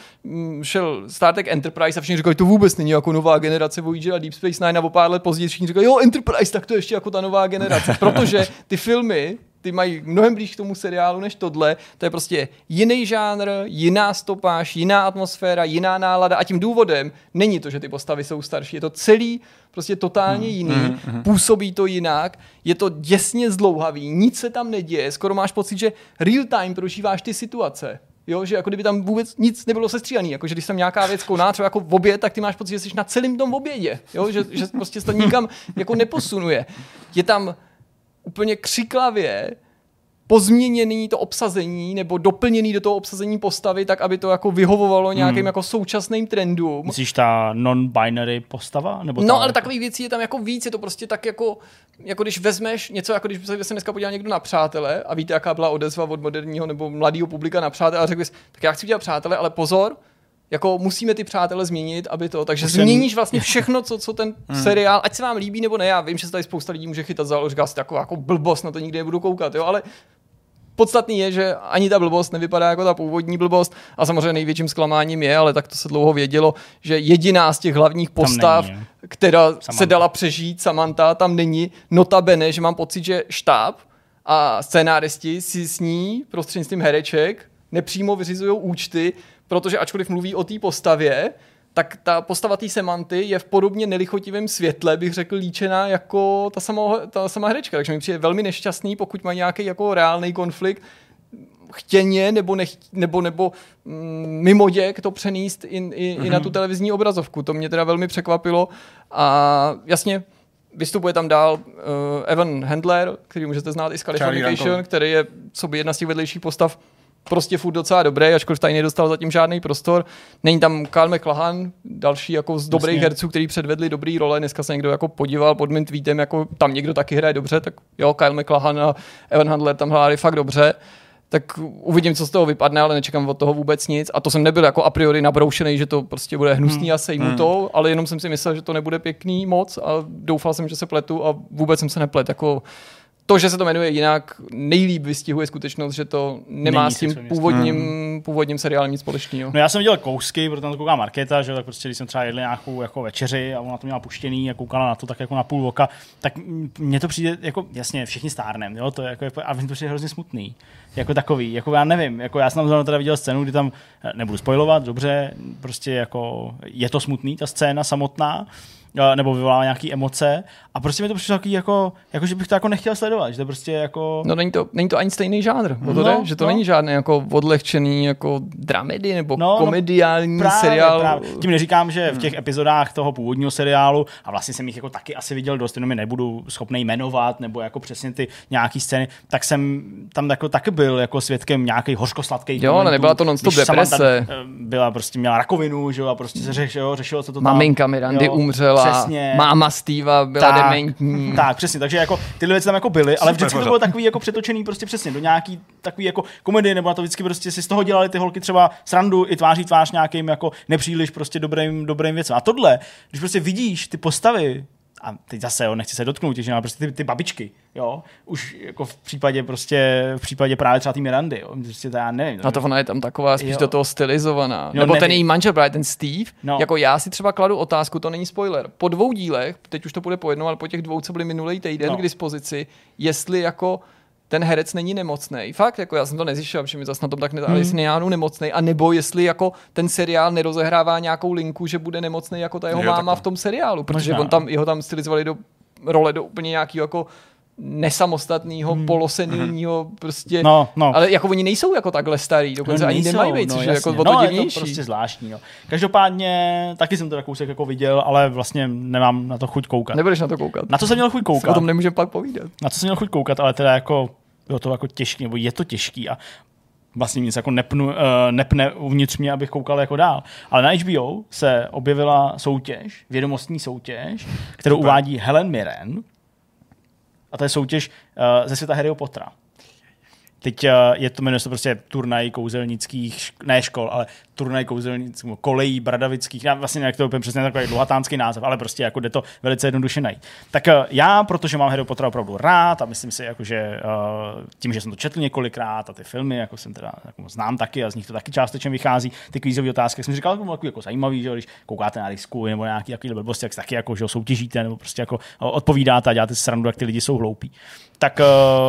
šel Star Trek Enterprise a všichni říkali, to vůbec není jako nová generace Voyager a Deep Space Nine a o pár let později všichni říkali, jo, Enterprise, tak to je ještě jako ta nová generace, protože ty filmy ty mají mnohem blíž k tomu seriálu než tohle. To je prostě jiný žánr, jiná stopáž, jiná atmosféra, jiná nálada a tím důvodem není to, že ty postavy jsou starší. Je to celý prostě totálně jiný, působí to jinak, je to děsně zdlouhavý, nic se tam neděje, skoro máš pocit, že real time prožíváš ty situace. Jo, že jako kdyby tam vůbec nic nebylo sestříhaný, jako že když tam nějaká věc koná, třeba jako v oběd, tak ty máš pocit, že jsi na celém tom obědě, jo, že prostě se to nikam jako neposunuje. Je tam úplně křiklavě pozměněný to obsazení nebo doplněný do toho obsazení postavy tak, aby to jako vyhovovalo nějakým jako současným trendům. Myslíš ta non-binary postava? Nebo no, ale takových věcí je tam jako víc, je to prostě tak jako když vezmeš něco, jako když se dneska podíval někdo na Přátele a víte, jaká byla odezva od moderního nebo mladého publika na Přátele a řekl bys, tak já chci udělat Přátele, ale pozor, jako musíme ty přátele změnit, aby to, takže změníš vlastně všechno, co ten seriál, ať se vám líbí nebo ne, já vím, že se tady spousta lidí může chytat za, říká si taková jako blbost, na to nikdy nebudu koukat, jo, ale podstatný je, že ani ta blbost nevypadá jako ta původní blbost a samozřejmě největším zklamáním je, ale tak to se dlouho vědělo, že jediná z těch hlavních postav, není, která se dala přežít, Samantha, tam není, notabene, že mám pocit, že štáb a scénáristi si s ní prostřednictvím hereček nepřímo vyřizují účty, protože ačkoliv mluví o té postavě, tak ta postava té Samanty je v podobně nelichotivém světle, bych řekl, líčená jako ta sama herečka. Takže mi přijde velmi nešťastný, pokud má nějaký jako reálný konflikt, chtěně nebo mimoděk to přenést i na tu televizní obrazovku. To mě teda velmi překvapilo. A jasně, vystupuje tam dál Evan Handler, který můžete znát i z Californication, který je sobě jedna z těch vedlejších postav prostě furt docela dobrý, ačkoliv tady nedostal zatím žádný prostor. Není tam Kyle MacLachlan, další jako z dobrých herců, který předvedli dobrý role. Dneska se někdo jako podíval pod mým tweetem, jako tam někdo taky hraje dobře, tak jo, Kyle MacLachlan a Evan Handler tam hráli fakt dobře. tak uvidím, co z toho vypadne, ale nečekám od toho vůbec nic. A to jsem nebyl jako a priori nabroušený, že to prostě bude hnusný a sejmu to, ale jenom jsem si myslel, že to nebude pěkný moc a doufal jsem, že se pletu a vůbec jsem se neplet. Jako to, že se to jmenuje jinak, nejlíp vystihuje skutečnost, že to nemá Není s tím původním seriálem nic společného. No já jsem viděl kousky, protože tam to kouká Markéta, že tak prostě, když jsem třeba jedl nějakou jako večeři a ona to měla puštěný a koukala na to tak jako na půl oka, tak mně to přijde jako jasně, všichni stárnem, jo, to je jako a mně to přijde hrozně smutný. Jako takový, jako já nevím, jako já jsem tam teda viděl scénu, kdy tam nebudu spoilovat, dobře, prostě jako je to smutný ta scéna samotná, nebo vyvolává nějaké emoce a prostě mi to přišlo takový jako že bych to jako nechtěl sledovat, že to prostě jako... No není to ani stejný žánr, že to není žádný jako odlehčený jako dramedy nebo komediální seriál. Právě. Tím neříkám, že v těch epizodách toho původního seriálu, a vlastně jsem jich jako taky asi viděl dost, jenom je nebudu schopnej jmenovat, nebo jako přesně ty nějaký scény, tak jsem tam jako taky byl jako svědkem nějakých hořkosladkých momentů. Ale nebyla to non-stop deprese. Byla prostě, měla rakovinu, že jo, a prostě se řešilo, co to tam... Maminka Mirandy umřela. Přesně. Máma Steva byla dementní. Tak, přesně, takže jako tyhle věci tam jako byly, ale vždycky to bylo takový jako přetočený prostě přesně do nějaký takový jako komedie, nebo na to vždycky prostě si z toho dělali ty holky třeba srandu i tvář nějakým jako nepříliš prostě dobrým věcem. A tohle, když prostě vidíš ty postavy, a teď zase, jo, nechci se dotknout, že prostě ty babičky, jo, už jako v případě právě třeba té Mirandy, jo, prostě to já nevím. A to ona je tam taková spíš do toho stylizovaná. No, nebo nevím. Ten její manžel, právě ten Steve, jako já si třeba kladu otázku, to není spoiler, po 2 dílech, teď už to bude po jednou, ale po těch 2, co byly minulý týden k dispozici, jestli jako ten herec není nemocnej. Fakt, jako já jsem to nezjišťoval, protože mi zase na tom tak ale jestli není nemocnej, a nebo jestli jako ten seriál nerozehrává nějakou linku, že bude nemocnej jako ta jeho máma v tom seriálu, protože jeho tam stylizovali do role do úplně nějakého jako nesamostatného, polosenilního prostě, ale jako oni nejsou jako takhle starý, dokonce ani nemají být, což je jako o to divnější. Je to prostě zvláštní. Každopádně taky jsem to na kousek jako viděl, ale vlastně nemám na to chuť koukat. Nebudeš na to koukat. Na co jsem měl chuť koukat? O tom nemůžeme pak povídat. Na co jsem měl chuť koukat, ale teda jako bylo to jako těžký, nebo je to těžký a vlastně nic jako nepne uvnitř mě, abych koukal jako dál. Ale na HBO se objevila soutěž, vědomostní soutěž, kterou uvádí Helen Mirren. A to je soutěž ze světa Harryho Pottera. Teď jmenuje se prostě turnaj kouzelnických, ne škol, ale turnaj kouzelnických, kolejí bradavických, vlastně jak to úplně přesně takový dlouhatánský název, ale prostě jako jde to velice jednoduše najít. Tak já, protože mám Harry Pottera opravdu rád a myslím si, jako, že tím, že jsem to četl několikrát a ty filmy, jako jsem teda jako znám taky a z nich to taky částečně vychází, ty kvízové otázky, jak jsem říkal, to jako zajímavý, že když koukáte na Risku nebo nějaký blbosti, jak taky jako, že soutěžíte nebo prostě jako odpovídáte a děláte si srandu, jak ty lidi jsou hloupí. Tak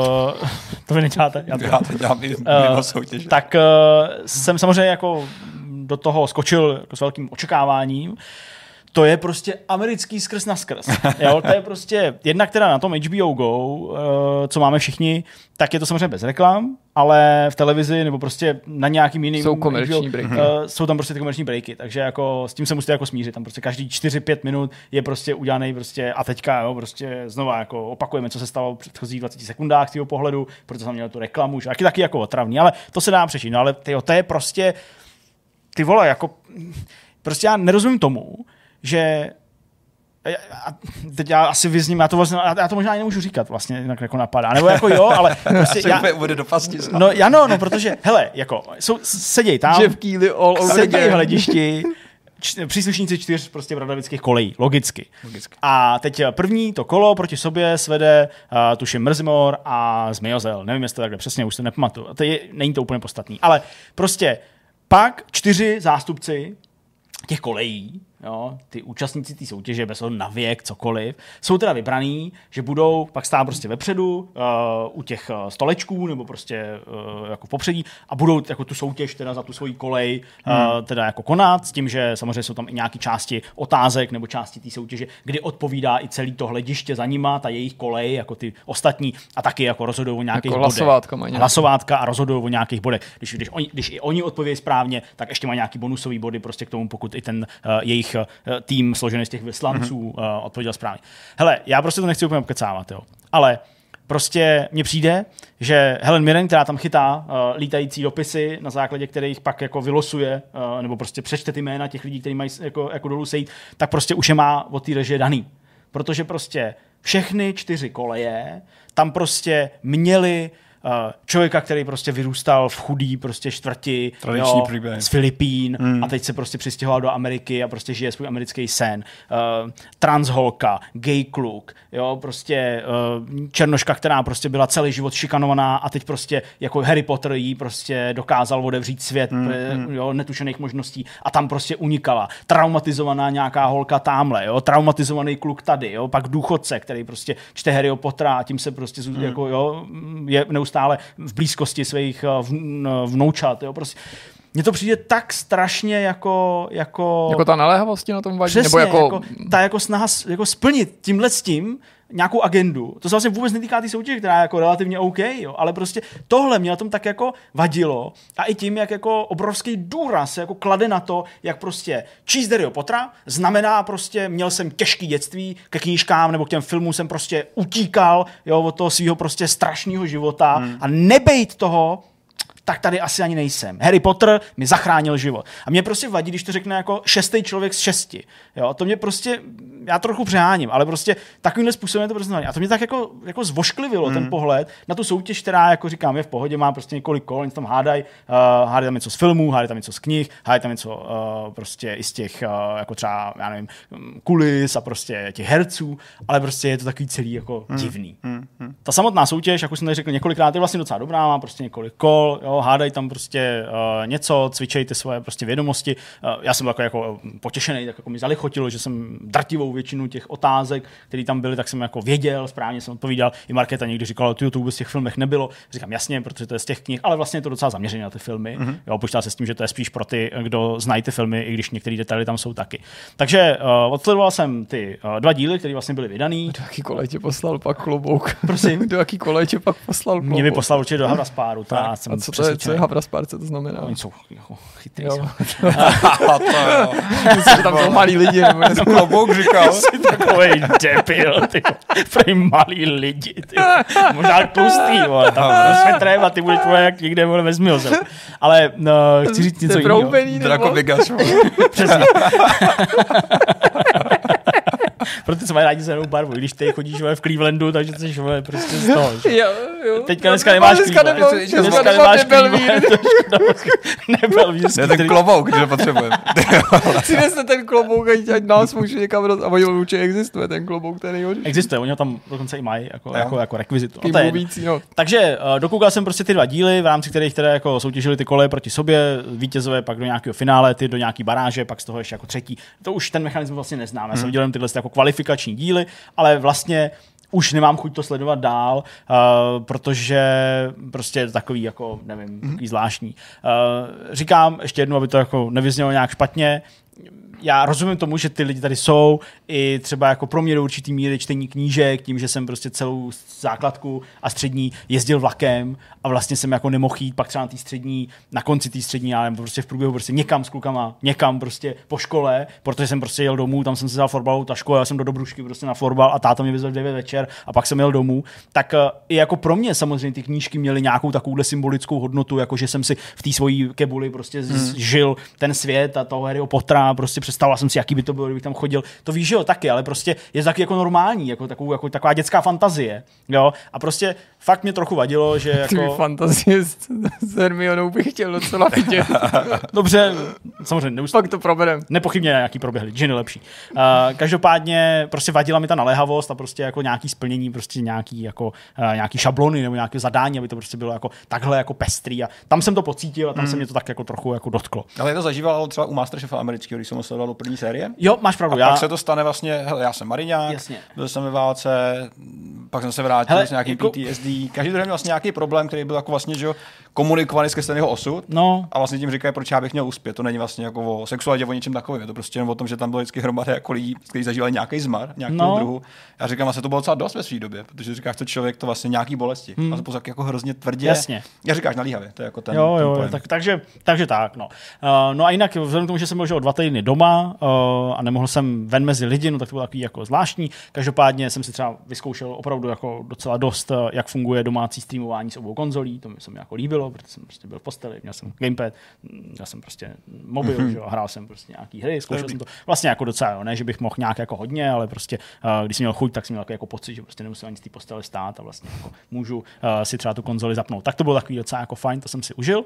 to vy neděláte. Já to dělám mimo soutěž. Tak jsem samozřejmě jako do toho skočil jako s velkým očekáváním. To je prostě americký skrz na skrz. Jo, to je prostě jedna, která na tom HBO Go, co máme všichni, tak je to samozřejmě bez reklam, ale v televizi nebo prostě na nějakým jiným jsou komerční breaky. Jsou tam prostě ty komerční breaky, takže jako s tím se musíte jako smířit. Tam prostě každý 4-5 minut je prostě udělaný prostě a teďka jo, prostě znova jako opakujeme, co se stalo v předchozích 20 sekundách z toho pohledu, protože jsem měl tu reklamu, že taky jako otravný, ale to se dá přečíst. No ale to je prostě ty vole, jako prostě já nerozumím tomu, že teď já asi vyzním, já to možná ani nemůžu říkat vlastně, jinak jako napadá, nebo jako jo, ale prostě já bude do pasti. No, protože, hele, jako, seděj tam, seděj v hledišti, příslušníci 4 prostě bradavických kolejí, logicky. A teď první to kolo proti sobě svede tuším Mrzimor a Zmiozel, nevím, jestli to takhle přesně, už se nepamatuju, není to úplně podstatný, ale prostě pak 4 zástupci těch kolejí, jo, ty účastníci té soutěže, bez ohledu na věk, cokoliv, jsou teda vybraný, že budou pak stát prostě vepředu u těch stolečků nebo prostě jako v popředí a budou jako tu soutěž teda za tu svoji kolej teda jako konat s tím, že samozřejmě jsou tam i nějaké části otázek nebo části té soutěže, kdy odpovídá i celý to hlediště za nima, ta jejich kolej, jako ty ostatní a taky jako rozhodují o nějakých jako bodech. Hlasovátka a rozhodují o nějakých bodech. Když i oni odpovědí správně, tak ještě má nějaký bonusový body prostě k tomu, pokud i ten jejich tým složený z těch vyslanců odpověděl správně. Hele, já prostě to nechci úplně obkecávat, jo. Ale prostě mně přijde, že Helen Mirren, která tam chytá lítající dopisy, na základě kterých pak jako vylosuje, nebo prostě přečte ty jména těch lidí, kteří mají jako dolů sejít, tak prostě už je má od té režie daný. Protože prostě všechny 4 koleje tam prostě měly člověka, který prostě vyrůstal v chudý prostě čtvrti z Filipín a teď se prostě přistěhoval do Ameriky a prostě žije svůj americký sen. Transholka, gay kluk, jo, prostě černoška, která prostě byla celý život šikanovaná a teď prostě jako Harry Potter jí prostě dokázal otevřít svět jo, netušených možností a tam prostě unikala. Traumatizovaná nějaká holka támhle, jo, traumatizovaný kluk tady, jo, pak důchodce, který prostě čte Harryho Pottera a tím se prostě jako, jo, je neustále v blízkosti svých vnoučat, jo, prostě. Mně to přijde tak strašně jako ta naléhavost na tom vadí? Přesně, nebo jako ta jako snaha jako splnit tímhletím nějakou agendu. To se vlastně vůbec netýká té soutěže, která je jako relativně OK, jo, ale prostě tohle mě na tom tak jako vadilo a i tím, jak jako obrovský důraz se jako klade na to, jak prostě číst Harryho Pottera znamená prostě, měl jsem těžký dětství, ke knížkám nebo k těm filmům jsem prostě utíkal, jo, od toho svého prostě strašného života a nebejt toho, tak tady asi ani nejsem. Harry Potter mi zachránil život. A mě prostě vadí, když to řekne jako 6. člověk z 6. Jo, to mě prostě, já trochu přeháním, ale prostě takovýmhle způsobem je to prostě. A to mě tak jako zvošklivilo ten pohled na tu soutěž, která, jako říkám, je v pohodě, má prostě několik kol, oni tam hádají tam něco z filmů, hádají tam něco z knih, hádají tam něco prostě i z těch, jako třeba, já nevím, kulis a prostě těch herců, ale prostě je to takový celý jako divný. Ta samotná soutěž, jak už jsem tady řekl několikrát, je vlastně docela dobrá, má prostě několik kol, jo, hádají tam prostě něco, cvičejte svoje prostě vědomosti. Já jsem takový jako potěšený, tak jako mi zalichotilo, že jsem drtivou většinu těch otázek, které tam byly, tak jsem jako věděl, správně jsem odpovídal. I Markéta někdy říkala, to vůbec v těch filmech nebylo. Říkám jasně, protože to je z těch knih, ale vlastně je to docela zaměřené na ty filmy. Jo, počítá se s tím, že to je spíš pro ty, kdo znají ty filmy, i když některé detaily tam jsou taky. Takže odsledoval jsem ty 2 díly, které vlastně byly vydaný. Do jaký kolej tě poslal pak klobouk? Prosím. Do jaký kolej tě pak poslal klobouk? Mě by poslal určitě do Havraspáru. A co je Havraspár, co to znamená? Oni jsou jako chytrý. Myslím, že tam jsou malí lidi. To klobouk říkal. Jsi takovej debil, ty. Prý malí lidi, ty. Možná tlustý, vole. Tam prostě tréma, ty budeš jak někde, vole, vezmi ho. Ale chci říct něco jiného. Draco Vegas. Přesně. Proto se mají rádi zelenou barvu, když ty chodíš v Clevelandu, takže jsi prostě z toho. Teďka dneska nemáš Cleveland. Dneska nemáš Cleveland. Nebyl víc. Ne, ten klobouk, že potřebujeme. Přineste ten klobouk, ať nás může někam roz... A oni určitě existuje, ten klobouk, ten nejhorší. Existuje, oni ho tam dokonce i mají jako rekvizitu. No. Takže dokoukal jsem prostě ty 2 díly, v rámci kterých teda jako soutěžili ty koleje proti sobě, vítězové pak do nějakého finále, ty do nějaký baráže, pak z toho ještě jako třetí. To už ten mechanismus vlastně neznám. Já jsem dělal tyhle jako kvalifikační díly, ale vlastně už nemám chuť to sledovat dál, protože prostě je to takový, jako, nevím, takový zvláštní. Říkám ještě jednou, aby to jako nevyznělo nějak špatně, já rozumím tomu, že ty lidi tady jsou i třeba jako pro mě do určitý míry čtení knížek, tím, že jsem prostě celou základku a střední jezdil vlakem a vlastně jsem jako nemohl jít pak třeba na té střední, na konci té střední, ale prostě v průběhu prostě někam s klukama, někam prostě po škole, protože jsem prostě jel domů, tam jsem se vzal fotbalovou tašku, jel jsem do Dobrušky prostě na fotbal a táta mě vyzval v 9 večer a pak jsem jel domů. Tak i jako pro mě samozřejmě ty knížky měly nějakou takovouhle symbolickou hodnotu, jako že jsem si v té svojí kebuli prostě žil ten svět a toho Harryho Pottera, prostě představoval jsem si, jaký by to bylo, kdybych tam chodil. To víš, že jo, taky, ale prostě je to taky jako normální, jako taková dětská fantazie, jo. A prostě fakt mě trochu vadilo, že jako... Ty fantazie s Hermionou bych chtěl docela vidět. Dobře, samozřejmě. Pak to proberem. Nepochybně nějaký proběhly, Ginny lepší. Každopádně prostě vadila mi ta naléhavost a prostě jako nějaký splnění, prostě nějaký šablony nebo nějaké zadání, aby to prostě bylo jako takhle jako pestrý a tam jsem to pocítil a tam se mě to tak jako trochu jako dotklo. Ale je to zažíval třeba u Masterchefa amerického, když jsem sledoval první série. Jo, máš pravdu. A pak se to stane vlastně, hele, já jsem mariňák, byl jsem ve válce, pak jsem se vrátil s nějakým jako... PTSD. Každý druhý měl vlastně nějaký problém, který byl jako vlastně, že komunikovaný skrz ten jeho osud. No. A vlastně tím říkají, proč já bych měl uspět. To není vlastně jako o sexualitě, o něčem takovém. Je to prostě jen o tom, že tam bylo vždycky hromada jako lidí, kteří zažívali nějaký zmar, nějakou druhu. Já říkám, vlastně to bylo docela dost ve své době, protože říkáš, to člověk to vlastně nějaký bolesti. A to pozak jako hrozně tvrdě. Jasně. Já říkáš nalíhavě, to je jako ten. Jo, takže tak, no. No a jinak vzhledem k tomu, že jsem byl 2 týdny doma a nemohl jsem ven mezi lidi, no tak to bylo takový jako zvláštní. Každopádně jsem si třeba vyzkoušel opravdu jako docela dost, jak funguje domácí streamování s obou konzolí, to mi se mi jako líbilo, protože jsem prostě byl v posteli, měl jsem gamepad, měl jsem prostě mobil, že? Hrál jsem prostě nějaký hry, zkoušel jsem to vlastně jako docela, jo, ne, že bych mohl nějak jako hodně, ale prostě když jsem měl chuť, tak jsem měl jako pocit, že prostě nemusím ani z té postele stát a vlastně jako můžu si třeba tu konzoli zapnout. Tak to bylo takový docela jako fajn, to jsem si užil.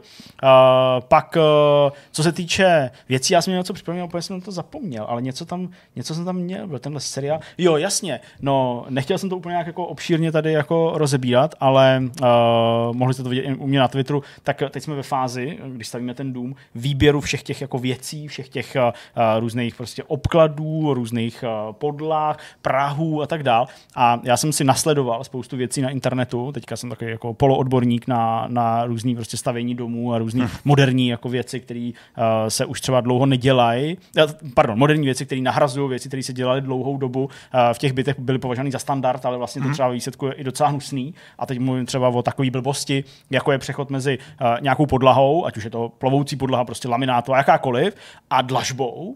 Pak co se týče věcí, já jsem měl něco připomněl, protože jsem to zapomněl, ale něco jsem tam měl, byl tenhle seriál. Jo, jasně. No, nechtěl jsem to úplně nějak jako obšírně tady jako rozebírat, ale mohli jste to vidět u mě na Twitteru, tak teď jsme ve fázi, když stavíme ten dům, výběru všech těch jako věcí, všech těch různých prostě obkladů, různých podlah, prahů a tak dál. A já jsem si nasledoval spoustu věcí na internetu, teďka jsem takový jako poloodborník na různý prostě stavění domů a různý moderní jako věci, které se už třeba dlouho nedělají. Moderní věci, které nahrazují věci, které se dělaly dlouhou dobu. V těch bytech byly považovány za standard, ale vlastně to třeba výsledku je i docela hnusný. A teď mluvím třeba o takové blbosti, jako je přechod mezi nějakou podlahou, ať už je to plovoucí podlaha, prostě laminátová, jakákoliv, a dlažbou,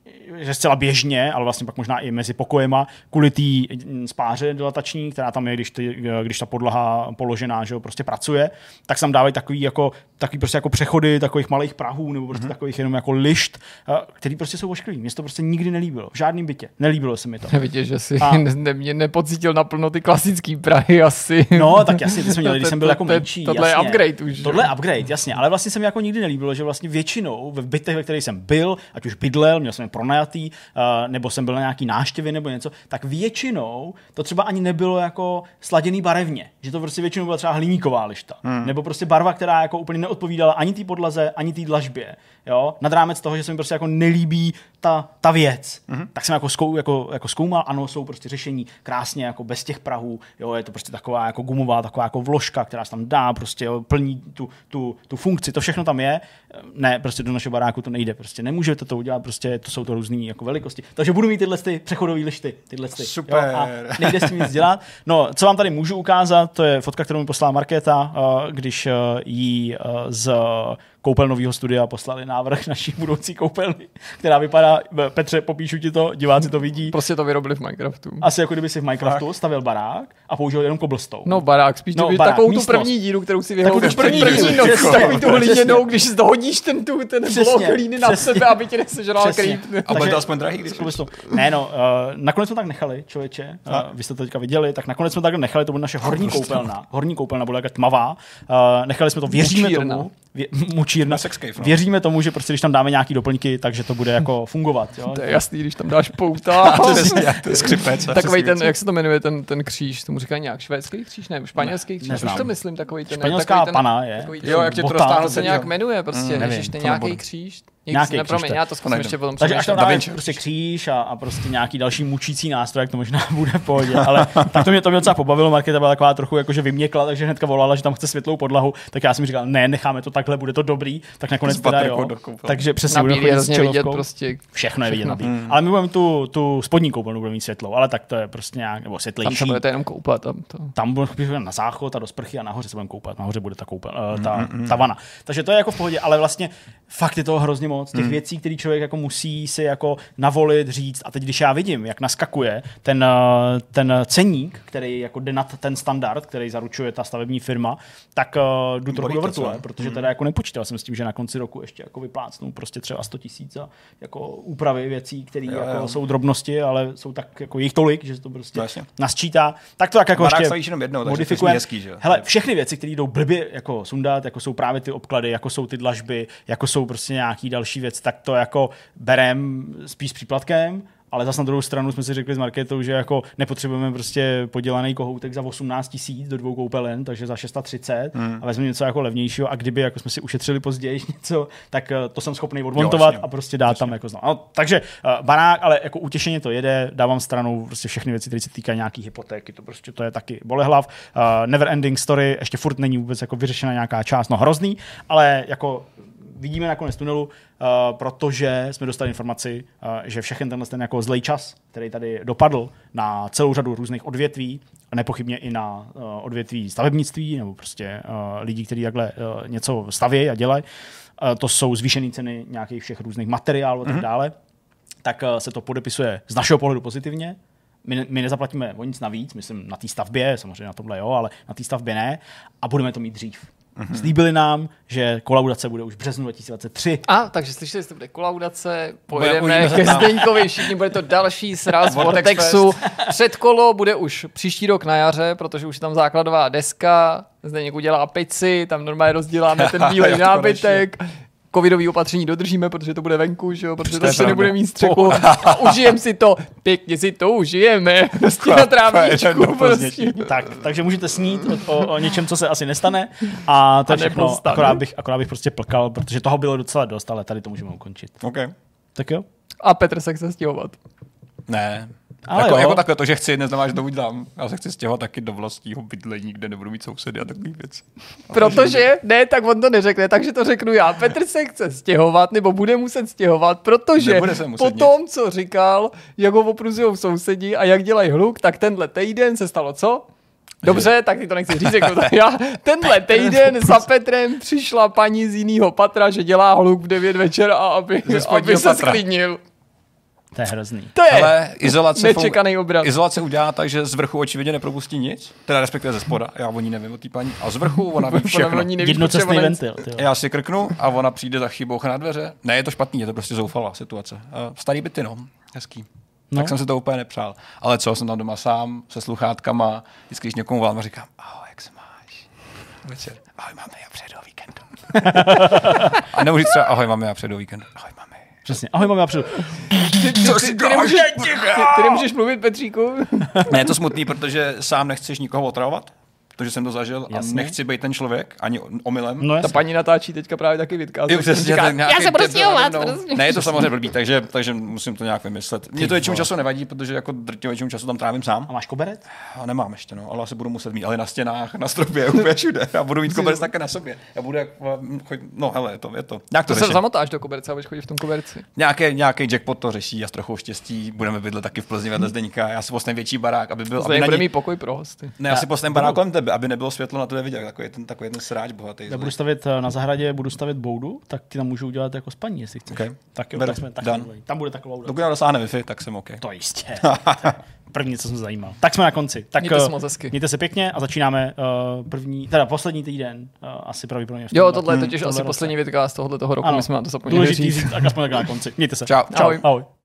že zcela běžně, ale vlastně pak možná i mezi pokojema, kvůli té spáře dilatační, která tam je, když ta podlaha položená, že jo, prostě pracuje, tak se tam dávají takový prostě jako přechody takových malých prahů nebo prostě takových jenom jako lišt, který prostě jsou ošklivý. Mně se to prostě nikdy nelíbilo. V žádném bytě. Nelíbilo se mi to. Vidíš, že jsi mě nepocítil naplno ty klasický prahy asi. No, tak jasně, ty jsme měli, když jsem byl jako menší. Tohle je upgrade už. Tohle je upgrade, jasně, ale vlastně se mi jako nikdy nelíbilo, že vlastně většinou v bytech, ve kterých jsem byl, ať už bydlel, měl jsem je pronajatý, nebo jsem byl na nějaký návštěvě nebo něco, tak většinou to třeba ani nebylo jako sladěný barevně, že to prostě většinou byla třeba hliníková lišta, nebo prostě barva, která jako úplně neodpovídala ani té podlaze, ani té dlažbě. Jo? Nad rámec toho, že se mi prostě jako nelíbí ta věc, tak jsem jako zkoumal, ano, jsou prostě řešení krásně jako bez těch prahů, jo, je to prostě taková jako gumová, taková jako vložka, která se tam dá, prostě jo, plní tu funkci, to všechno tam je. Ne, prostě do našeho baráku to nejde, prostě nemůžete to udělat, prostě to jsou to různé jako velikosti. Takže budu mít tyhle přechodové lišty, Super. Jo, a nejde s tím nic dělat. No, co vám tady můžu ukázat, to je fotka, kterou mi poslala Markéta, když jí z koupelnového studia poslali návrh naší budoucí koupelny, která vypadá, Petře, popíšu ti to, diváci to vidí. Prostě to vyrobili v Minecraftu. Asi jako kdyby si v Minecraftu stavil barák a použil jenom cobblestone. No barák, spíš takovou tu první díru, kterou si vyhodíš. První díru, takový tu hlíněnou, když dohodíš ten blok hlíny na sebe, aby tě nesežral creep. A bude to aspoň drahý, když ne, no, nakonec jsme tak nechali, člověče, vy jste to teďka viděli, tak nakonec jsme tak nechali, to bude naše horní koupelna. Horní koupelna bude jako tmavá. Nechali jsme to, věříme tomu. Mučírna. Věříme tomu, že prostě když tam dáme nějaký doplňky, takže to bude jako fungovat. Jo? To je jasný, když tam dáš pouta. Skřipec. Takový ten, jak se to jmenuje, ten kříž, tomu říkají nějak švédský kříž, ne, španělský kříž. Už to myslím, takový ten. Španělská pana je. Jo, jak tě to dostáhlo, se nějak jmenuje, prostě, ježiš, ten nějaký kříž. Nepromiň, já to zkusím ještě potom. Takže až tam dáme prostě kříž a prostě nějaký další mučící nástroj, jak to možná bude v pohodě. Ale tak to mě docela pobavilo. Markéta byla taková trochu jakože vyměkla, takže hnedka volala, že tam chce světlou podlahu. Tak já jsem říkal, ne, necháme to takhle, bude to dobrý. Tak nakonec teda jo. Takže přesně budeme chodit s čelovkou. Prostě všechno je vidět na bílý. Ale my budeme tu spodní koupelnu budeme mít světlou, ale tak to je prostě nějak nebo světlejší. Tam se budete jenom koupat. Tam budeme na záchod a do sprchy a nahoře se budeme koupat. Nahoře bude ta koupel, ta vana. Takže to je jako v pohodě, ale vlastně fakt je toho hrozně moc těch věcí, které člověk jako musí si jako navolit, říct. A teď, když já vidím, jak naskakuje ten ceník, který jako jde nad ten standard, který zaručuje ta stavební firma, tak jdu trochu do vrtule, protože teda jako nepočítal jsem s tím, že na konci roku ještě jako vyplácnou prostě třeba 100 000 jako úpravy věcí, které jako jsou drobnosti, ale jsou tak jako jich tolik, že se to prostě nasčítá. Tak to tak jako barák ještě modifikuje. Hele, všechny věci, které jdou blbě jako sundat, jako jsou právě ty obklady, jako jsou ty dlažby, jako jsou prostě nějaký další věc, tak to jako berem spíš s příplatkem, ale zase na druhou stranu jsme si řekli s Markétou, že jako nepotřebujeme prostě podělaný kohoutek za 18 000 do 2 koupelen, takže za 630 a vezmeme něco jako levnějšího a kdyby jako jsme si ušetřili později něco, tak to jsem schopný odmontovat a prostě dát tam jako znám. No, takže barák, ale jako utěšeně to jede, dávám stranou prostě všechny věci, které se týkají nějaký hypotéky, to prostě to je taky bolehlav. Never ending story, ještě furt není vůbec jako vyřešena nějaká část, no hrozný, ale jako vidíme nakonec tunelu, protože jsme dostali informaci, že všechen ten jako zlej čas, který tady dopadl na celou řadu různých odvětví, a nepochybně i na odvětví stavebnictví, nebo prostě lidí, kteří takhle něco stavějí a dělají, to jsou zvýšené ceny nějakých všech různých materiálů a tak dále, tak se to podepisuje z našeho pohledu pozitivně. My nezaplatíme o nic navíc, myslím na té stavbě, samozřejmě na tohle jo, ale na té stavbě ne, a budeme to mít dřív. Slíbili nám, že kolaudace bude už v březnu 2023. Takže slyšeli jste, bude kolaudace, pojedeme ke Zdeňkovi, všichni, bude to další sraz Vortexu. Předkolo bude už příští rok na jaře, protože už je tam základová deska, Zdeněk udělá pici, tam normálně rozděláme ten bílej nábytek. Covidový opatření dodržíme, protože to bude venku, že jo? Protože to se nebude mít střechu. A užijeme si to, pěkně si to užijeme. Prostě na trávníčku. Prostě. Takže můžete snít o něčem, co se asi nestane. A to je všechno, akorát bych prostě plkal, protože toho bylo docela dost, ale tady to můžeme ukončit. Okay. Tak jo? A Petr se chce stěhovat. Ne. Ale jako takhle to, že chci, neznamená, že to udělám. Já se chci stěhovat taky do vlastního bydlení, kde nebudu mít sousedy a takových věcí. Protože, ne, tak on to neřekne, takže to řeknu já. Petr se chce stěhovat, nebo bude muset stěhovat, protože po tom, co říkal, jak ho opruzujou sousedi a jak dělají hluk, tak tenhle týden se stalo co? Dobře, tak ty to nechci říct, jako to já. Tenhle týden za Petrem přišla paní z jiného patra, že dělá hluk v 9 večer a aby se sklidnil. To je hrozný. To je ale nečekaný obraz. Izolace udělá tak, že z vrchu očividně nepropustí nic, teda respektive ze spoda, já o ní nevím, o té paní, a z vrchu ona ví všechno. Jednocestný ventil. Já si krknu a ona přijde za chybou na dveře. Ne, je to špatný, je to prostě zoufalá situace. Starý byty, no, hezký. Tak jsem se to úplně nepřál. Ale co, jsem tam doma sám, se sluchátkama, vždycky, když někomu volám a říkám, ahoj, jak se máš? Večer, ahoj, mami, já přijedu o víkendu. A nemůžu říct třeba, ahoj, mami, já přijedu o víkendu. Ahoj, mami. Přesně. Ahoj, mami, já přijdu. Ty nemůžeš mluvit, Petříku? Ne, je to smutný, protože sám nechceš nikoho otravovat, protože jsem to zažil a nechci být ten člověk, ani omylem. No, ta paní natáčí teďka právě taky vidka. Já se budu stěhovat. Ne, je to samozřejmě blbý, takže musím to nějak vymyslet. Mně to většinu času nevadí, protože jako většinu času tam trávím sám. A máš koberec? Nemám ještě, no, ale asi budu muset mít, ale na stěnách, na stropě, úplně všude. Já budu mít koberec také na sobě. Já budu no hele, je to. Nějak to se zamotáš do koberce a budeš chodit v tom koberci. Nějaký jackpot to řeší a s trochou štěstí budeme bydlet taky v Plzni vedle Zdeňka. Já si postavím větší barák, aby byl, aby bude mít pokoj pro hosty. Ne, já si postavím barák kolem tebe, aby nebylo světlo na tebe vidět, takový ten sráč bohatý. Já budu stavět na zahradě, budu stavět boudu, tak ti tam můžu udělat jako spaní, jestli chceš. Okay. Tak jo, tam bude taková bouda. Dokud dosáhne Wi-Fi, tak jsem OK. To jistě. První, co jsem zajímal. Tak jsme na konci. Tak mějte se pěkně a začínáme poslední týden, asi pravděpodobně. Jo, tohle je totiž asi poslední vidka z tohoto roku, my jsme na to zapomněli říct. Tak aspoň tak na konci. Mějte se. Čau. Ahoj.